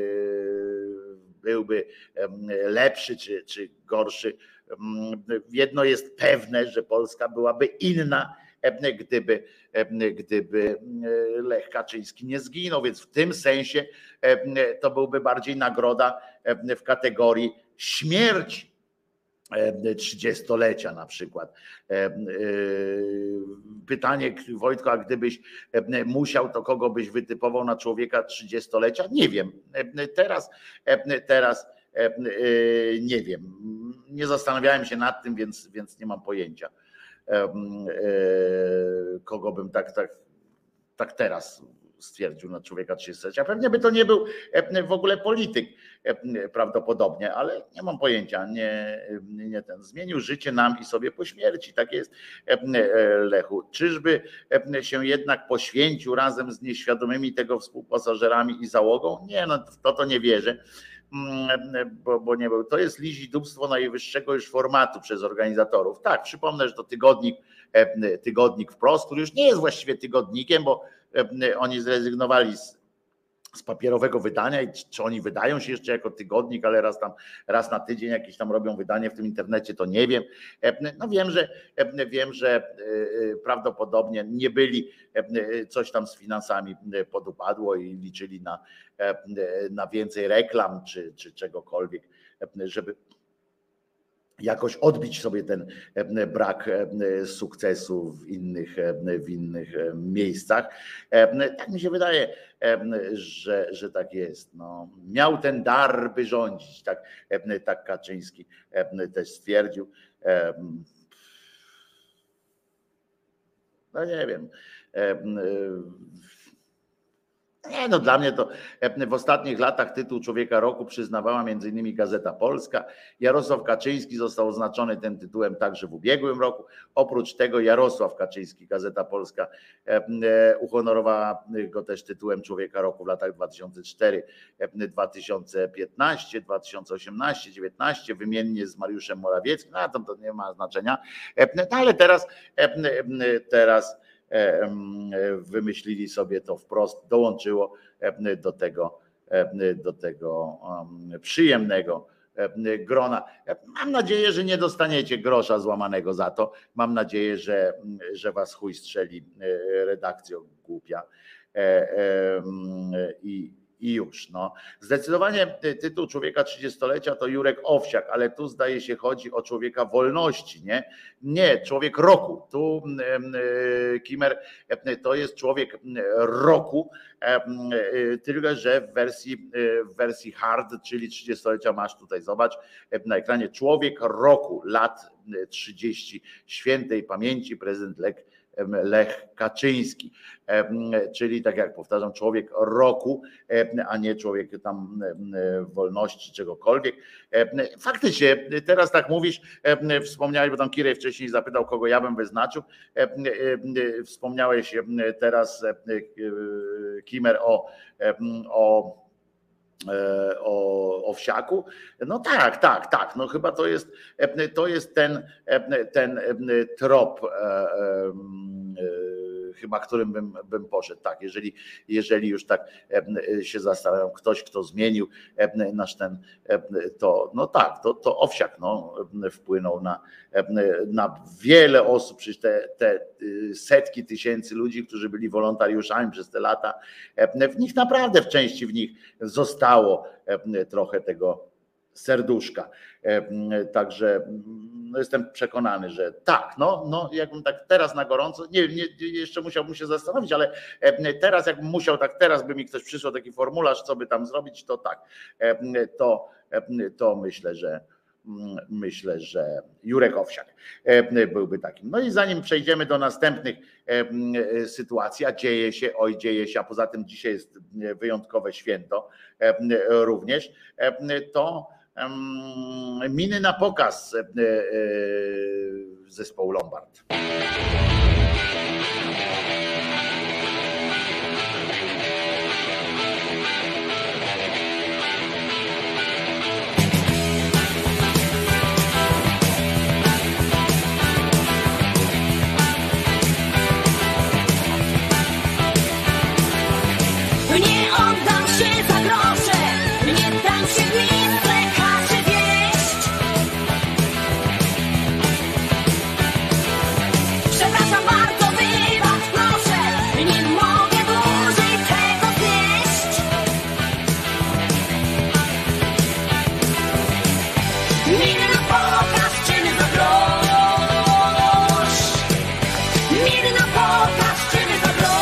byłby lepszy czy gorszy. Jedno jest pewne, że Polska byłaby inna, gdyby Lech Kaczyński nie zginął, więc w tym sensie to byłby bardziej nagroda w kategorii śmierć 30-lecia na przykład. Pytanie, Wojtko, a gdybyś musiał, to kogo byś wytypował na człowieka 30-lecia? Nie wiem. Teraz nie wiem. Nie zastanawiałem się nad tym, więc nie mam pojęcia, kogo bym tak teraz stwierdził na człowieka 30-lecia. Pewnie by to nie był w ogóle polityk prawdopodobnie, ale nie mam pojęcia. Nie ten. Zmienił życie nam i sobie po śmierci. Tak jest, Lechu. Czyżby się jednak poświęcił razem z nieświadomymi tego współpasażerami i załogą? Nie, no w to nie wierzę. Bo nie był. To jest lizidubstwo najwyższego już formatu przez organizatorów. Tak, przypomnę, że to tygodnik Wprost, który już nie jest właściwie tygodnikiem, bo oni zrezygnowali z papierowego wydania i czy oni wydają się jeszcze jako tygodnik, ale raz na tydzień jakieś tam robią wydanie w tym internecie, to nie wiem. No wiem, że prawdopodobnie nie byli, coś tam z finansami podupadło i liczyli na więcej reklam czy czegokolwiek, żeby jakoś odbić sobie ten brak sukcesu w innych miejscach. Tak mi się wydaje, że tak jest. No, miał ten dar, by rządzić, tak Kaczyński też stwierdził. No nie wiem. Nie, no dla mnie to w ostatnich latach tytuł Człowieka Roku przyznawała m.in. Gazeta Polska. Jarosław Kaczyński został oznaczony tym tytułem także w ubiegłym roku. Oprócz tego Jarosław Kaczyński, Gazeta Polska, uhonorowała go też tytułem Człowieka Roku w latach 2004, 2015, 2018, 2019, wymiennie z Mariuszem Morawieckim. No to nie ma znaczenia. No, ale teraz wymyślili sobie to Wprost, dołączyło do tego przyjemnego grona. Mam nadzieję, że nie dostaniecie grosza złamanego za to. Mam nadzieję, że was chuj strzeli, redakcjo głupia. I już. No. Zdecydowanie tytuł Człowieka 30-lecia to Jurek Owsiak, ale tu zdaje się chodzi o człowieka wolności, nie? Nie, człowiek roku. Tu Kimmer to jest człowiek roku, tylko że w wersji hard, czyli 30-lecia masz tutaj, zobacz, na ekranie człowiek roku, lat 30 świętej pamięci prezydent Lech Kaczyński, czyli tak jak powtarzam, człowiek roku, a nie człowiek tam wolności, czegokolwiek. Faktycznie, teraz tak mówisz, wspomniałeś, bo tam Kirej wcześniej zapytał, kogo ja bym wyznaczył. Wspomniałeś teraz, Kimmer, o o Owsiaku. No tak. No chyba to jest ten trop, chyba którym bym poszedł. Tak, jeżeli już tak się zastanawiam, ktoś, kto zmienił nasz to no tak, to Owsiak wpłynął na wiele osób, przecież te setki tysięcy ludzi, którzy byli wolontariuszami przez te lata, w nich naprawdę, w części w nich zostało trochę tego serduszka. Także jestem przekonany, że tak, jakbym tak teraz na gorąco, nie, jeszcze musiałbym się zastanowić, ale teraz jakbym musiał, tak teraz by mi ktoś przysłał taki formularz, co by tam zrobić, to tak, to myślę, że Jurek Owsiak byłby takim. No i zanim przejdziemy do następnych sytuacji, a dzieje się, a poza tym dzisiaj jest wyjątkowe święto również, to miny na pokaz zespołu Lombard. Nie oddam się za grosze, nie dam się w miejsce kaszy wieść. Przepraszam bardzo, wybacz proszę, nie mogę dłużej tego znieść. Miny na pokaz, czyny za grosz. Miny na pokaz, czyny za grosz.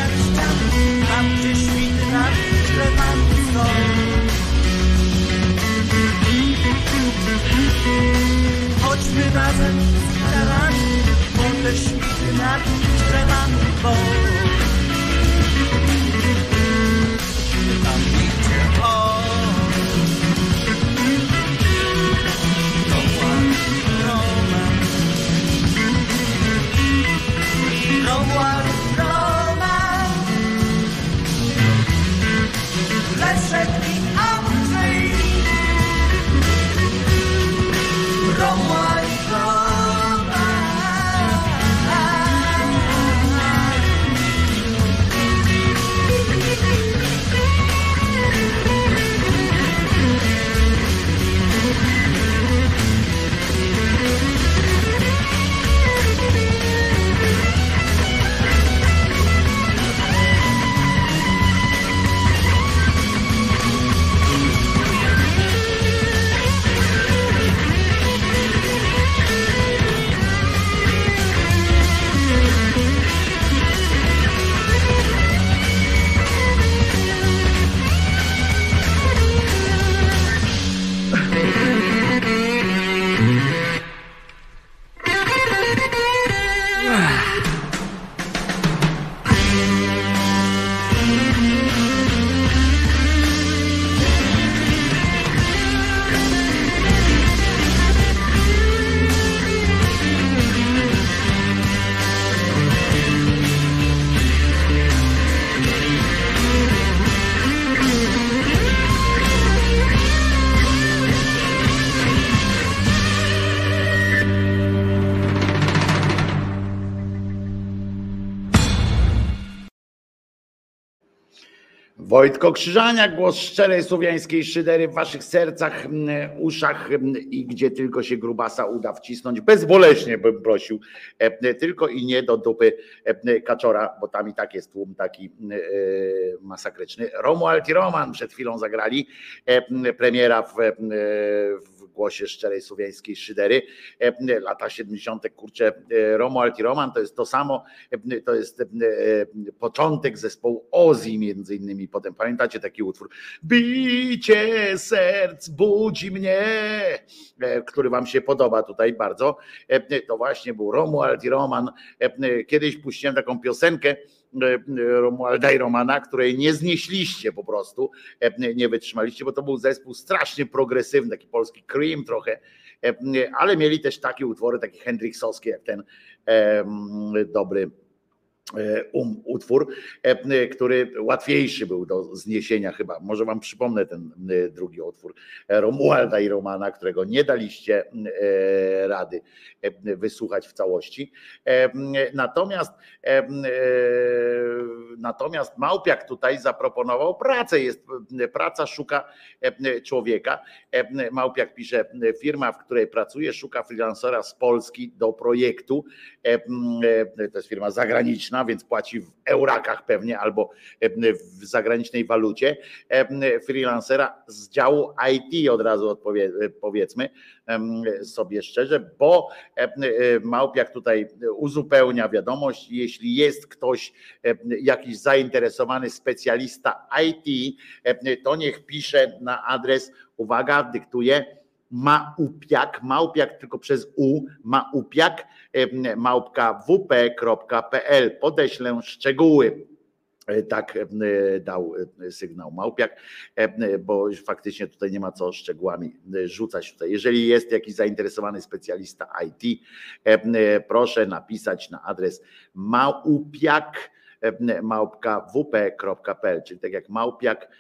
nad ścian, tam gdzie świty nad drzewami są. Chodźmy razem z gitarami, bo te świty nad drzewami są. Tam idzie on, Roman, Leszek i Andrzej, Roman i Wojtko Krzyżaniak, głos szczerej słowiańskiej szydery w waszych sercach, uszach i gdzie tylko się grubasa uda wcisnąć. Bezboleśnie bym prosił, tylko i nie do dupy Kaczora, bo tam i tak jest tłum taki masakryczny. Romuald i Roman przed chwilą zagrali, premiera w głosie szczerej słowiańskiej szydery. Lata 70. kurczę, Romuald i Roman to jest to samo, to jest początek zespołu Ozzy między innymi. Potem pamiętacie taki utwór Bicie serc budzi mnie, który wam się podoba tutaj bardzo. To właśnie był Romuald i Roman. Kiedyś puściłem taką piosenkę Romualda i Romana, której nie znieśliście po prostu, nie wytrzymaliście, bo to był zespół strasznie progresywny, taki polski Cream trochę, ale mieli też takie utwory, takie hendriksowskie jak ten dobry utwór, który łatwiejszy był do zniesienia chyba. Może wam przypomnę ten drugi utwór Romualda i Romana, którego nie daliście rady wysłuchać w całości. Natomiast Małpiak tutaj zaproponował pracę. Praca szuka człowieka. Małpiak pisze, firma, w której pracuje, szuka freelancera z Polski do projektu. To jest firma zagraniczna, więc płaci w eurakach pewnie albo w zagranicznej walucie. Freelancera z działu IT od razu powiedzmy sobie szczerze, bo Małpiak tutaj uzupełnia wiadomość, jeśli jest ktoś, jakiś zainteresowany specjalista IT, to niech pisze na adres, uwaga, dyktuję, małpiak tylko przez u, małpiak @wp.pl. Podeślę szczegóły. Tak dał sygnał Małpiak, bo faktycznie tutaj nie ma co szczegółami rzucać tutaj. Jeżeli jest jakiś zainteresowany specjalista IT, proszę napisać na adres małpiak@wp.pl, czyli tak jak Małpiak,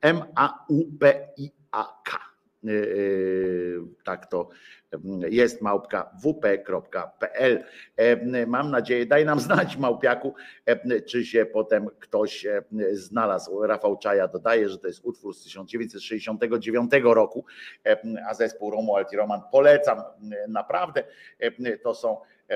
MAUPIAK. Tak to jest, wp.pl. Mam nadzieję, daj nam znać, Małpiaku, czy się potem ktoś znalazł. Rafał Czaja dodaje, że to jest utwór z 1969 roku, a zespół Romuald i Roman polecam naprawdę. To są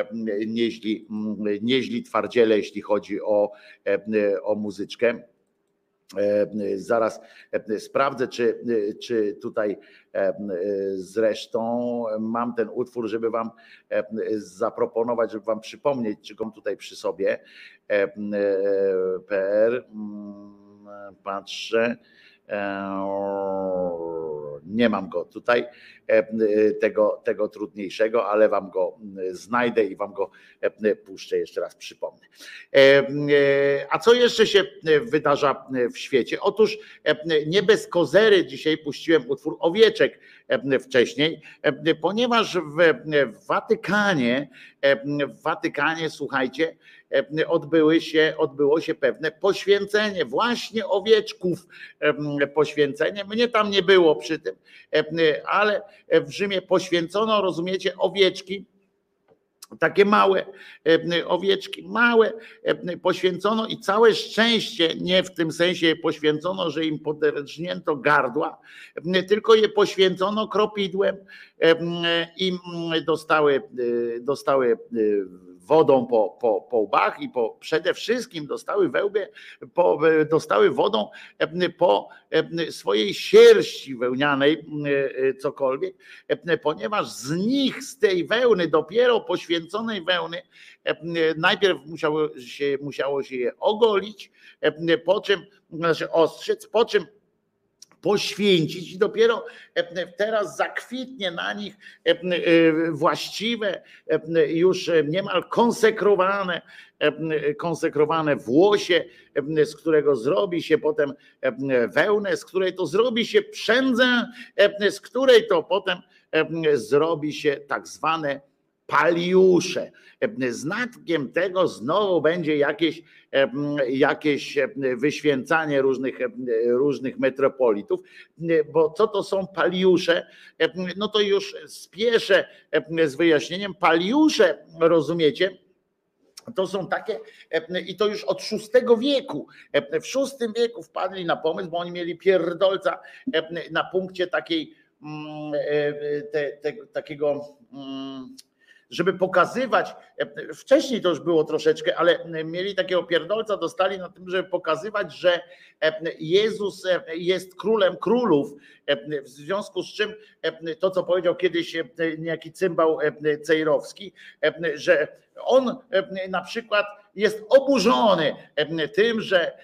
nieźli twardziele, jeśli chodzi o muzyczkę. Zaraz sprawdzę, czy tutaj zresztą mam ten utwór, żeby wam zaproponować, żeby wam przypomnieć, czy go mam tutaj przy sobie. patrzę. Nie mam go tutaj, tego trudniejszego, ale wam go znajdę i wam go puszczę, jeszcze raz przypomnę. A co jeszcze się wydarza w świecie? Otóż nie bez kozery dzisiaj puściłem utwór Owieczek wcześniej, ponieważ w Watykanie, słuchajcie, odbyło się pewne poświęcenie właśnie owieczków, poświęcenie. Mnie tam nie było przy tym, ale w Rzymie poświęcono, rozumiecie, owieczki, takie małe owieczki, małe poświęcono i całe szczęście, nie w tym sensie poświęcono, że im poderżnięto gardła, tylko je poświęcono kropidłem i dostały wodą po łbach i przede wszystkim dostały wodą po swojej sierści wełnianej, cokolwiek, ponieważ z tej wełny, dopiero poświęconej wełny, najpierw musiało się je ogolić, po czym ostrzec, po czym poświęcić i dopiero teraz zakwitnie na nich właściwe, już niemal konsekrowane włosie, z którego zrobi się potem wełnę, z której to zrobi się przędzę, z której to potem zrobi się tak zwane paliusze. Znatkiem tego znowu będzie jakieś wyświęcanie różnych metropolitów, bo co to są paliusze? No to już spieszę z wyjaśnieniem. Paliusze, rozumiecie? To są takie, i to już od VI wieku. W VI wieku wpadli na pomysł, bo oni mieli pierdolca na punkcie takiego, żeby pokazywać, wcześniej to już było troszeczkę, ale mieli takiego pierdolca, dostali na tym, żeby pokazywać, że Jezus jest królem królów, w związku z czym to, co powiedział kiedyś niejaki cymbał Cejrowski, że on na przykład jest oburzony tym,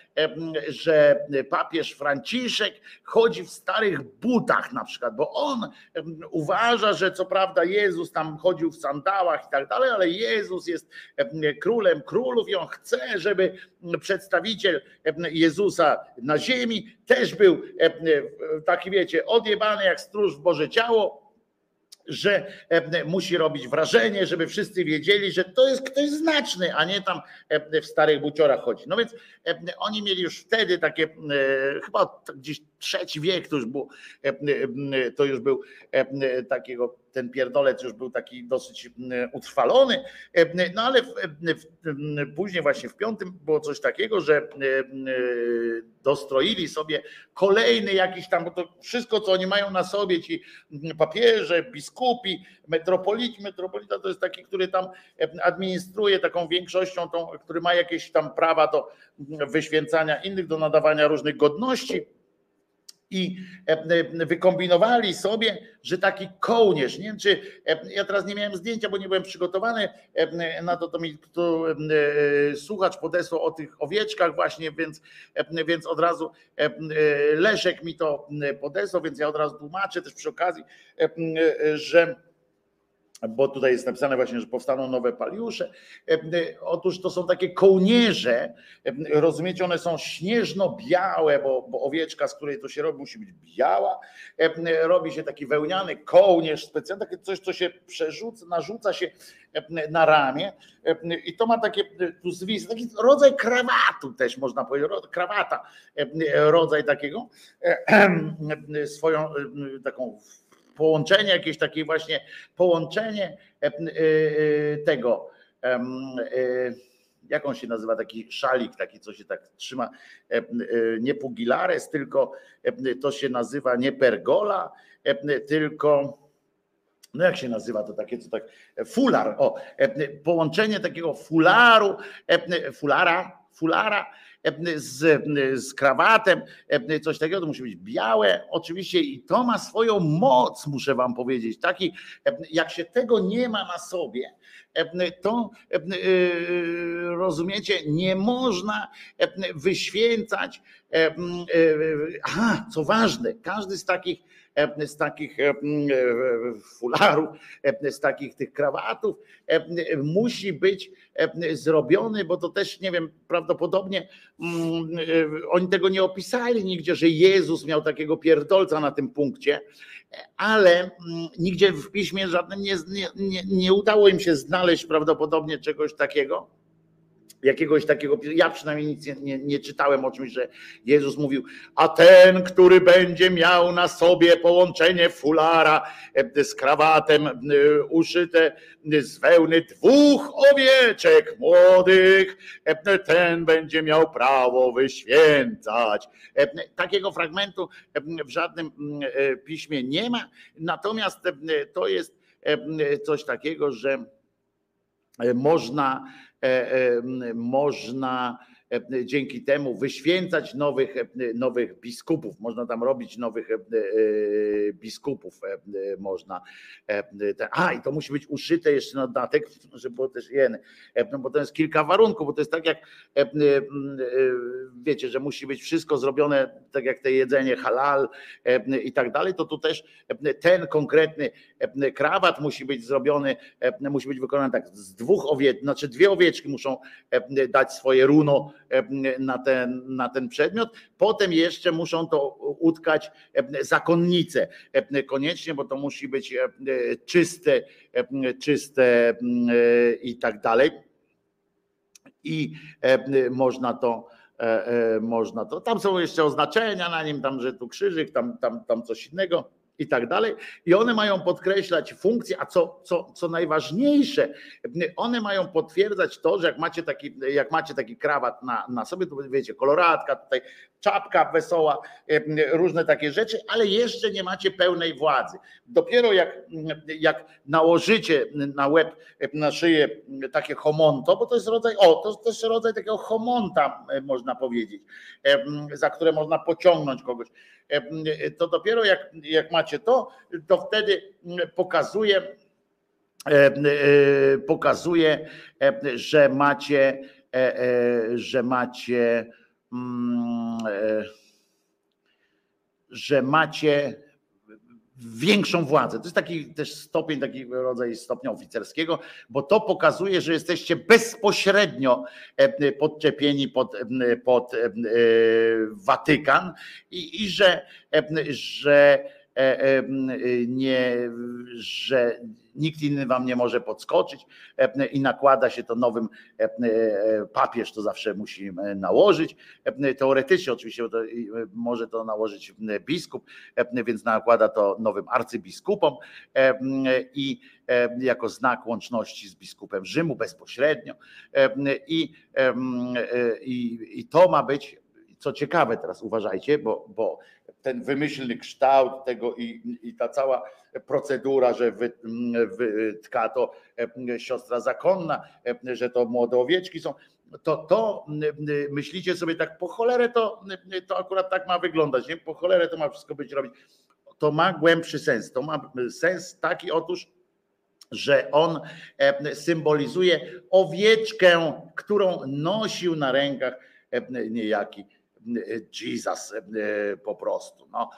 że papież Franciszek chodzi w starych butach na przykład, bo on uważa, że co prawda Jezus tam chodził w sandałach i tak dalej, ale Jezus jest królem królów i on chce, żeby przedstawiciel Jezusa na ziemi też był taki, wiecie, odjebany jak stróż w Boże ciało, że musi robić wrażenie, żeby wszyscy wiedzieli, że to jest ktoś znaczny, a nie tam w starych buciorach chodzi. No więc oni mieli już wtedy takie, chyba gdzieś III wiek to już był takiego, ten pierdolec już był taki dosyć utrwalony, no ale później właśnie w V było coś takiego, że dostroili sobie kolejny jakiś tam, bo to wszystko, co oni mają na sobie, ci papieże, biskupi, metropolita to jest taki, który tam administruje taką większością, który ma jakieś tam prawa do wyświęcania innych, do nadawania różnych godności. I wykombinowali sobie, że taki kołnierz, nie wiem czy, ja teraz nie miałem zdjęcia, bo nie byłem przygotowany na to mi słuchacz podesłał o tych owieczkach właśnie, więc od razu Leszek mi to podesłał, więc ja od razu tłumaczę też przy okazji, że bo tutaj jest napisane właśnie, że powstaną nowe paliusze. Otóż to są takie kołnierze, rozumiecie, one są śnieżno-białe, bo owieczka, z której to się robi, musi być biała. Robi się taki wełniany kołnierz specjalny, takie coś, co się przerzuca, narzuca się na ramię i to ma takie tu zwis, taki rodzaj krawatu też można powiedzieć, krawata, rodzaj takiego, swoją taką połączenie, jakieś takie właśnie połączenie tego, jak on się nazywa, taki szalik, taki co się tak trzyma, nie pugilares, tylko to się nazywa nie pergola, tylko no jak się nazywa to takie, co tak, fular, połączenie takiego fulara z krawatem, coś takiego, to musi być białe, oczywiście, i to ma swoją moc, muszę wam powiedzieć. Taki, jak się tego nie ma na sobie, to rozumiecie, nie można wyświęcać. Aha, co ważne, każdy z takich fularów, z takich tych krawatów musi być zrobiony, bo to też, nie wiem, prawdopodobnie oni tego nie opisali nigdzie, że Jezus miał takiego pierdolca na tym punkcie, ale nigdzie w piśmie żadnym nie udało im się znaleźć prawdopodobnie czegoś takiego. Jakiegoś takiego, ja przynajmniej nic nie czytałem o czymś, że Jezus mówił, a ten, który będzie miał na sobie połączenie fulara z krawatem uszyte z wełny 2 owieczek młodych, ten będzie miał prawo wyświęcać. Takiego fragmentu w żadnym piśmie nie ma, natomiast to jest coś takiego, że można dzięki temu wyświęcać nowych biskupów, można tam robić nowych biskupów, można. I to musi być uszyte jeszcze na dodatek, żeby było też bo to jest kilka warunków, bo to jest tak jak wiecie, że musi być wszystko zrobione tak jak te jedzenie halal i tak dalej, to tu też ten konkretny krawat musi być zrobiony, musi być wykonany tak z 2 owieczek, znaczy 2 owieczki muszą dać swoje runo na ten przedmiot, potem jeszcze muszą to utkać zakonnice koniecznie, bo to musi być czyste i tak dalej. I można to, tam są jeszcze oznaczenia na nim, tam, że tu krzyżyk, tam coś innego i tak dalej. I one mają podkreślać funkcję, a co najważniejsze, one mają potwierdzać to, że jak macie taki krawat na sobie, to wiecie, koloratka, tutaj czapka wesoła, różne takie rzeczy, ale jeszcze nie macie pełnej władzy. Dopiero jak nałożycie na łeb, na szyję takie homonto, bo to jest to też rodzaj takiego homonta, można powiedzieć, za które można pociągnąć kogoś. To dopiero jak macie to wtedy pokazuje, że macie większą władzę. To jest taki też stopień, taki rodzaj stopnia oficerskiego, bo to pokazuje, że jesteście bezpośrednio podczepieni pod Watykan i że nikt inny wam nie może podskoczyć i nakłada się to nowym, papież to zawsze musi nałożyć, teoretycznie oczywiście, bo to może to nałożyć biskup, więc nakłada to nowym arcybiskupom i jako znak łączności z biskupem Rzymu bezpośrednio i to ma być, co ciekawe teraz uważajcie, bo ten wymyślny kształt tego i ta cała procedura, że tka to siostra zakonna, że to młode owieczki są, to myślicie sobie tak, po cholerę to akurat tak ma wyglądać, nie? Po cholerę to ma wszystko być robić. To ma głębszy sens. To ma sens taki otóż, że on symbolizuje owieczkę, którą nosił na rękach niejaki Jesus po prostu. No.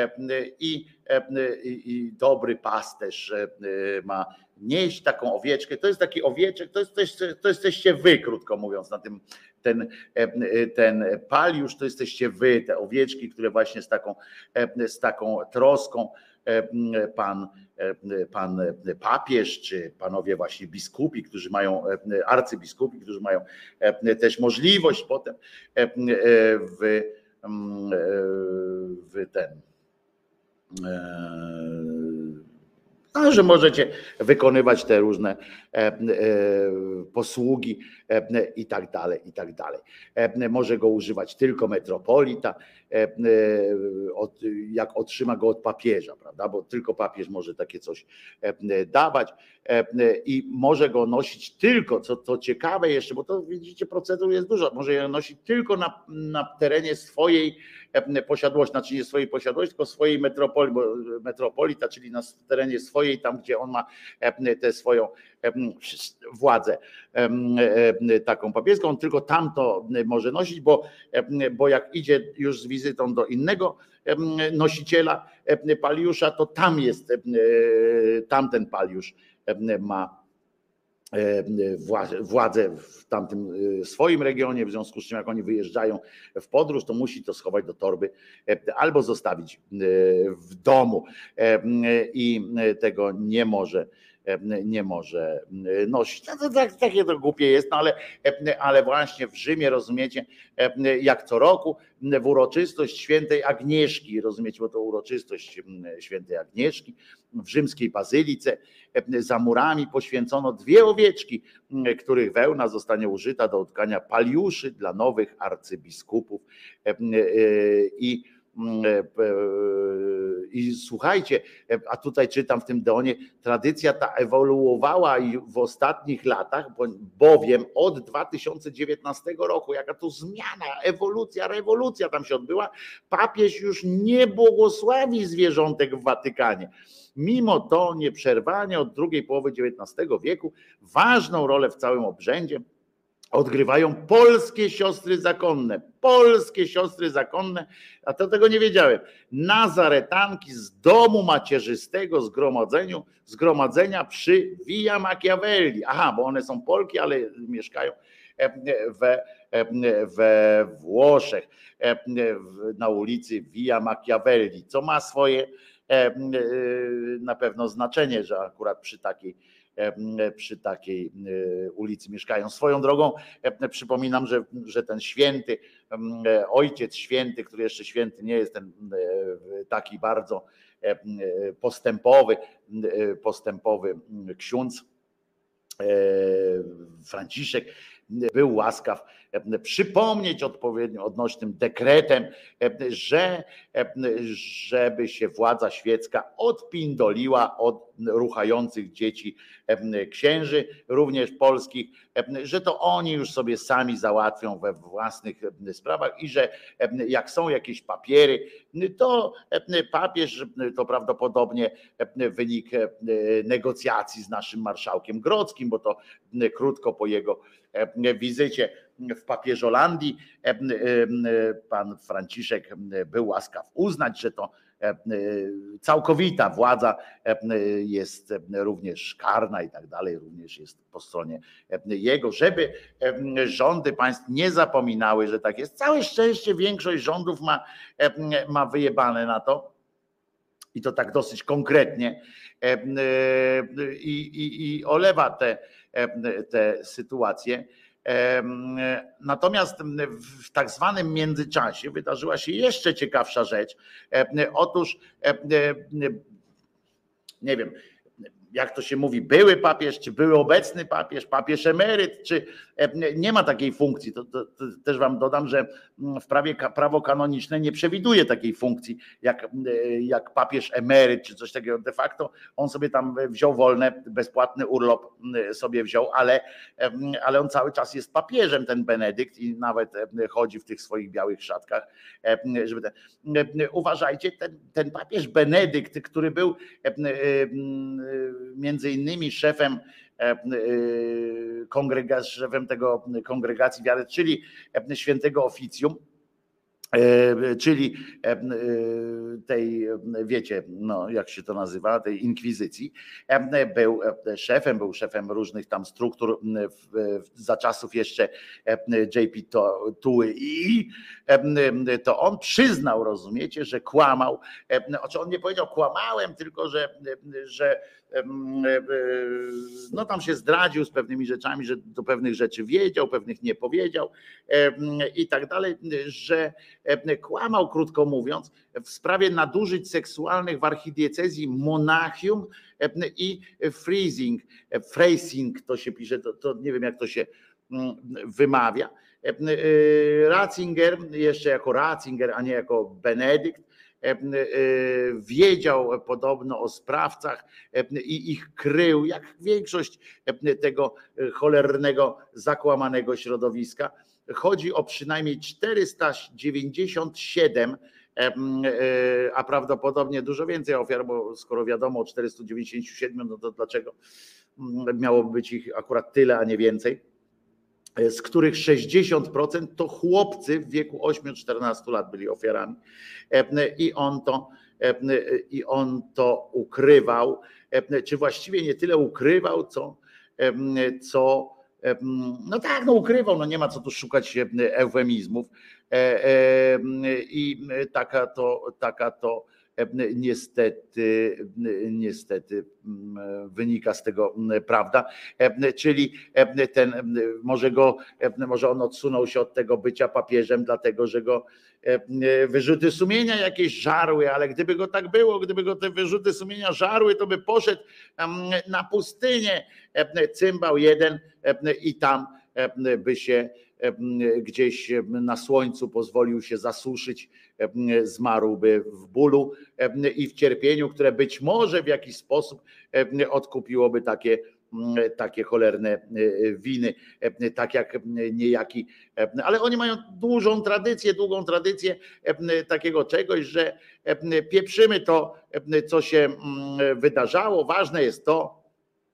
I dobry pasterz ma nieść taką owieczkę. To jest taki owieczek, to jesteście wy, krótko mówiąc, na tym ten paliusz, to jesteście wy, te owieczki, które właśnie z taką troską pan papież, czy panowie właśnie biskupi, którzy mają, arcybiskupi, którzy mają też możliwość potem że możecie wykonywać te różne posługi i tak dalej, i tak dalej. Może go używać tylko metropolita, jak otrzyma go od papieża, prawda? Bo tylko papież może takie coś dawać i może go nosić tylko, co ciekawe jeszcze, bo to widzicie, procedur jest dużo, może je nosić tylko na terenie swojej posiadłości, znaczy nie swojej posiadłości, tylko swojej metropolii, bo metropolita, czyli na terenie swojej, tam gdzie on ma tę swoją władzę taką papieską, on tylko tam to może nosić, bo jak idzie już z wizytą do innego nosiciela paliusza, to tam jest, tamten paliusz ma władzę w tamtym swoim regionie, w związku z czym jak oni wyjeżdżają w podróż, to musi to schować do torby albo zostawić w domu i tego nie może nosić. No to takie to głupie jest, no ale właśnie w Rzymie, rozumiecie, jak co roku w uroczystość świętej Agnieszki, rozumiecie, bo to uroczystość świętej Agnieszki w rzymskiej bazylice za murami poświęcono 2 owieczki, których wełna zostanie użyta do utkania paliuszy dla nowych arcybiskupów i słuchajcie, a tutaj czytam w tym Deonie, tradycja ta ewoluowała w ostatnich latach, bowiem od 2019 roku, jaka to zmiana, ewolucja, rewolucja tam się odbyła, papież już nie błogosławi zwierzątek w Watykanie. Mimo to nieprzerwanie od drugiej połowy XIX wieku ważną rolę w całym obrzędzie odgrywają polskie siostry zakonne, a to tego nie wiedziałem, nazaretanki z domu macierzystego zgromadzenia przy Via Machiavelli. Aha, bo one są Polki, ale mieszkają we Włoszech, na ulicy Via Machiavelli, co ma swoje na pewno znaczenie, że akurat przy takiej ulicy mieszkają. Swoją drogą przypominam, że ten święty, ojciec święty, który jeszcze święty nie jest, ten taki bardzo postępowy ksiądz Franciszek był łaskaw przypomnieć odpowiednio odnośnym dekretem, żeby się władza świecka odpindoliła od ruchających dzieci księży, również polskich, że to oni już sobie sami załatwią we własnych sprawach i że jak są jakieś papiery, to papież, to prawdopodobnie wynik negocjacji z naszym marszałkiem Grodzkim, bo to krótko po jego wizycie w papieżolandii pan Franciszek był łaskaw uznać, że to całkowita władza jest również karna i tak dalej, również jest po stronie jego, żeby rządy państw nie zapominały, że tak jest. Całe szczęście większość rządów ma wyjebane na to i to tak dosyć konkretnie i olewa te sytuacje. Natomiast w tak zwanym międzyczasie wydarzyła się jeszcze ciekawsza rzecz. Otóż nie wiem, jak to się mówi, były papież, czy były obecny papież, papież emeryt, czy nie ma takiej funkcji. To też wam dodam, że w prawo kanoniczne nie przewiduje takiej funkcji jak papież emeryt, czy coś takiego. De facto on sobie tam wziął wolne, bezpłatny urlop sobie wziął, ale on cały czas jest papieżem, ten Benedykt, i nawet chodzi w tych swoich białych szatkach. Uważajcie, ten papież Benedykt, który był między innymi szefem tego kongregacji wiary, czyli świętego oficjum, czyli tej, wiecie, no jak się to nazywa, tej inkwizycji, był szefem różnych tam struktur za czasów jeszcze JP Tuły, to on przyznał, rozumiecie, że kłamał, znaczy on nie powiedział kłamałem, tylko że no tam się zdradził z pewnymi rzeczami, że do pewnych rzeczy wiedział, pewnych nie powiedział i tak dalej, że kłamał, krótko mówiąc, w sprawie nadużyć seksualnych w archidiecezji Monachium i Freising to się pisze, to nie wiem jak to się wymawia. Ratzinger, jeszcze jako Ratzinger, a nie jako Benedykt, wiedział podobno o sprawcach i ich krył, jak większość tego cholernego, zakłamanego środowiska. Chodzi o przynajmniej 497, a prawdopodobnie dużo więcej ofiar, bo skoro wiadomo o 497, no to dlaczego miałoby być ich akurat tyle, a nie więcej, z których 60% to chłopcy w wieku 8-14 lat byli ofiarami. I on to ukrywał, czy właściwie nie tyle ukrywał, co no tak, no ukrywał, no nie ma co tu szukać eufemizmów. I taka to niestety wynika z tego prawda, czyli może on odsunął się od tego bycia papieżem, dlatego że go wyrzuty sumienia jakieś żarły, ale gdyby go tak było, gdyby go te wyrzuty sumienia żarły, to by poszedł na pustynię, cymbał jeden i tam by się gdzieś na słońcu pozwolił się zasuszyć, zmarłby w bólu i w cierpieniu, które być może w jakiś sposób odkupiłoby takie cholerne winy, tak jak niejaki, ale oni mają długą tradycję takiego czegoś, że pieprzymy to, co się wydarzało. Ważne jest to,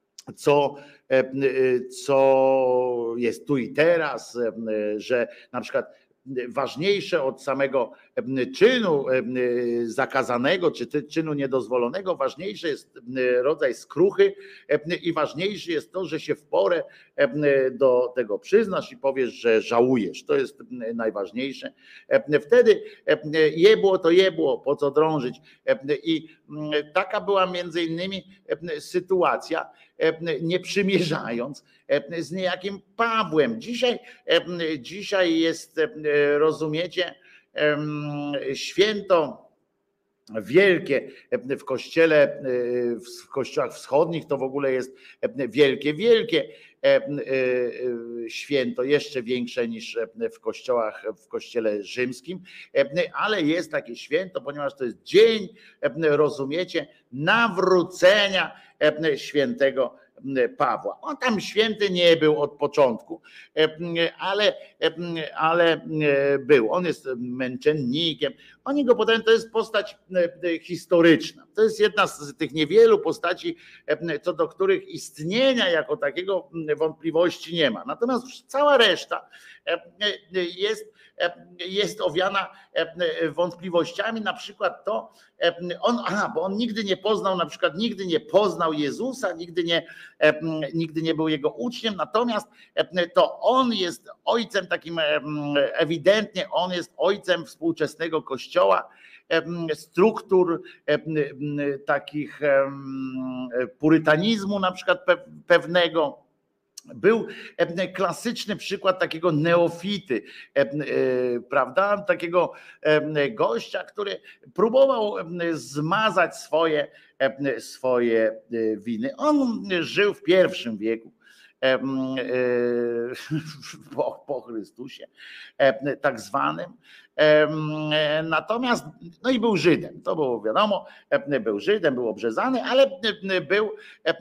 co jest tu i teraz, że na przykład ważniejsze od samego czynu zakazanego czy czynu niedozwolonego, ważniejszy jest rodzaj skruchy i ważniejsze jest to, że się w porę do tego przyznasz i powiesz, że żałujesz. To jest najważniejsze. Wtedy jebło to jebło, po co drążyć. I taka była między innymi sytuacja, nie przymierzając z niejakim Pawłem. Dzisiaj jest, rozumiecie, święto wielkie w kościołach wschodnich, to w ogóle jest wielkie święto, jeszcze większe niż w kościele rzymskim, ale jest takie święto, ponieważ to jest dzień, rozumiecie, nawrócenia świętego Pawła. On tam święty nie był od początku, ale był. On jest męczennikiem. Oni go podają, to jest postać historyczna. To jest jedna z tych niewielu postaci, co do których istnienia jako takiego wątpliwości nie ma. Natomiast cała reszta jest owiana wątpliwościami, na przykład to, bo on nigdy nie poznał Jezusa, nigdy nie był jego uczniem, natomiast to on jest ojcem takim, ewidentnie on jest ojcem współczesnego Kościoła, struktur takich purytanizmu na przykład pewnego. Był klasyczny przykład takiego neofity, prawda? Takiego gościa, który próbował zmazać swoje winy. On żył w I wieku po Chrystusie, tak zwanym. Natomiast, no i był Żydem, to było wiadomo, był Żydem, był obrzezany, ale był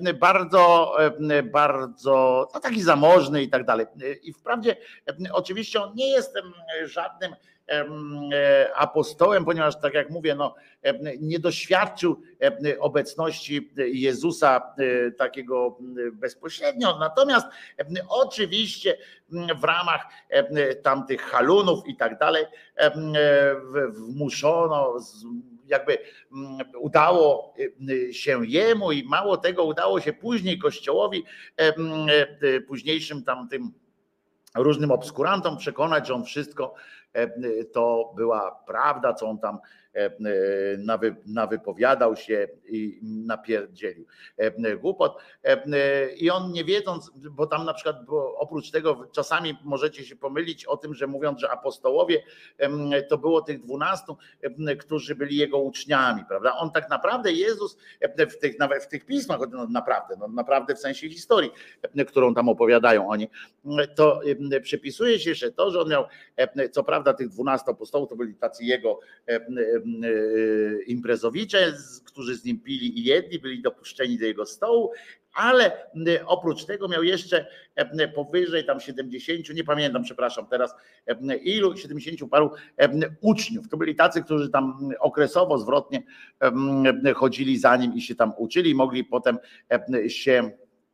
bardzo no taki zamożny i tak dalej. I wprawdzie oczywiście on nie jest żadnym apostołem, ponieważ tak jak mówię, no, nie doświadczył obecności Jezusa takiego bezpośrednio, natomiast oczywiście w ramach tamtych halunów i tak dalej wmuszono, jakby udało się jemu i mało tego, udało się później Kościołowi, późniejszym tamtym różnym obskurantom przekonać, że on wszystko to była prawda, co on tam nawypowiadał się i napierdzielił głupot. I on nie wiedząc, bo tam na przykład oprócz tego czasami możecie się pomylić o tym, że mówiąc, że apostołowie to było tych 12, którzy byli jego uczniami, prawda? On tak naprawdę, Jezus nawet w tych pismach, naprawdę w sensie historii, którą tam opowiadają oni, to przypisuje się jeszcze to, że on miał, co prawda tych 12 apostołów to byli tacy jego imprezowicze, którzy z nim pili i jedli, byli dopuszczeni do jego stołu, ale oprócz tego miał jeszcze powyżej tam 70, nie pamiętam, przepraszam teraz, ilu, 70 paru uczniów. To byli tacy, którzy tam okresowo, zwrotnie chodzili za nim i się tam uczyli, mogli potem się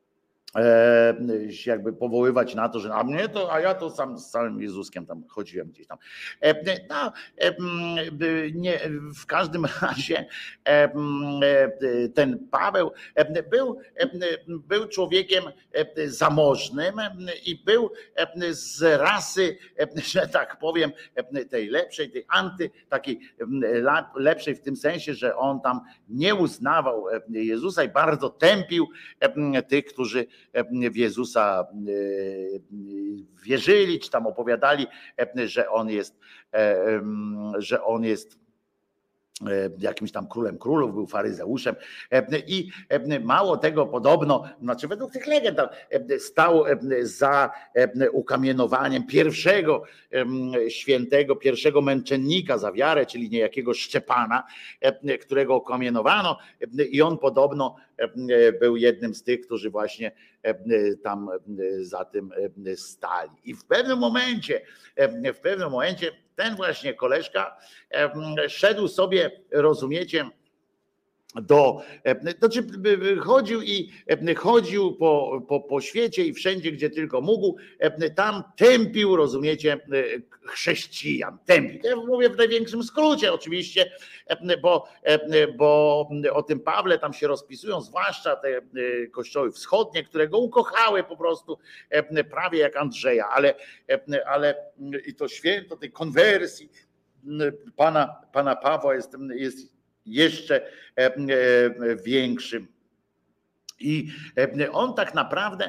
jakby powoływać na to, że a ja to sam z całym Jezuskiem tam chodziłem gdzieś tam. No, nie, w każdym razie ten Paweł był człowiekiem zamożnym i był z rasy, że tak powiem, tej lepszej, tej takiej lepszej w tym sensie, że on tam nie uznawał Jezusa i bardzo tępił tych, którzy w Jezusa wierzyli, czy tam opowiadali, że on jest jakimś tam królem królów, był faryzeuszem i mało tego podobno, znaczy według tych legend stał za ukamienowaniem pierwszego świętego, pierwszego męczennika za wiarę, czyli niejakiego Szczepana, którego ukamienowano i on podobno był jednym z tych, którzy właśnie tam za tym stali. I w pewnym momencie ten właśnie koleżka szedł sobie, rozumiecie, chodził po świecie i wszędzie, gdzie tylko mógł, tam tępił, rozumiecie, chrześcijan. Tępił. Ja mówię w największym skrócie oczywiście, bo o tym Pawle tam się rozpisują, zwłaszcza te kościoły wschodnie, które go ukochały po prostu prawie jak Andrzeja, ale i to święto tej konwersji pana Pawła jest jeszcze większym. I on tak naprawdę,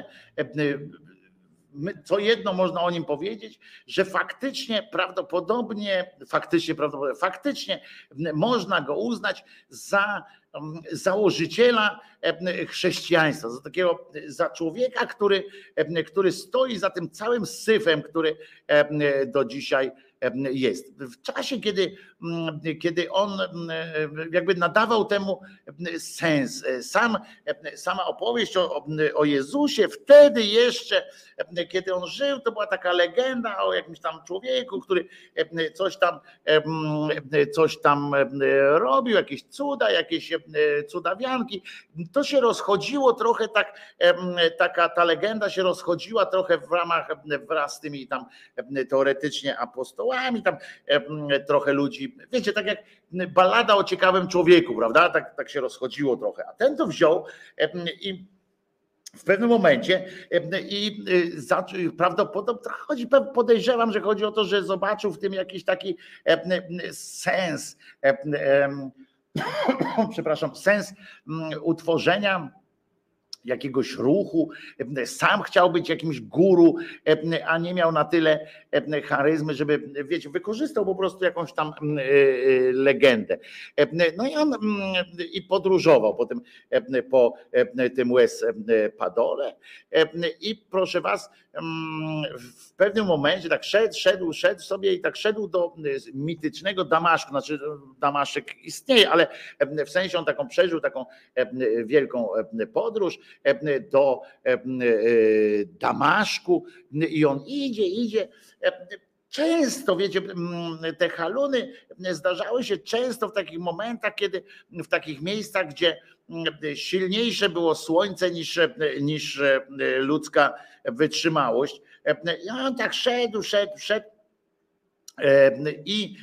co jedno można o nim powiedzieć, że faktycznie można go uznać za założyciela chrześcijaństwa, za człowieka, który stoi za tym całym syfem, który do dzisiaj jest. W czasie, kiedy on jakby nadawał temu sens, sama opowieść o Jezusie, wtedy jeszcze, kiedy on żył, to była taka legenda o jakimś tam człowieku, który coś tam robił, jakieś cuda, jakieś cudawianki. To się rozchodziło trochę ta legenda się rozchodziła trochę wraz z tymi tam teoretycznie apostołami, tam trochę ludzi, wiecie, tak jak ballada o ciekawym człowieku, prawda? Tak się rozchodziło trochę, a ten to wziął i w pewnym momencie prawdopodobnie podejrzewam, że chodzi o to, że zobaczył w tym jakiś taki sens, sens utworzenia jakiegoś ruchu, sam chciał być jakimś guru, a nie miał na tyle charyzmy, żeby, wiecie, wykorzystał po prostu jakąś tam legendę. No i on podróżował potem po tym West Padole i proszę was, w pewnym momencie tak szedł sobie i tak szedł do mitycznego Damaszku, znaczy Damaszek istnieje, ale w sensie on przeżył taką wielką podróż do Damaszku i on idzie. Często, wiecie, te haluny zdarzały się często w takich momentach, w takich miejscach, gdzie silniejsze było słońce niż ludzka wytrzymałość. I on tak szedł i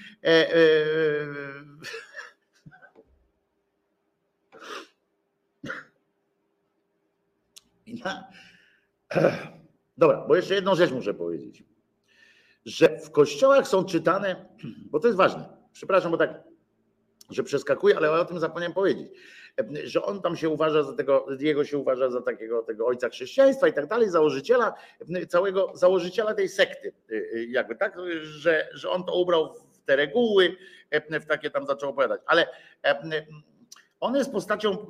dobra, bo jeszcze jedną rzecz muszę powiedzieć. że w kościołach są czytane, bo to jest ważne, przepraszam, bo tak, że przeskakuję, ale o tym zapomniałem powiedzieć, że on tam się uważa za tego, jego się uważa za takiego tego ojca chrześcijaństwa i tak dalej, założyciela, całego założyciela tej sekty, jakby tak, że on to ubrał w te reguły, w takie tam zaczął opowiadać, ale on jest postacią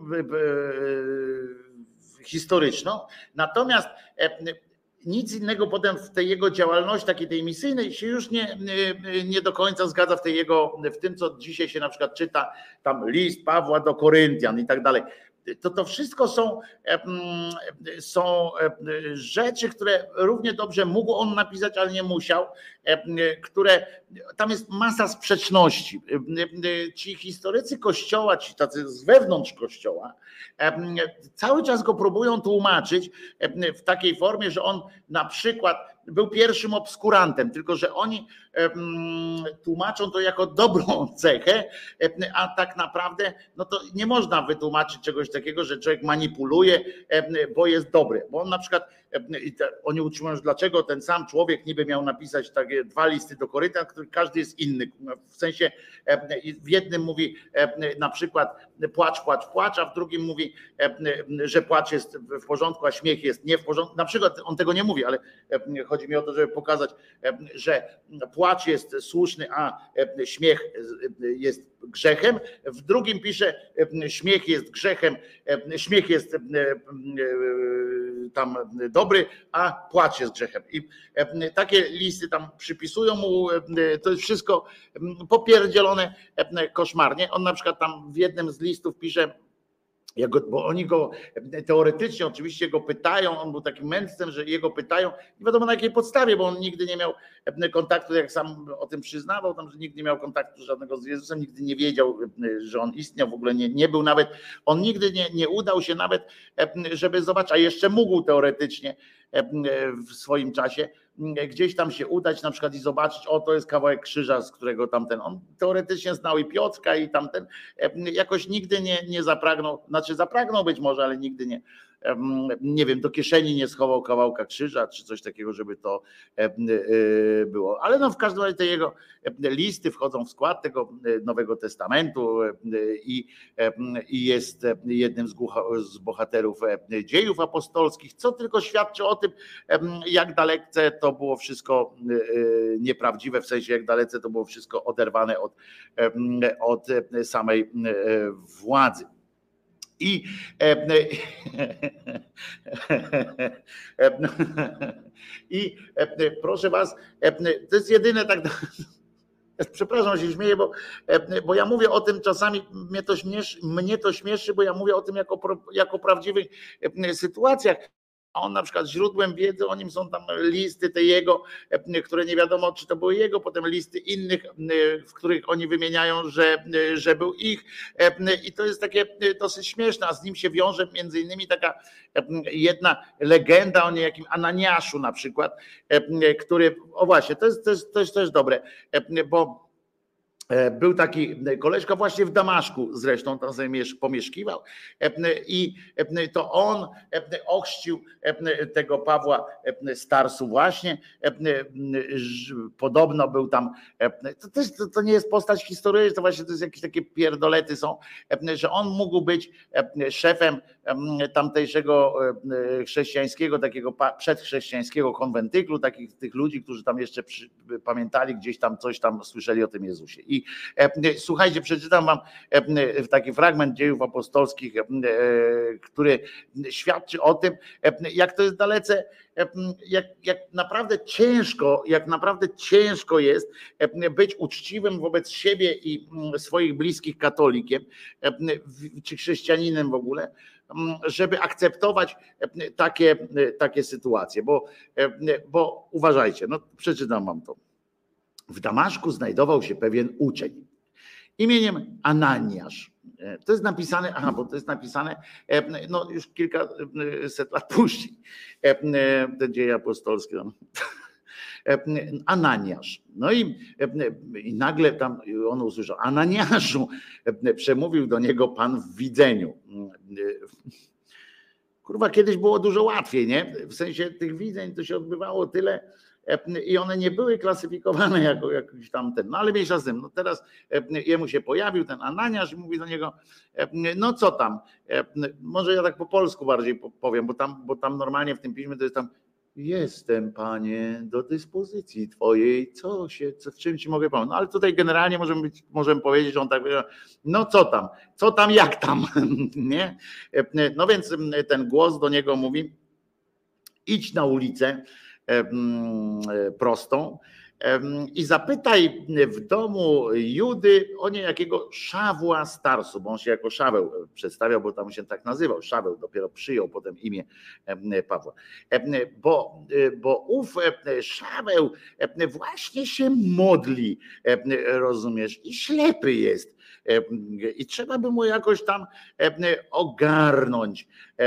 historyczną, natomiast nic innego potem w tej jego działalności, takiej tej misyjnej, się już nie do końca zgadza w tym, co dzisiaj się na przykład czyta, tam list Pawła do Koryntian i tak dalej. To wszystko są rzeczy, które równie dobrze mógł on napisać, ale nie musiał, które tam jest masa sprzeczności. Ci historycy Kościoła, ci tacy z wewnątrz Kościoła, cały czas go próbują tłumaczyć w takiej formie, że on na przykład był pierwszym obskurantem, tylko że oni tłumaczą to jako dobrą cechę, a tak naprawdę no to nie można wytłumaczyć czegoś takiego, że człowiek manipuluje, bo jest dobry. Bo on na przykład, oni utrzymują, dlaczego ten sam człowiek niby miał napisać takie 2 listy do Koryntian, który każdy jest inny. W sensie w jednym mówi na przykład płacz, płacz, płacz, a w drugim mówi, że płacz jest w porządku, a śmiech jest nie w porządku. Na przykład on tego nie mówi, ale chodzi mi o to, żeby pokazać, że płacz jest słuszny, a śmiech jest grzechem. W drugim pisze, śmiech jest grzechem, śmiech jest tam dobry, a płacz jest grzechem. I takie listy tam przypisują mu, to jest wszystko popierdzielone koszmarnie. On na przykład tam w jednym z listów pisze, bo oni go teoretycznie oczywiście go pytają, on był takim mędrcem, że jego pytają, nie wiadomo na jakiej podstawie, bo on nigdy nie miał kontaktu, jak sam o tym przyznawał, tam, że nigdy nie miał kontaktu żadnego z Jezusem, nigdy nie wiedział, że on istniał, w ogóle nie był nawet, on nigdy nie udał się nawet, żeby zobaczyć, a jeszcze mógł teoretycznie w swoim czasie gdzieś tam się udać na przykład i zobaczyć, o to jest kawałek krzyża, z którego tamten, on teoretycznie znał i Piotrka i tamten, jakoś nigdy nie zapragnął, znaczy zapragnął być może, ale nigdy nie wiem, do kieszeni nie schował kawałka krzyża, czy coś takiego, żeby to było. Ale no w każdym razie te jego listy wchodzą w skład tego Nowego Testamentu i jest jednym z bohaterów dziejów apostolskich, co tylko świadczy o tym, jak dalece to było wszystko nieprawdziwe, w sensie jak dalece to było wszystko oderwane od samej władzy. I proszę was, to jest jedyne tak. Przepraszam, się śmieję, bo ja mówię o tym czasami, mnie to śmieszy, bo ja mówię o tym jako prawdziwych sytuacjach. A on na przykład źródłem wiedzy o nim są tam listy te jego, które nie wiadomo, czy to były jego, potem listy innych, w których oni wymieniają, że był ich. I to jest takie dosyć śmieszne, a z nim się wiąże między innymi taka jedna legenda o niejakim Ananiaszu na przykład, który, o właśnie, to jest też dobre, bo był taki koleżka właśnie w Damaszku, zresztą tam sobie pomieszkiwał i to on ochrzcił tego Pawła z Tarsu właśnie, podobno był tam, to nie jest postać historyczna, to właśnie to jest jakieś takie pierdolety są, że on mógł być szefem tamtejszego chrześcijańskiego, takiego przedchrześcijańskiego konwentyklu, tych ludzi, którzy tam jeszcze pamiętali gdzieś tam coś tam słyszeli o tym Jezusie. I słuchajcie, przeczytam wam taki fragment dziejów apostolskich, który świadczy o tym, jak to jest dalece, jak naprawdę ciężko jest być uczciwym wobec siebie i swoich bliskich katolikiem, czy chrześcijaninem w ogóle, żeby akceptować takie sytuacje, bo uważajcie, no przeczytam wam to. W Damaszku znajdował się pewien uczeń imieniem Ananiasz. To jest napisane, bo to jest napisane no już kilkaset lat później, te dzieje apostolskie. Ananiasz. No i nagle tam on usłyszał, Ananiaszu, przemówił do niego Pan w widzeniu. Kurwa, kiedyś było dużo łatwiej, nie? W sensie tych widzeń to się odbywało tyle, i one nie były klasyfikowane jako jakiś tam ten, no ale mniejsza z tym, no teraz jemu się pojawił ten Ananiasz i mówi do niego, no co tam, może ja tak po polsku bardziej powiem, bo tam normalnie w tym piśmie to jest tam: jestem, Panie, do dyspozycji Twojej, w czym Ci mogę pomóc? No ale tutaj generalnie możemy powiedzieć, że on tak powiedział: no co tam, jak tam, nie? No więc ten głos do niego mówi: idź na ulicę prostą i zapytaj w domu Judy o niejakiego Szawła z Tarsu, bo on się jako Szaweł przedstawiał, bo tam się tak nazywał, Szaweł, dopiero przyjął potem imię Pawła. Bo ów Szaweł właśnie się modli, rozumiesz, i ślepy jest. I trzeba by mu jakoś tam ogarnąć.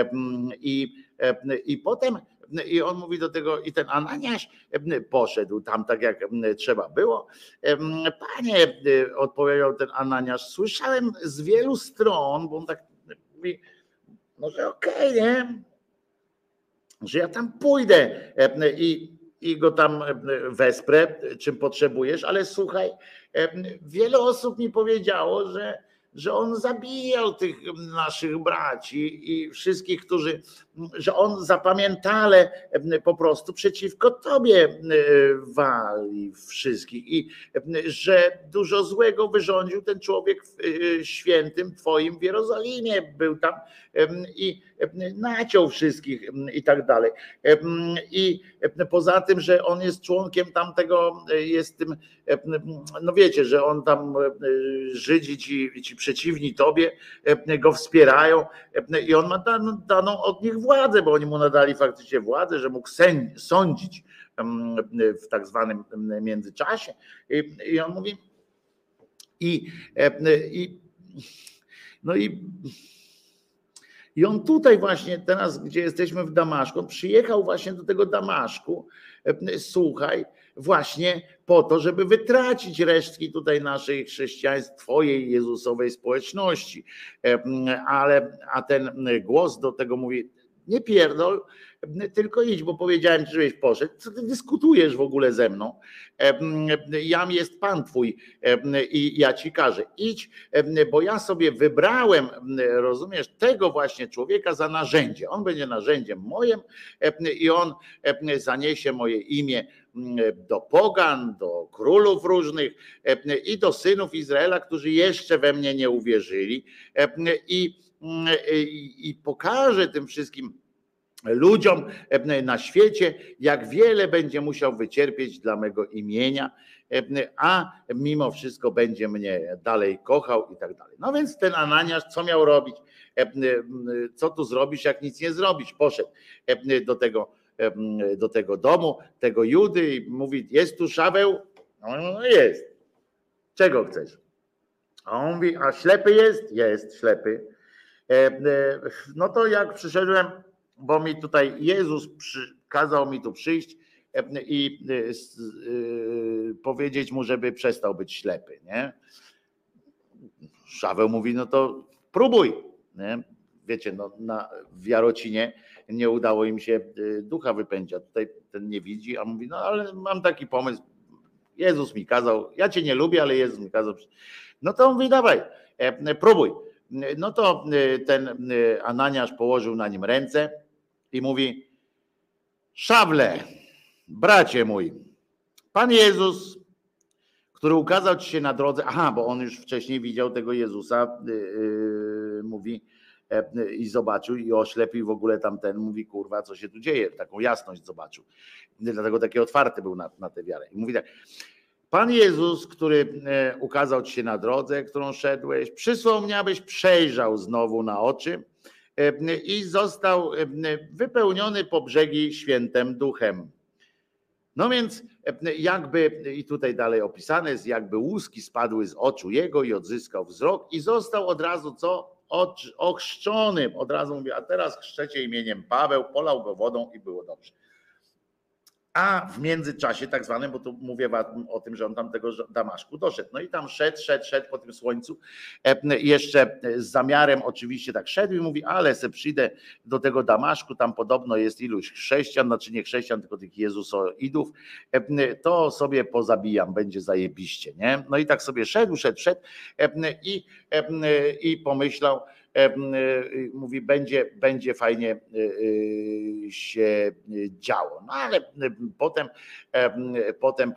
I potem i on mówi do tego, i ten Ananiasz poszedł tam tak jak trzeba było. Panie, odpowiedział ten Ananiasz, słyszałem z wielu stron, bo on tak mówi, no że okej, nie? Że ja tam pójdę i go tam wesprę, czym potrzebujesz, ale słuchaj, wiele osób mi powiedziało, że on zabijał tych naszych braci i wszystkich, że on zapamiętale po prostu przeciwko Tobie wali wszystkich i że dużo złego wyrządził ten człowiek świętym Twoim w Jerozolimie, był tam i naciął wszystkich i tak dalej. I poza tym, że on jest członkiem tamtego, jest tym, no wiecie, że on tam Żydzi, ci przeciwni Tobie go wspierają i on ma daną od nich władzę, bo oni mu nadali faktycznie władzę, że mógł sądzić w tak zwanym międzyczasie. I on mówi i on tutaj właśnie teraz, gdzie jesteśmy w Damaszku, on przyjechał właśnie do tego Damaszku, słuchaj, właśnie po to, żeby wytracić resztki tutaj naszej chrześcijaństwa, Twojej Jezusowej społeczności. A ten głos do tego mówi: nie pierdol, tylko idź, bo powiedziałem Ci, żebyś poszedł. Co ty dyskutujesz w ogóle ze mną? Jam jest Pan Twój i ja Ci każę. Idź, bo ja sobie wybrałem, rozumiesz, tego właśnie człowieka za narzędzie. On będzie narzędziem moim i on zaniesie moje imię do pogan, do królów różnych i do synów Izraela, którzy jeszcze we mnie nie uwierzyli, i pokaże tym wszystkim ludziom na świecie, jak wiele będzie musiał wycierpieć dla mego imienia, a mimo wszystko będzie mnie dalej kochał i tak dalej. No więc ten Ananiasz co miał robić? Co tu zrobisz, jak nic nie zrobisz? Poszedł do tego domu, tego Judy i mówi: jest tu Szaweł? No jest. Czego chcesz? A on mówi: a ślepy jest? Jest ślepy. No to jak przyszedłem, bo mi tutaj Jezus kazał mi tu przyjść i powiedzieć mu, żeby przestał być ślepy, nie? Szaweł mówi: no to próbuj, nie? Wiecie, no w Jarocinie nie udało im się ducha wypędzić, tutaj ten nie widzi, a mówi: no ale mam taki pomysł, Jezus mi kazał, ja Cię nie lubię, ale Jezus mi kazał. No to on mówi: dawaj, próbuj. No to ten Ananiasz położył na nim ręce i mówi: Szawle, bracie mój, Pan Jezus, który ukazał Ci się na drodze, bo on już wcześniej widział tego Jezusa, mówi, i zobaczył i oślepił w ogóle tamten, mówi: kurwa, co się tu dzieje, taką jasność zobaczył, dlatego taki otwarty był na tę wiarę. I mówi tak: Pan Jezus, który ukazał Ci się na drodze, którą szedłeś, przysłał mnie, abyś przejrzał znowu na oczy i został wypełniony po brzegi świętym duchem. No więc jakby, i tutaj dalej opisane jest, jakby łuski spadły z oczu jego i odzyskał wzrok i został od razu co? Ochrzczony. Od razu mówi: a teraz chrzczecie imieniem Paweł, polał go wodą i było dobrze. A w międzyczasie tak zwanym, bo tu mówię o tym, że on tam tego Damaszku doszedł. No i tam szedł po tym słońcu, jeszcze z zamiarem oczywiście tak szedł i mówi, ale se przyjdę do tego Damaszku, tam podobno jest iluś chrześcijan, znaczy nie chrześcijan, tylko tych Jezusoidów, to sobie pozabijam, będzie zajebiście, nie? No i tak sobie szedł i pomyślał, mówi, będzie fajnie się działo. No ale potem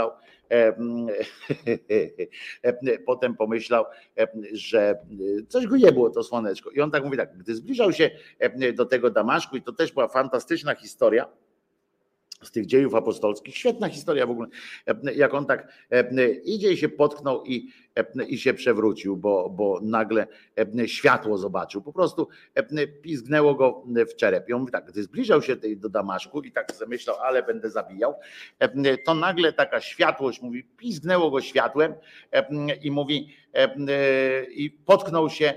pomyślał, że coś go jebło to słoneczko. I on tak mówi tak, gdy zbliżał się do tego Damaszku, i to też była fantastyczna historia z tych dziejów apostolskich, świetna historia w ogóle, jak on tak idzie i się potknął i się przewrócił, bo nagle światło zobaczył, po prostu pizgnęło go w czerep. I on mówi tak, gdy zbliżał się do Damaszku i tak sobie myślał, ale będę zabijał, to nagle taka światłość, mówi, pizgnęło go światłem i mówi, i potknął się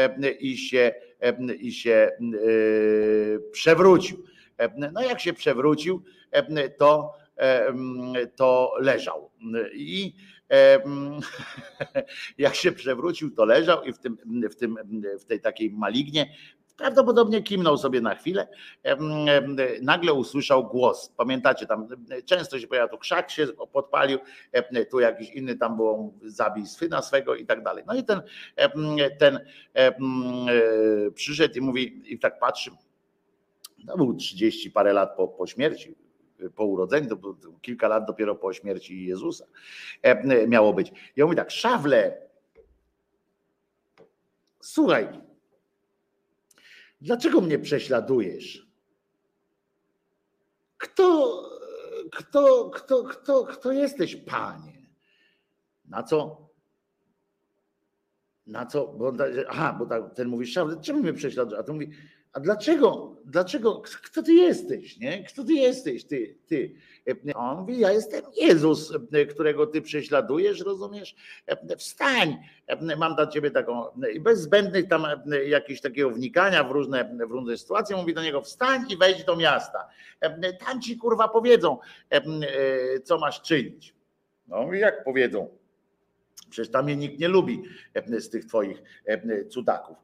i się przewrócił. No jak się przewrócił, to leżał. I jak się przewrócił, to leżał i w tej takiej malignie prawdopodobnie kimnął sobie na chwilę, nagle usłyszał głos. Pamiętacie, tam często się pojawia, tu krzak się podpalił, tu jakiś inny tam było, zabij swyna swego i tak dalej. No i ten przyszedł i mówi, i tak patrzy, to był 30 parę lat po śmierci, po urodzeniu, to było kilka lat dopiero po śmierci Jezusa miało być. I on mówi tak, Szawle, słuchaj, dlaczego mnie prześladujesz? Kto jesteś, Panie? Na co? Bo ten mówi, Szawle, czemu mnie prześladujesz? A ten mówi, a dlaczego, kto ty jesteś, nie? Kto ty jesteś, ty? A on mówi, ja jestem Jezus, którego ty prześladujesz, rozumiesz? Wstań, mam dla ciebie taką, bez zbędnych tam jakiegoś takiego wnikania w różne sytuacje, mówi do niego, wstań i wejdź do miasta. Tam ci kurwa powiedzą, co masz czynić. No jak powiedzą? Przecież tam mnie nikt nie lubi z tych twoich cudaków.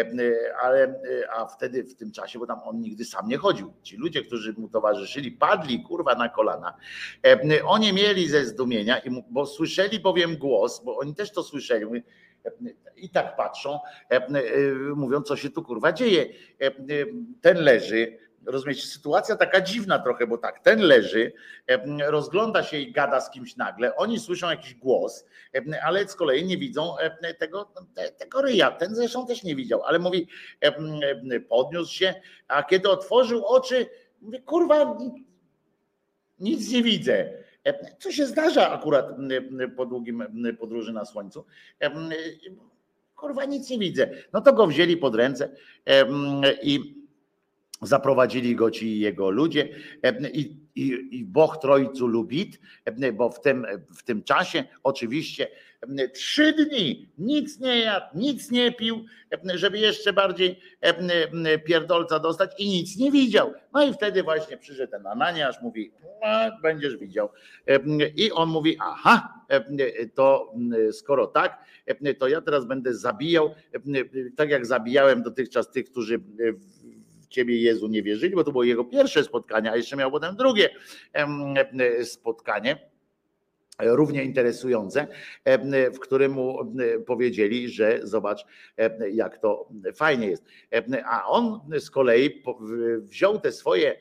A wtedy w tym czasie, bo tam on nigdy sam nie chodził. Ci ludzie, którzy mu towarzyszyli, padli kurwa na kolana. Oni mieli ze zdumienia, bo słyszeli bowiem głos, bo oni też to słyszeli. I tak patrzą, mówią, co się tu kurwa dzieje. Ten leży. Rozumiecie, sytuacja taka dziwna trochę, bo tak, ten leży, rozgląda się i gada z kimś nagle, oni słyszą jakiś głos, ale z kolei nie widzą tego ryja, ten zresztą też nie widział, ale mówi, podniósł się, a kiedy otworzył oczy, mówi, kurwa, nic nie widzę. Co się zdarza akurat po długim podróży na słońcu, kurwa, nic nie widzę. No to go wzięli pod ręce i zaprowadzili go ci jego ludzie i Bóg Trójcu lubit, bo w tym czasie oczywiście 3 dni nic nie jadł, nic nie pił, żeby jeszcze bardziej pierdolca dostać i nic nie widział. No i wtedy właśnie przyszedł ten Ananiasz, mówi, będziesz widział. I on mówi, aha, to skoro tak, to ja teraz będę zabijał, tak jak zabijałem dotychczas tych, którzy Ciebie, Jezu, nie wierzyli, bo to było jego pierwsze spotkanie, a jeszcze miał potem drugie spotkanie, równie interesujące, w którym mu powiedzieli, że zobacz, jak to fajnie jest. A on z kolei wziął te swoje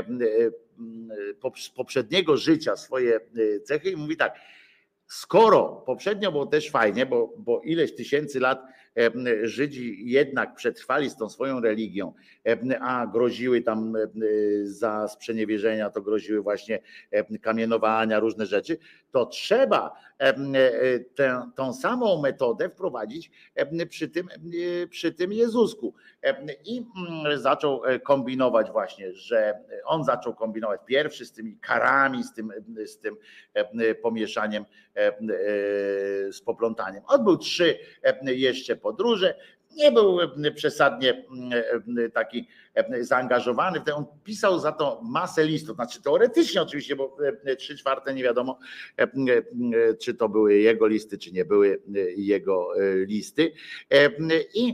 z poprzedniego życia, swoje cechy i mówi tak, skoro poprzednio było też fajnie, bo ileś tysięcy lat Żydzi jednak przetrwali z tą swoją religią, a groziły tam za sprzeniewierzenia, to groziły właśnie kamienowania, różne rzeczy, to trzeba tą samą metodę wprowadzić przy tym Jezusku. I zaczął kombinować właśnie, że on zaczął kombinować pierwszy z tymi karami, z tym pomieszaniem, z poplątaniem. Odbył 3 jeszcze podróże nie był przesadnie taki zaangażowany. On pisał za to masę listów, znaczy teoretycznie oczywiście, bo 3/4 nie wiadomo, czy to były jego listy, czy nie były jego listy. I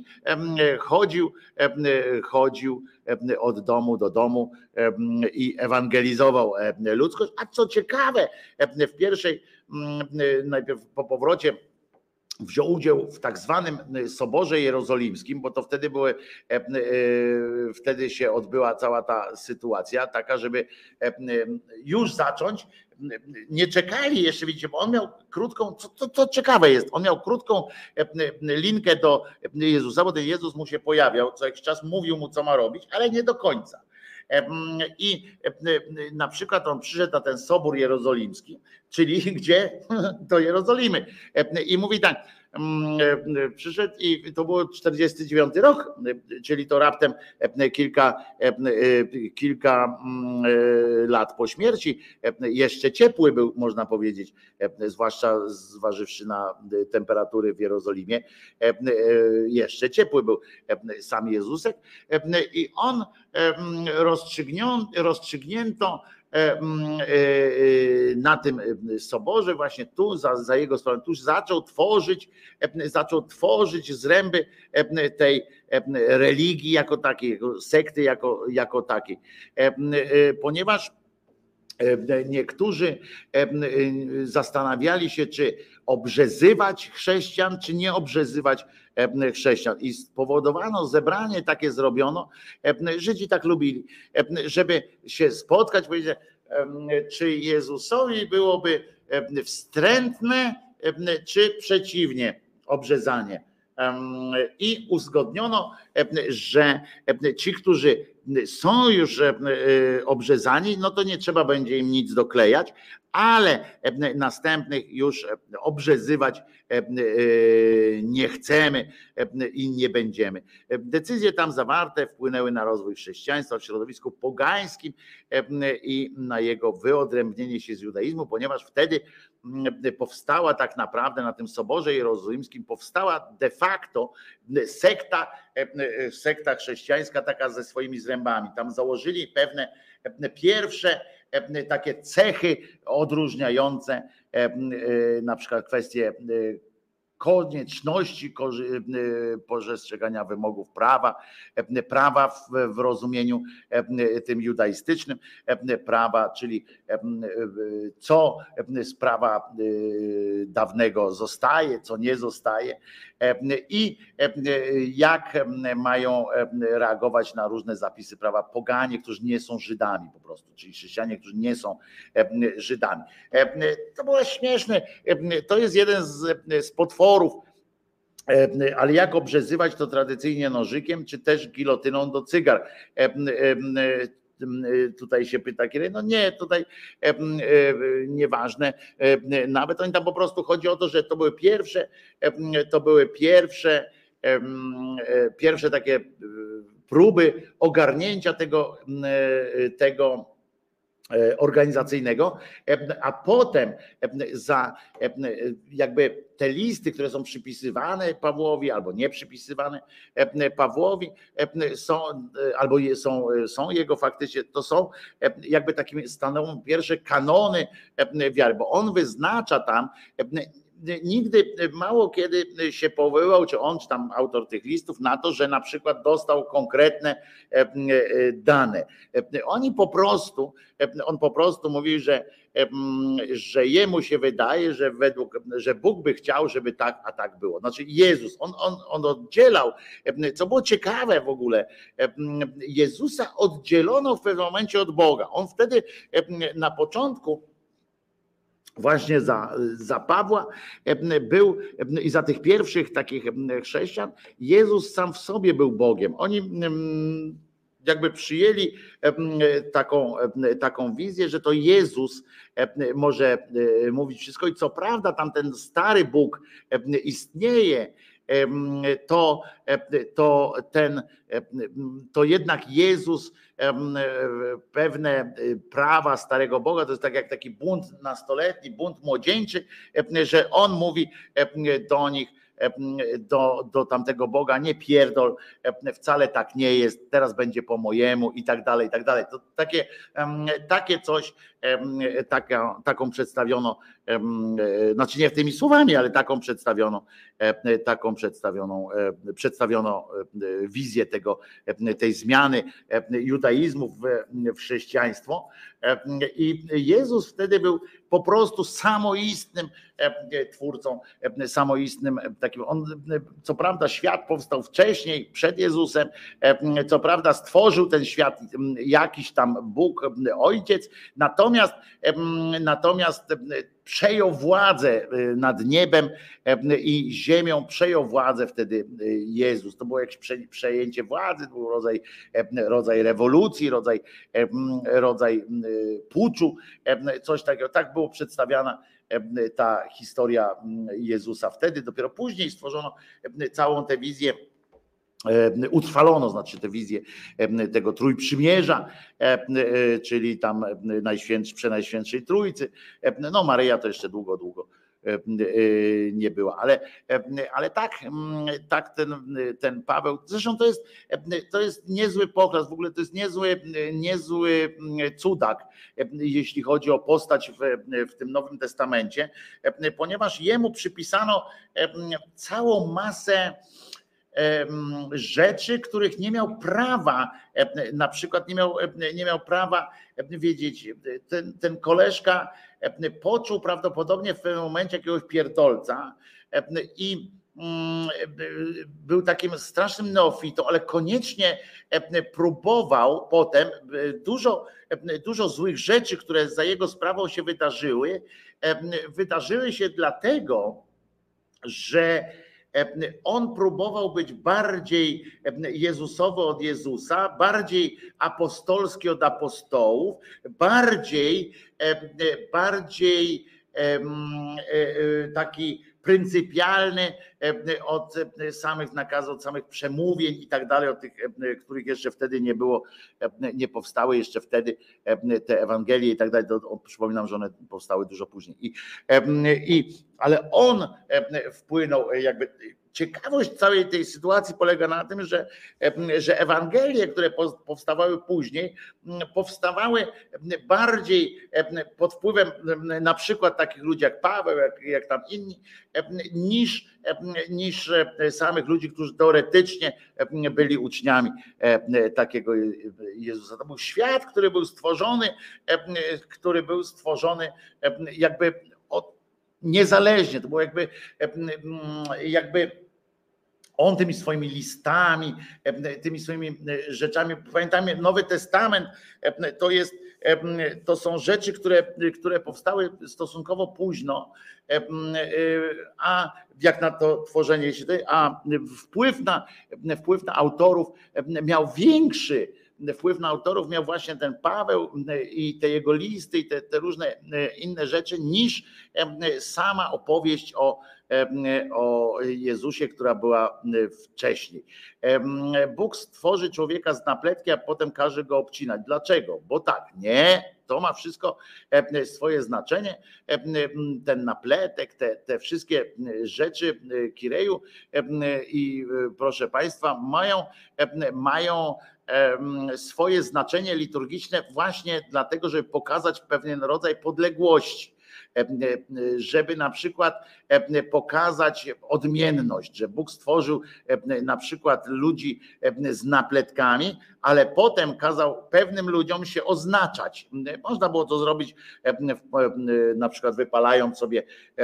chodził od domu do domu i ewangelizował ludzkość. A co ciekawe, w pierwszej, najpierw po powrocie wziął udział w tak zwanym Soborze Jerozolimskim, bo to wtedy się odbyła cała ta sytuacja taka, żeby już zacząć. Nie czekali jeszcze, widzicie, bo on miał krótką, co ciekawe jest, on miał krótką linkę do Jezusa, bo ten Jezus mu się pojawiał, co jakiś czas mówił mu, co ma robić, ale nie do końca. I na przykład on przyszedł na ten Sobór Jerozolimski, czyli gdzie? Do Jerozolimy. I mówi tak, przyszedł i to było 49 rok, czyli to raptem kilka lat po śmierci. Jeszcze ciepły był, można powiedzieć, zwłaszcza zważywszy na temperatury w Jerozolimie, jeszcze ciepły był sam Jezusek i on rozstrzygnięto na tym soborze, właśnie tu za jego stroną, tu zaczął tworzyć zręby tej religii jako takiej, sekty jako takiej, ponieważ niektórzy zastanawiali się, czy obrzezywać chrześcijan, czy nie obrzezywać chrześcijan. I spowodowano, zebranie takie zrobiono, Żydzi tak lubili, żeby się spotkać, powiedzieć, czy Jezusowi byłoby wstrętne, czy przeciwnie obrzezanie. I uzgodniono, że ci, którzy są już obrzezani, no to nie trzeba będzie im nic doklejać, ale następnych już obrzezywać nie chcemy i nie będziemy. Decyzje tam zawarte wpłynęły na rozwój chrześcijaństwa w środowisku pogańskim i na jego wyodrębnienie się z judaizmu, ponieważ wtedy powstała tak naprawdę na tym Soborze Jerozolimskim powstała de facto sekta chrześcijańska taka ze swoimi zrębami. Tam założyli pewne pierwsze takie cechy odróżniające, na przykład kwestie konieczności przestrzegania wymogów prawa w rozumieniu tym judaistycznym, prawa, czyli co z prawa dawnego zostaje, co nie zostaje i jak mają reagować na różne zapisy prawa poganie, którzy nie są Żydami po prostu, czyli chrześcijanie, którzy nie są Żydami. To było śmieszne, to jest jeden z potworów, ale jak obrzezywać to tradycyjnie nożykiem, czy też gilotyną do cygar? Tutaj się pyta Kierej, no nie, tutaj nieważne, nawet oni tam po prostu chodzi o to, że to były pierwsze takie próby ogarnięcia tego organizacyjnego, a potem za jakby te listy, które są przypisywane Pawłowi albo nie przypisywane Pawłowi, są jego faktycznie, to są jakby takimi stanowią pierwsze kanony wiary, bo on wyznacza tam, nigdy, mało kiedy się powoływał, czy on, czy tam autor tych listów, na to, że na przykład dostał konkretne dane. On po prostu mówi, że jemu się wydaje, że Bóg by chciał, żeby tak, a tak było. Znaczy Jezus, on oddzielał, co było ciekawe w ogóle, Jezusa oddzielono w pewnym momencie od Boga. On wtedy na początku właśnie za Pawła był i za tych pierwszych takich chrześcijan, Jezus sam w sobie był Bogiem. Oni jakby przyjęli taką wizję, że to Jezus może mówić wszystko i co prawda tam ten stary Bóg istnieje, to jednak Jezus pewne prawa starego Boga, to jest tak jak taki bunt nastoletni, bunt młodzieńczy, że on mówi do nich, do tamtego Boga, nie pierdol, wcale tak nie jest, teraz będzie po mojemu i tak dalej, i tak dalej. To takie coś, taką przedstawiono, znaczy nie tymi słowami, ale przedstawiono wizję tej zmiany judaizmu w chrześcijaństwo. I Jezus wtedy był po prostu samoistnym twórcą, samoistnym takim. On, co prawda, świat powstał wcześniej, przed Jezusem, co prawda stworzył ten świat jakiś tam Bóg, Ojciec, natomiast przejął władzę nad niebem i ziemią, przejął władzę wtedy Jezus. To było jakieś przejęcie władzy, to był rodzaj rewolucji, rodzaj puczu, coś takiego. Tak było przedstawiana ta historia Jezusa wtedy. Dopiero później stworzono całą tę wizję, utrwalono tę tego Trójprzymierza, czyli tam Przenajświętszej Trójcy. No Maryja to jeszcze długo nie była, ale tak ten Paweł, zresztą to jest niezły poklas, w ogóle to jest niezły cudak, jeśli chodzi o postać w tym Nowym Testamencie, ponieważ jemu przypisano całą masę rzeczy, których nie miał prawa, na przykład nie miał prawa wiedzieć. Ten koleżka poczuł prawdopodobnie w pewnym momencie jakiegoś pierdolca i był takim strasznym neofitą, ale koniecznie próbował potem dużo złych rzeczy, które za jego sprawą się wydarzyły się dlatego, że on próbował być bardziej Jezusowy od Jezusa, bardziej apostolski od apostołów, bardziej taki pryncypialny od samych nakazów, od samych przemówień i tak dalej, od tych, których jeszcze wtedy nie było, nie powstały jeszcze wtedy te Ewangelie i tak dalej. Przypominam, że one powstały dużo później. Ale on wpłynął jakby. Ciekawość całej tej sytuacji polega na tym, że Ewangelie, które powstawały później, powstawały bardziej pod wpływem na przykład takich ludzi jak Paweł, jak tam inni, niż samych ludzi, którzy teoretycznie byli uczniami takiego Jezusa. To był świat, który był stworzony jakby niezależnie. To było jakby on tymi swoimi listami, tymi swoimi rzeczami, pamiętajmy, Nowy Testament to są rzeczy, które powstały stosunkowo późno, a jak na to tworzenie się, a wpływ na autorów miał większy. Wpływ na autorów miał właśnie ten Paweł i te jego listy i te różne inne rzeczy, niż sama opowieść o Jezusie, która była wcześniej. Bóg stworzy człowieka z napletki, a potem każe go obcinać. Dlaczego? Bo tak, nie, to ma wszystko swoje znaczenie. Ten napletek, te wszystkie rzeczy Kireju i proszę Państwa mają swoje znaczenie liturgiczne właśnie dlatego, żeby pokazać pewien rodzaj podległości, żeby na przykład pokazać odmienność, że Bóg stworzył na przykład ludzi z napletkami, ale potem kazał pewnym ludziom się oznaczać. Można było to zrobić na przykład wypalając sobie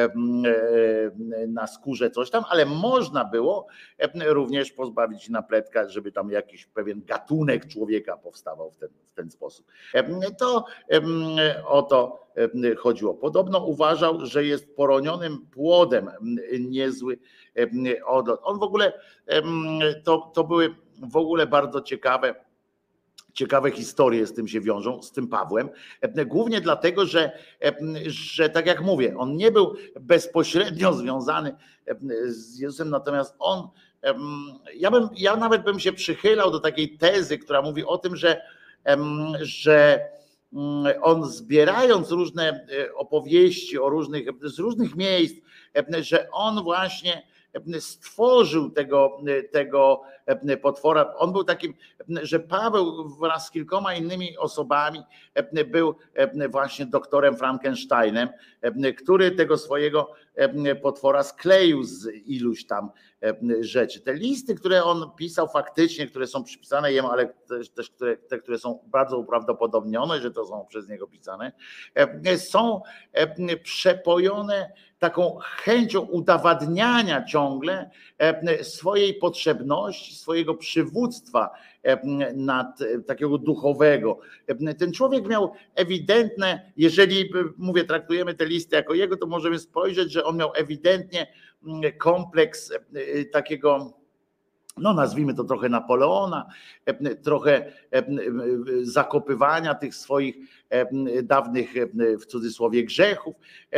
na skórze coś tam, ale można było również pozbawić napletka, żeby tam jakiś pewien gatunek człowieka powstawał w ten sposób. To o to chodziło. Podobno uważał, że jest poronionym płodem niezły odlot. On w ogóle, to były w ogóle bardzo ciekawe historie z tym się wiążą, z tym Pawłem. Głównie dlatego, że tak jak mówię, on nie był bezpośrednio związany z Jezusem, natomiast on, ja nawet bym się przychylał do takiej tezy, która mówi o tym, że on zbierając różne opowieści z różnych miejsc, że on właśnie stworzył tego potwora. On był takim, że Paweł wraz z kilkoma innymi osobami był właśnie doktorem Frankensteinem, który tego swojego potwora skleił z iluś tam rzeczy. Te listy, które on pisał faktycznie, które są przypisane jemu, ale też te, które są bardzo uprawdopodobnione, że to są przez niego pisane, są przepojone taką chęcią udowadniania ciągle swojej potrzebności, swojego przywództwa takiego duchowego. Ten człowiek miał ewidentne, jeżeli mówię, traktujemy te listy jako jego, to możemy spojrzeć, że on miał ewidentnie kompleks takiego, no nazwijmy to trochę Napoleona, trochę zakopywania tych swoich dawnych w cudzysłowie grzechów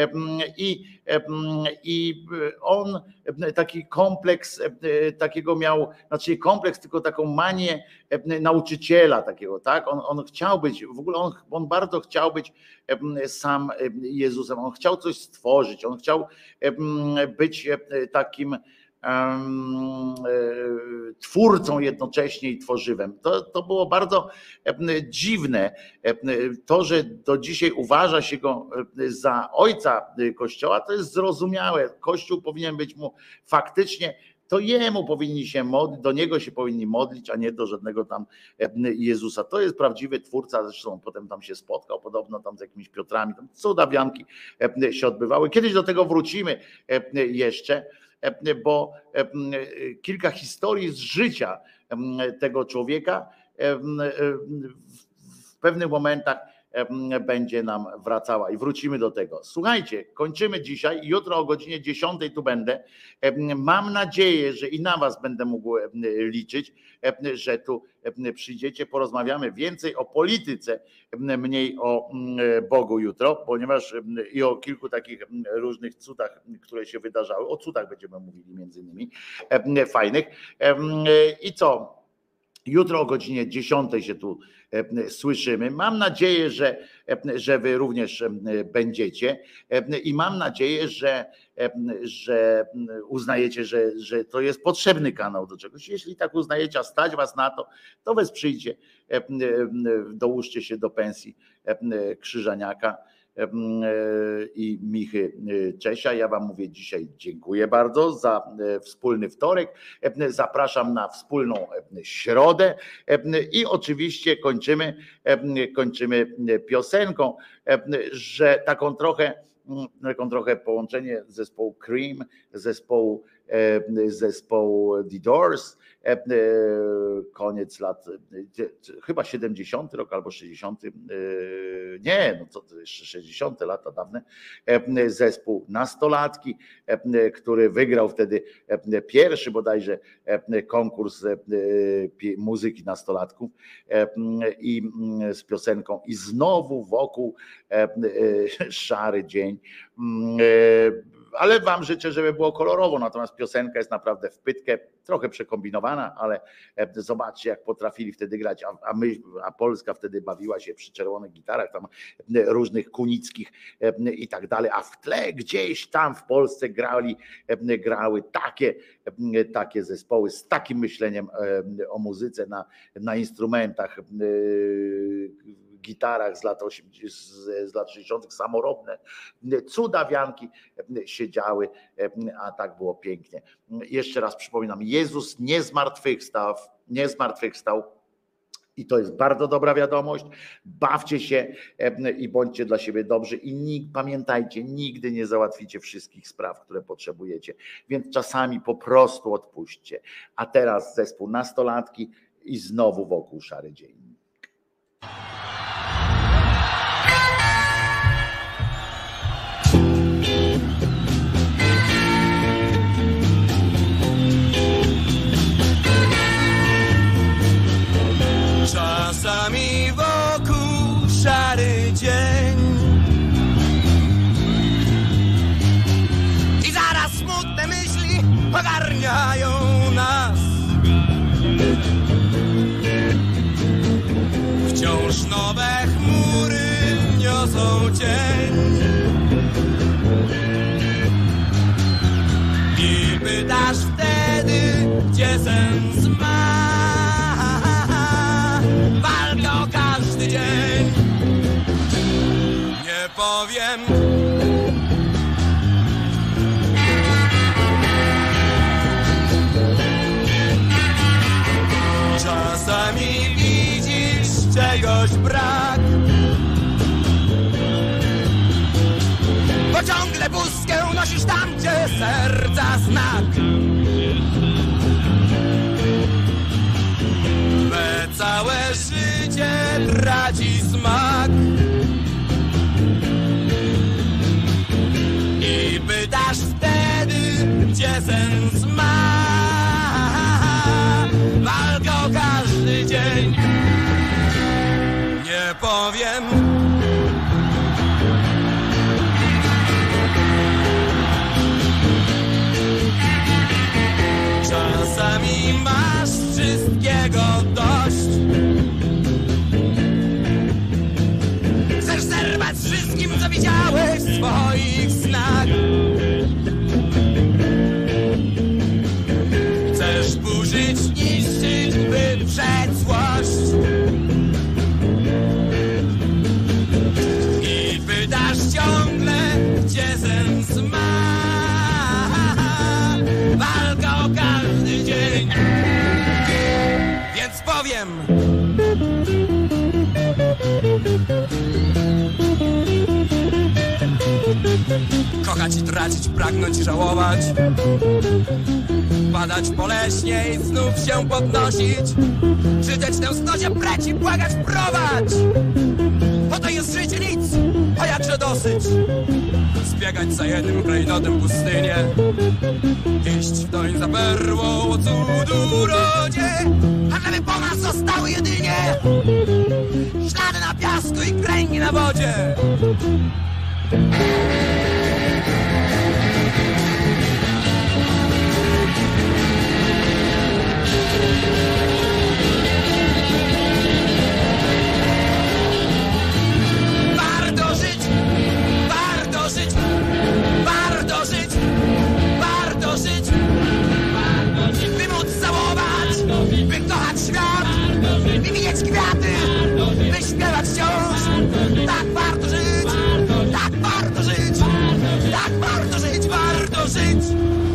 i on taki kompleks takiego miał, znaczy kompleks, tylko taką manię nauczyciela takiego, tak? On chciał być, w ogóle on bardzo chciał być sam Jezusem, on chciał coś stworzyć, on chciał być takim twórcą jednocześnie i tworzywem. To było bardzo dziwne. To, że do dzisiaj uważa się go za ojca Kościoła, to jest zrozumiałe. Kościół powinien być mu faktycznie, to jemu powinni się modlić, do niego się powinni modlić, a nie do żadnego tam Jezusa. To jest prawdziwy twórca, zresztą potem tam się spotkał, podobno tam z jakimiś Piotrami, tam cudawianki się odbywały. Kiedyś do tego wrócimy jeszcze, bo kilka historii z życia tego człowieka w pewnych momentach będzie nam wracała i wrócimy do tego. Słuchajcie, kończymy dzisiaj, jutro o godzinie 10 tu będę. Mam nadzieję, że i na was będę mógł liczyć, że tu przyjdziecie, porozmawiamy więcej o polityce, mniej o Bogu jutro, ponieważ i o kilku takich różnych cudach, które się wydarzały, o cudach będziemy mówili między innymi, fajnych. I co? Jutro o godzinie 10 się tu słyszymy. Mam nadzieję, że wy również będziecie i mam nadzieję, że uznajecie, że to jest potrzebny kanał do czegoś. Jeśli tak uznajecie, a stać was na to, to wesprzyjcie, dołóżcie się do pensji Krzyżaniaka i Michy Czesia. Ja wam mówię dzisiaj dziękuję bardzo za wspólny wtorek. Zapraszam na wspólną środę i oczywiście kończymy piosenką, że taką trochę połączenie zespołu Cream, zespołu The Doors, koniec lat, chyba 70 rok albo 60, nie, no to jeszcze 60 lata dawne, zespół Nastolatki, który wygrał wtedy pierwszy bodajże konkurs muzyki nastolatków i z piosenką I znowu wokół szary dzień. Ale wam życzę, żeby było kolorowo, natomiast piosenka jest naprawdę w pytkę, trochę przekombinowana, ale zobaczcie, jak potrafili wtedy grać, a Polska wtedy bawiła się przy czerwonych gitarach, tam różnych kunickich i tak dalej, a w tle gdzieś tam w Polsce grały takie zespoły z takim myśleniem o muzyce na instrumentach, gitarach z lat 60., samorobne, cudawianki się działy, a tak było pięknie. Jeszcze raz przypominam, Jezus nie zmartwychwstał i to jest bardzo dobra wiadomość. Bawcie się i bądźcie dla siebie dobrzy i pamiętajcie, nigdy nie załatwicie wszystkich spraw, które potrzebujecie, więc czasami po prostu odpuśćcie. A teraz zespół Nastolatki i znowu wokół szary dzień. Czasami wokół szary dzień i zaraz smutne myśli ogarniają nas. Wciąż nowe chmury niosą cień i pytasz serca znak. Me całe życie traci smak. I pytasz wtedy, gdzie sens ma. Walka o każdy dzień. Nie powiem. Czasami masz wszystkiego dość. Chcesz zerwać wszystkim, co widziałeś w swoich snach. Chcesz burzyć, niszczyć, wyprzeć złość. I pytasz ciągle, gdzie sens ma. Walka o każdy dzień. Więc powiem. Kochać i tracić, pragnąć i żałować. Padać boleśnie i znów się podnosić. Krzyczeć tę stocie, brać i błagać, prowadź. Po to jest życie nic, a jakże dosyć. Zbiegać za jednym klejnotem pustynię. Iść w doń za perłą o cudu rodzie. A żeby po nas zostały jedynie ślady na piasku i kręgi na wodzie. Warto żyć, warto żyć, warto żyć, warto żyć, by móc całować, by kochać świat, by mieć kwiaty, by śpiewać wciąż. Tak warto żyć, tak warto żyć, tak warto żyć, warto żyć.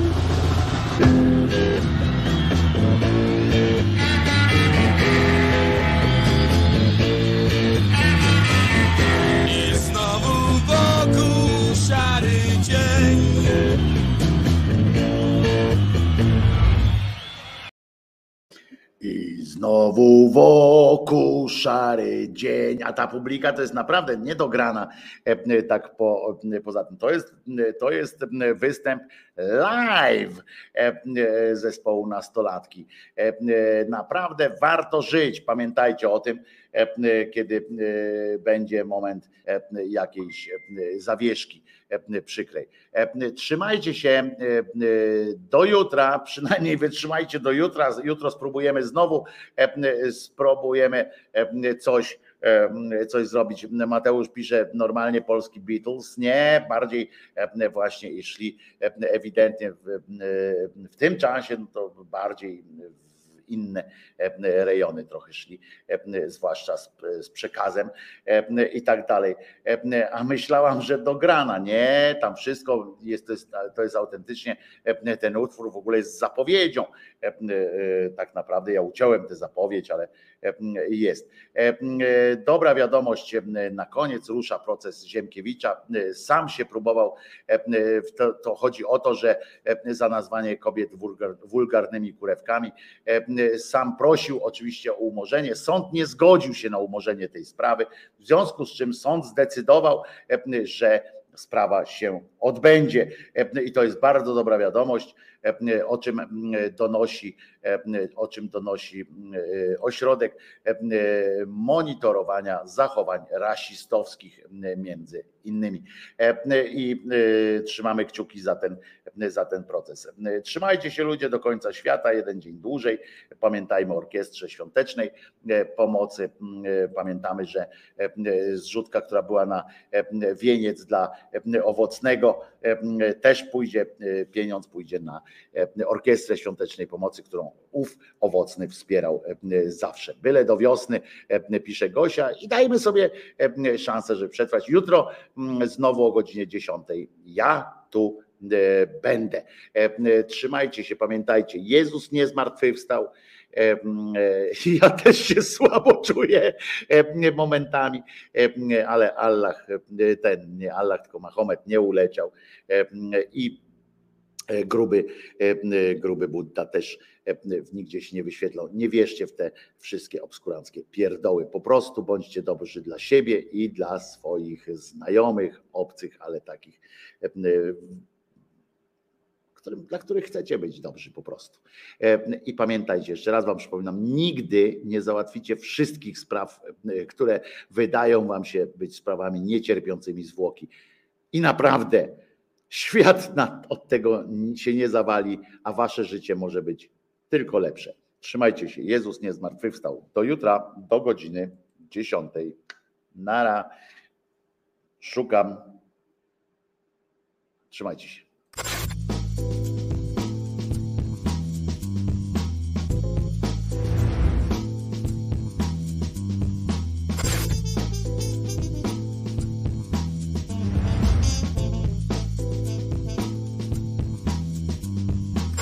I znowu wokół szary dzień. I znowu wokół szary dzień, a ta publika to jest naprawdę niedograna. Tak poza tym to jest występ live zespołu Nastolatki. Naprawdę warto żyć. Pamiętajcie o tym, kiedy będzie moment jakiejś zawieszki przykrej. Trzymajcie się do jutra, przynajmniej wytrzymajcie do jutra. Jutro spróbujemy znowu coś zrobić. Mateusz pisze, normalnie polski Beatles. Nie, bardziej właśnie szli ewidentnie w tym czasie, no to bardziej inne rejony trochę szli, zwłaszcza z przekazem i tak dalej. A myślałam, że do grana. Nie, tam wszystko jest, to jest autentycznie, ten utwór w ogóle jest zapowiedzią. Tak naprawdę ja uciąłem tę zapowiedź, ale jest. Dobra wiadomość, na koniec rusza proces Ziemkiewicza. Sam się próbował, to chodzi o to, że za nazwanie kobiet wulgarnymi kurewkami sam prosił oczywiście o umorzenie. Sąd nie zgodził się na umorzenie tej sprawy, w związku z czym sąd zdecydował, że sprawa się odbędzie. I to jest bardzo dobra wiadomość, o czym donosi ośrodek monitorowania zachowań rasistowskich między innymi. I trzymamy kciuki za ten proces. Trzymajcie się ludzie do końca świata, jeden dzień dłużej. Pamiętajmy o Orkiestrze Świątecznej Pomocy. Pamiętamy, że zrzutka, która była na wieniec dla Owocnego, też pieniądz pójdzie na Orkiestrę Świątecznej Pomocy, którą ów Owocny wspierał zawsze. Byle do wiosny, pisze Gosia, i dajmy sobie szansę, żeby przetrwać. Jutro znowu o godzinie 10. Ja tu będę. Trzymajcie się, pamiętajcie, Jezus nie zmartwychwstał. Ja też się słabo czuję momentami, ale Allah, nie Allah, tylko Mahomet nie uleciał. I gruby Budda też nigdzie się nie wyświetlą. Nie wierzcie w te wszystkie obskuranckie pierdoły. Po prostu bądźcie dobrzy dla siebie i dla swoich znajomych, obcych, ale takich, dla których chcecie być dobrzy po prostu. I pamiętajcie, jeszcze raz wam przypominam, nigdy nie załatwicie wszystkich spraw, które wydają wam się być sprawami niecierpiącymi zwłoki. I naprawdę świat od tego się nie zawali, a wasze życie może być tylko lepsze. Trzymajcie się. Jezus nie zmartwychwstał. Do jutra, do godziny 10. Nara. Szukam. Trzymajcie się.